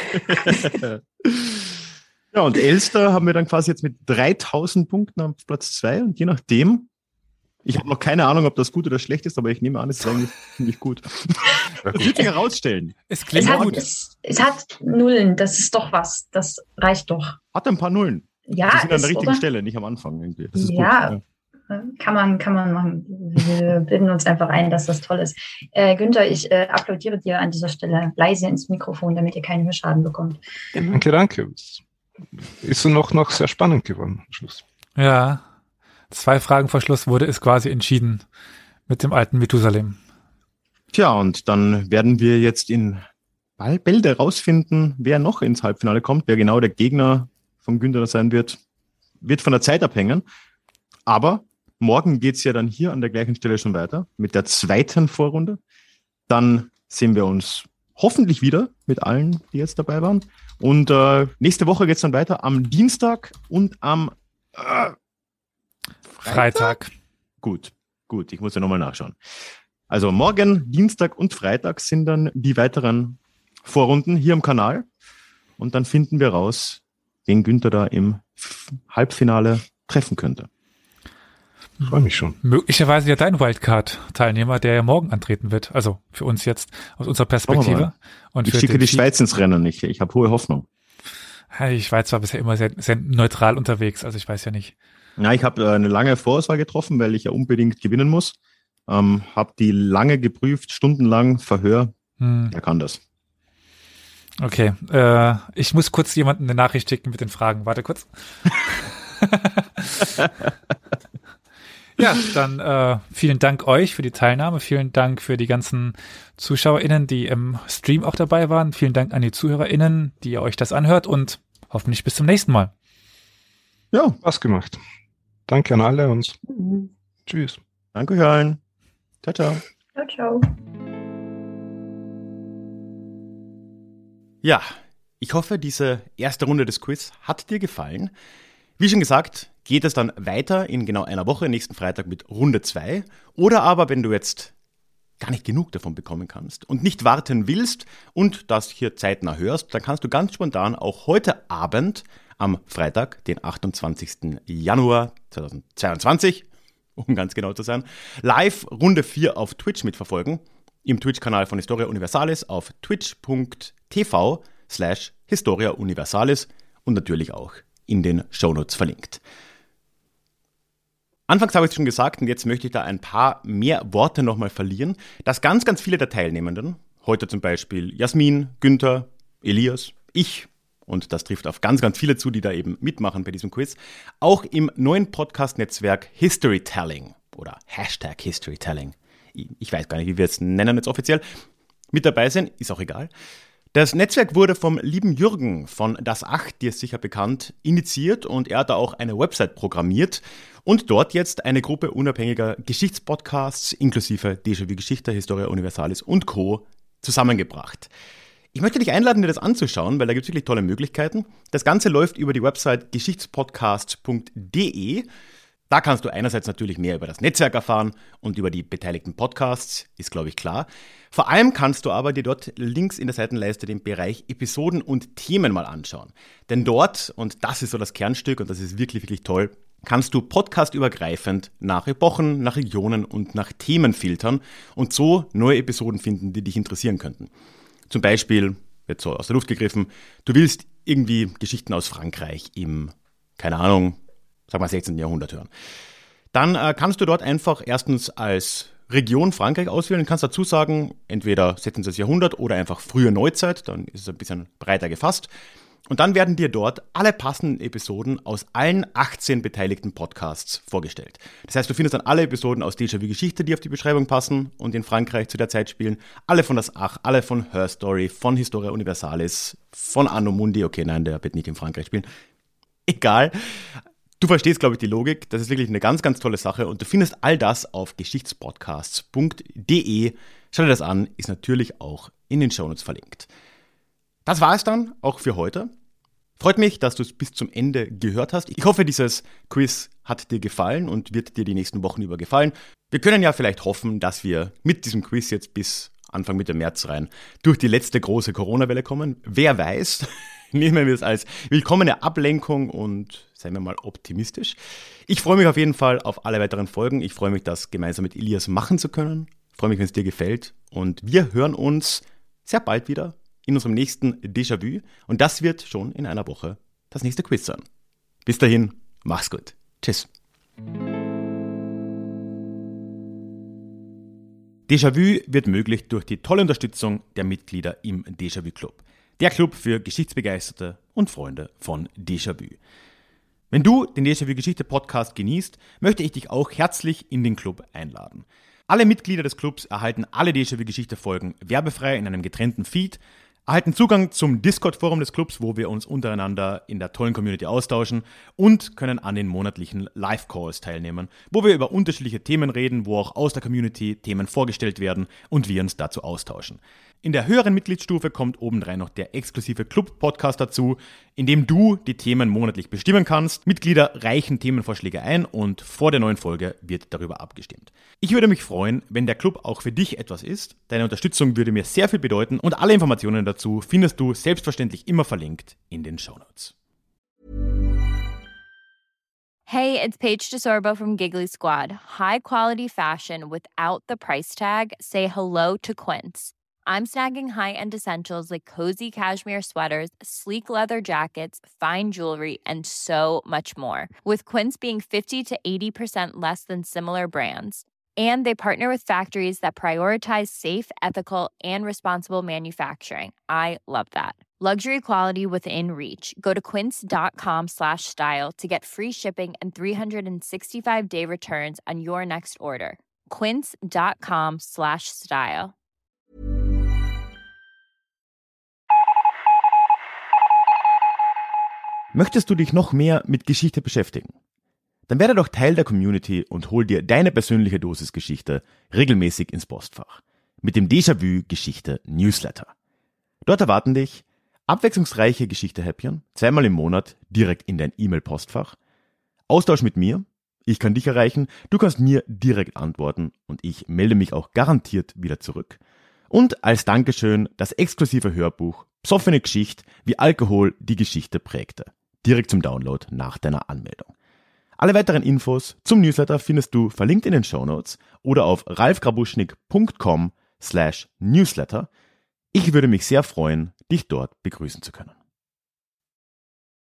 Ja, und Elster haben wir dann quasi jetzt mit 3000 Punkten auf Platz 2 und je nachdem, ich habe noch keine Ahnung, ob das gut oder schlecht ist, aber ich nehme an, es ist eigentlich ziemlich gut. Das wird sich herausstellen. Es klingt gut. Es hat Nullen, das ist doch was, das reicht doch. Hat ein paar Nullen. Ja, die sind an der richtigen Stelle, nicht am Anfang irgendwie. Das ist gut. Kann man machen. Wir bilden uns einfach ein, dass das toll ist. Günther, ich applaudiere dir an dieser Stelle leise ins Mikrofon, damit ihr keinen Hörschaden bekommt. Danke. Ist noch sehr spannend geworden am Schluss. Ja, 2 Fragen vor Schluss wurde es quasi entschieden mit dem alten Methusalem. Tja, und dann werden wir jetzt in Bälde rausfinden, wer noch ins Halbfinale kommt, wer genau der Gegner von Günther sein wird. wird von der Zeit abhängen. Aber morgen geht es ja dann hier an der gleichen Stelle schon weiter mit der zweiten Vorrunde. Dann sehen wir uns hoffentlich wieder mit allen, die jetzt dabei waren. Und nächste Woche geht es dann weiter am Dienstag und am Freitag. Gut, ich muss ja nochmal nachschauen. Also morgen, Dienstag und Freitag sind dann die weiteren Vorrunden hier im Kanal. Und dann finden wir raus, wen Günther da im Halbfinale treffen könnte. Ich freue mich schon. Möglicherweise ja dein Wildcard-Teilnehmer, der ja morgen antreten wird. Also für uns jetzt aus unserer Perspektive. Und ich schicke die Schweiz ins Rennen. Ich habe hohe Hoffnung. Die Schweiz war bisher immer sehr, sehr neutral unterwegs. Also ich weiß ja nicht. Ja, ich habe eine lange Vorauswahl getroffen, weil ich ja unbedingt gewinnen muss. Habe die lange geprüft, stundenlang Verhör. Er kann das. Okay, ich muss kurz jemanden eine Nachricht schicken mit den Fragen. Warte kurz. Ja, dann vielen Dank euch für die Teilnahme. Vielen Dank für die ganzen ZuschauerInnen, die im Stream auch dabei waren. Vielen Dank an die ZuhörerInnen, die ihr euch das anhört und hoffentlich bis zum nächsten Mal. Ja, Spaß gemacht. Danke an alle und tschüss. Danke euch allen. Ciao, ciao. Ciao, ciao. Ja, ich hoffe, diese erste Runde des Quiz hat dir gefallen. Wie schon gesagt, geht es dann weiter in genau einer Woche, nächsten Freitag mit Runde 2. Oder aber, wenn du jetzt gar nicht genug davon bekommen kannst und nicht warten willst und das hier zeitnah hörst, dann kannst du ganz spontan auch heute Abend am Freitag, den 28. Januar 2022, um ganz genau zu sein, live Runde 4 auf Twitch mitverfolgen. Im Twitch-Kanal von Historia Universalis auf twitch.tv/Historia Universalis und natürlich auch in den Shownotes verlinkt. Anfangs habe ich es schon gesagt und jetzt möchte ich da ein paar mehr Worte nochmal verlieren, dass ganz, ganz viele der Teilnehmenden, heute zum Beispiel Jasmin, Günther, Elias, ich, und das trifft auf ganz, ganz viele zu, die da eben mitmachen bei diesem Quiz, auch im neuen Podcast-Netzwerk Historytelling oder Hashtag Historytelling, ich weiß gar nicht, wie wir es nennen jetzt offiziell, mit dabei sind, ist auch egal. Das Netzwerk wurde vom lieben Jürgen von Das Acht, dir ist sicher bekannt, initiiert und er hat da auch eine Website programmiert und dort jetzt eine Gruppe unabhängiger Geschichtspodcasts inklusive Déjà-vu Geschichte, Historia Universalis und Co. zusammengebracht. Ich möchte dich einladen, dir das anzuschauen, weil da gibt es wirklich tolle Möglichkeiten. Das Ganze läuft über die Website geschichtspodcast.de. Da kannst du einerseits natürlich mehr über das Netzwerk erfahren und über die beteiligten Podcasts, ist glaube ich klar. Vor allem kannst du aber dir dort links in der Seitenleiste den Bereich Episoden und Themen mal anschauen. Denn dort, und das ist so das Kernstück und das ist wirklich, wirklich toll, kannst du podcastübergreifend nach Epochen, nach Regionen und nach Themen filtern und so neue Episoden finden, die dich interessieren könnten. Zum Beispiel, jetzt so aus der Luft gegriffen, du willst irgendwie Geschichten aus Frankreich im, keine Ahnung, sagen wir 16. Jahrhundert hören. Dann kannst du dort einfach erstens als Region Frankreich auswählen und kannst dazu sagen, entweder 16. Jahrhundert oder einfach frühe Neuzeit, dann ist es ein bisschen breiter gefasst. Und dann werden dir dort alle passenden Episoden aus allen 18 beteiligten Podcasts vorgestellt. Das heißt, du findest dann alle Episoden aus Déjà-vu Geschichte, die auf die Beschreibung passen und in Frankreich zu der Zeit spielen. Alle von Das Ach, alle von Her Story, von Historia Universalis, von Anno Mundi. Okay, nein, der wird nicht in Frankreich spielen. Egal. Du verstehst, glaube ich, die Logik. Das ist wirklich eine ganz, ganz tolle Sache. Und du findest all das auf geschichtspodcasts.de. Schau dir das an, ist natürlich auch in den Shownotes verlinkt. Das war es dann auch für heute. Freut mich, dass du es bis zum Ende gehört hast. Ich hoffe, dieses Quiz hat dir gefallen und wird dir die nächsten Wochen über gefallen. Wir können ja vielleicht hoffen, dass wir mit diesem Quiz jetzt bis Anfang Mitte März rein durch die letzte große Corona-Welle kommen. Wer weiß, nehmen wir es als willkommene Ablenkung und seien wir mal optimistisch. Ich freue mich auf jeden Fall auf alle weiteren Folgen. Ich freue mich, das gemeinsam mit Elias machen zu können. Ich freue mich, wenn es dir gefällt. Und wir hören uns sehr bald wieder in unserem nächsten Déjà-vu. Und das wird schon in einer Woche das nächste Quiz sein. Bis dahin, mach's gut. Tschüss. Déjà-vu wird möglich durch die tolle Unterstützung der Mitglieder im Déjà-vu Club. Der Club für Geschichtsbegeisterte und Freunde von Déjà-vu. Wenn du den Déjà-vu Geschichte Podcast genießt, möchte ich dich auch herzlich in den Club einladen. Alle Mitglieder des Clubs erhalten alle Déjà-vu Geschichte Folgen werbefrei in einem getrennten Feed. erhalten Zugang zum Discord-Forum des Clubs, wo wir uns untereinander in der tollen Community austauschen und können an den monatlichen Live-Calls teilnehmen, wo wir über unterschiedliche Themen reden, wo auch aus der Community Themen vorgestellt werden und wir uns dazu austauschen. In der höheren Mitgliedsstufe kommt obendrein noch der exklusive Club-Podcast dazu, in dem du die Themen monatlich bestimmen kannst. Mitglieder reichen Themenvorschläge ein und vor der neuen Folge wird darüber abgestimmt. Ich würde mich freuen, wenn der Club auch für dich etwas ist. Deine Unterstützung würde mir sehr viel bedeuten und alle Informationen dazu findest du selbstverständlich immer verlinkt in den Shownotes. Hey, it's Paige DeSorbo from Giggly Squad. High quality fashion without the price tag. Say hello to Quince. I'm snagging high-end essentials like cozy cashmere sweaters, sleek leather jackets, fine jewelry, and so much more. With Quince being 50 to 80% less than similar brands. And they partner with factories that prioritize safe, ethical, and responsible manufacturing. I love that. Luxury quality within reach. Go to quince.com/style to get free shipping and 365-day returns on your next order. Quince.com/style. Möchtest du dich noch mehr mit Geschichte beschäftigen? Dann werde doch Teil der Community und hol dir deine persönliche Dosis Geschichte regelmäßig ins Postfach. Mit dem Déjà-vu Geschichte Newsletter. Dort erwarten dich abwechslungsreiche Geschichte-Häppchen, 2-mal im Monat direkt in dein E-Mail-Postfach. Austausch mit mir, ich kann dich erreichen, du kannst mir direkt antworten und ich melde mich auch garantiert wieder zurück. Und als Dankeschön das exklusive Hörbuch Psoffene Geschichte, wie Alkohol die Geschichte prägte. Direkt zum Download nach deiner Anmeldung. Alle weiteren Infos zum Newsletter findest du verlinkt in den Shownotes oder auf ralfgrabuschnik.com/newsletter. Ich würde mich sehr freuen, dich dort begrüßen zu können.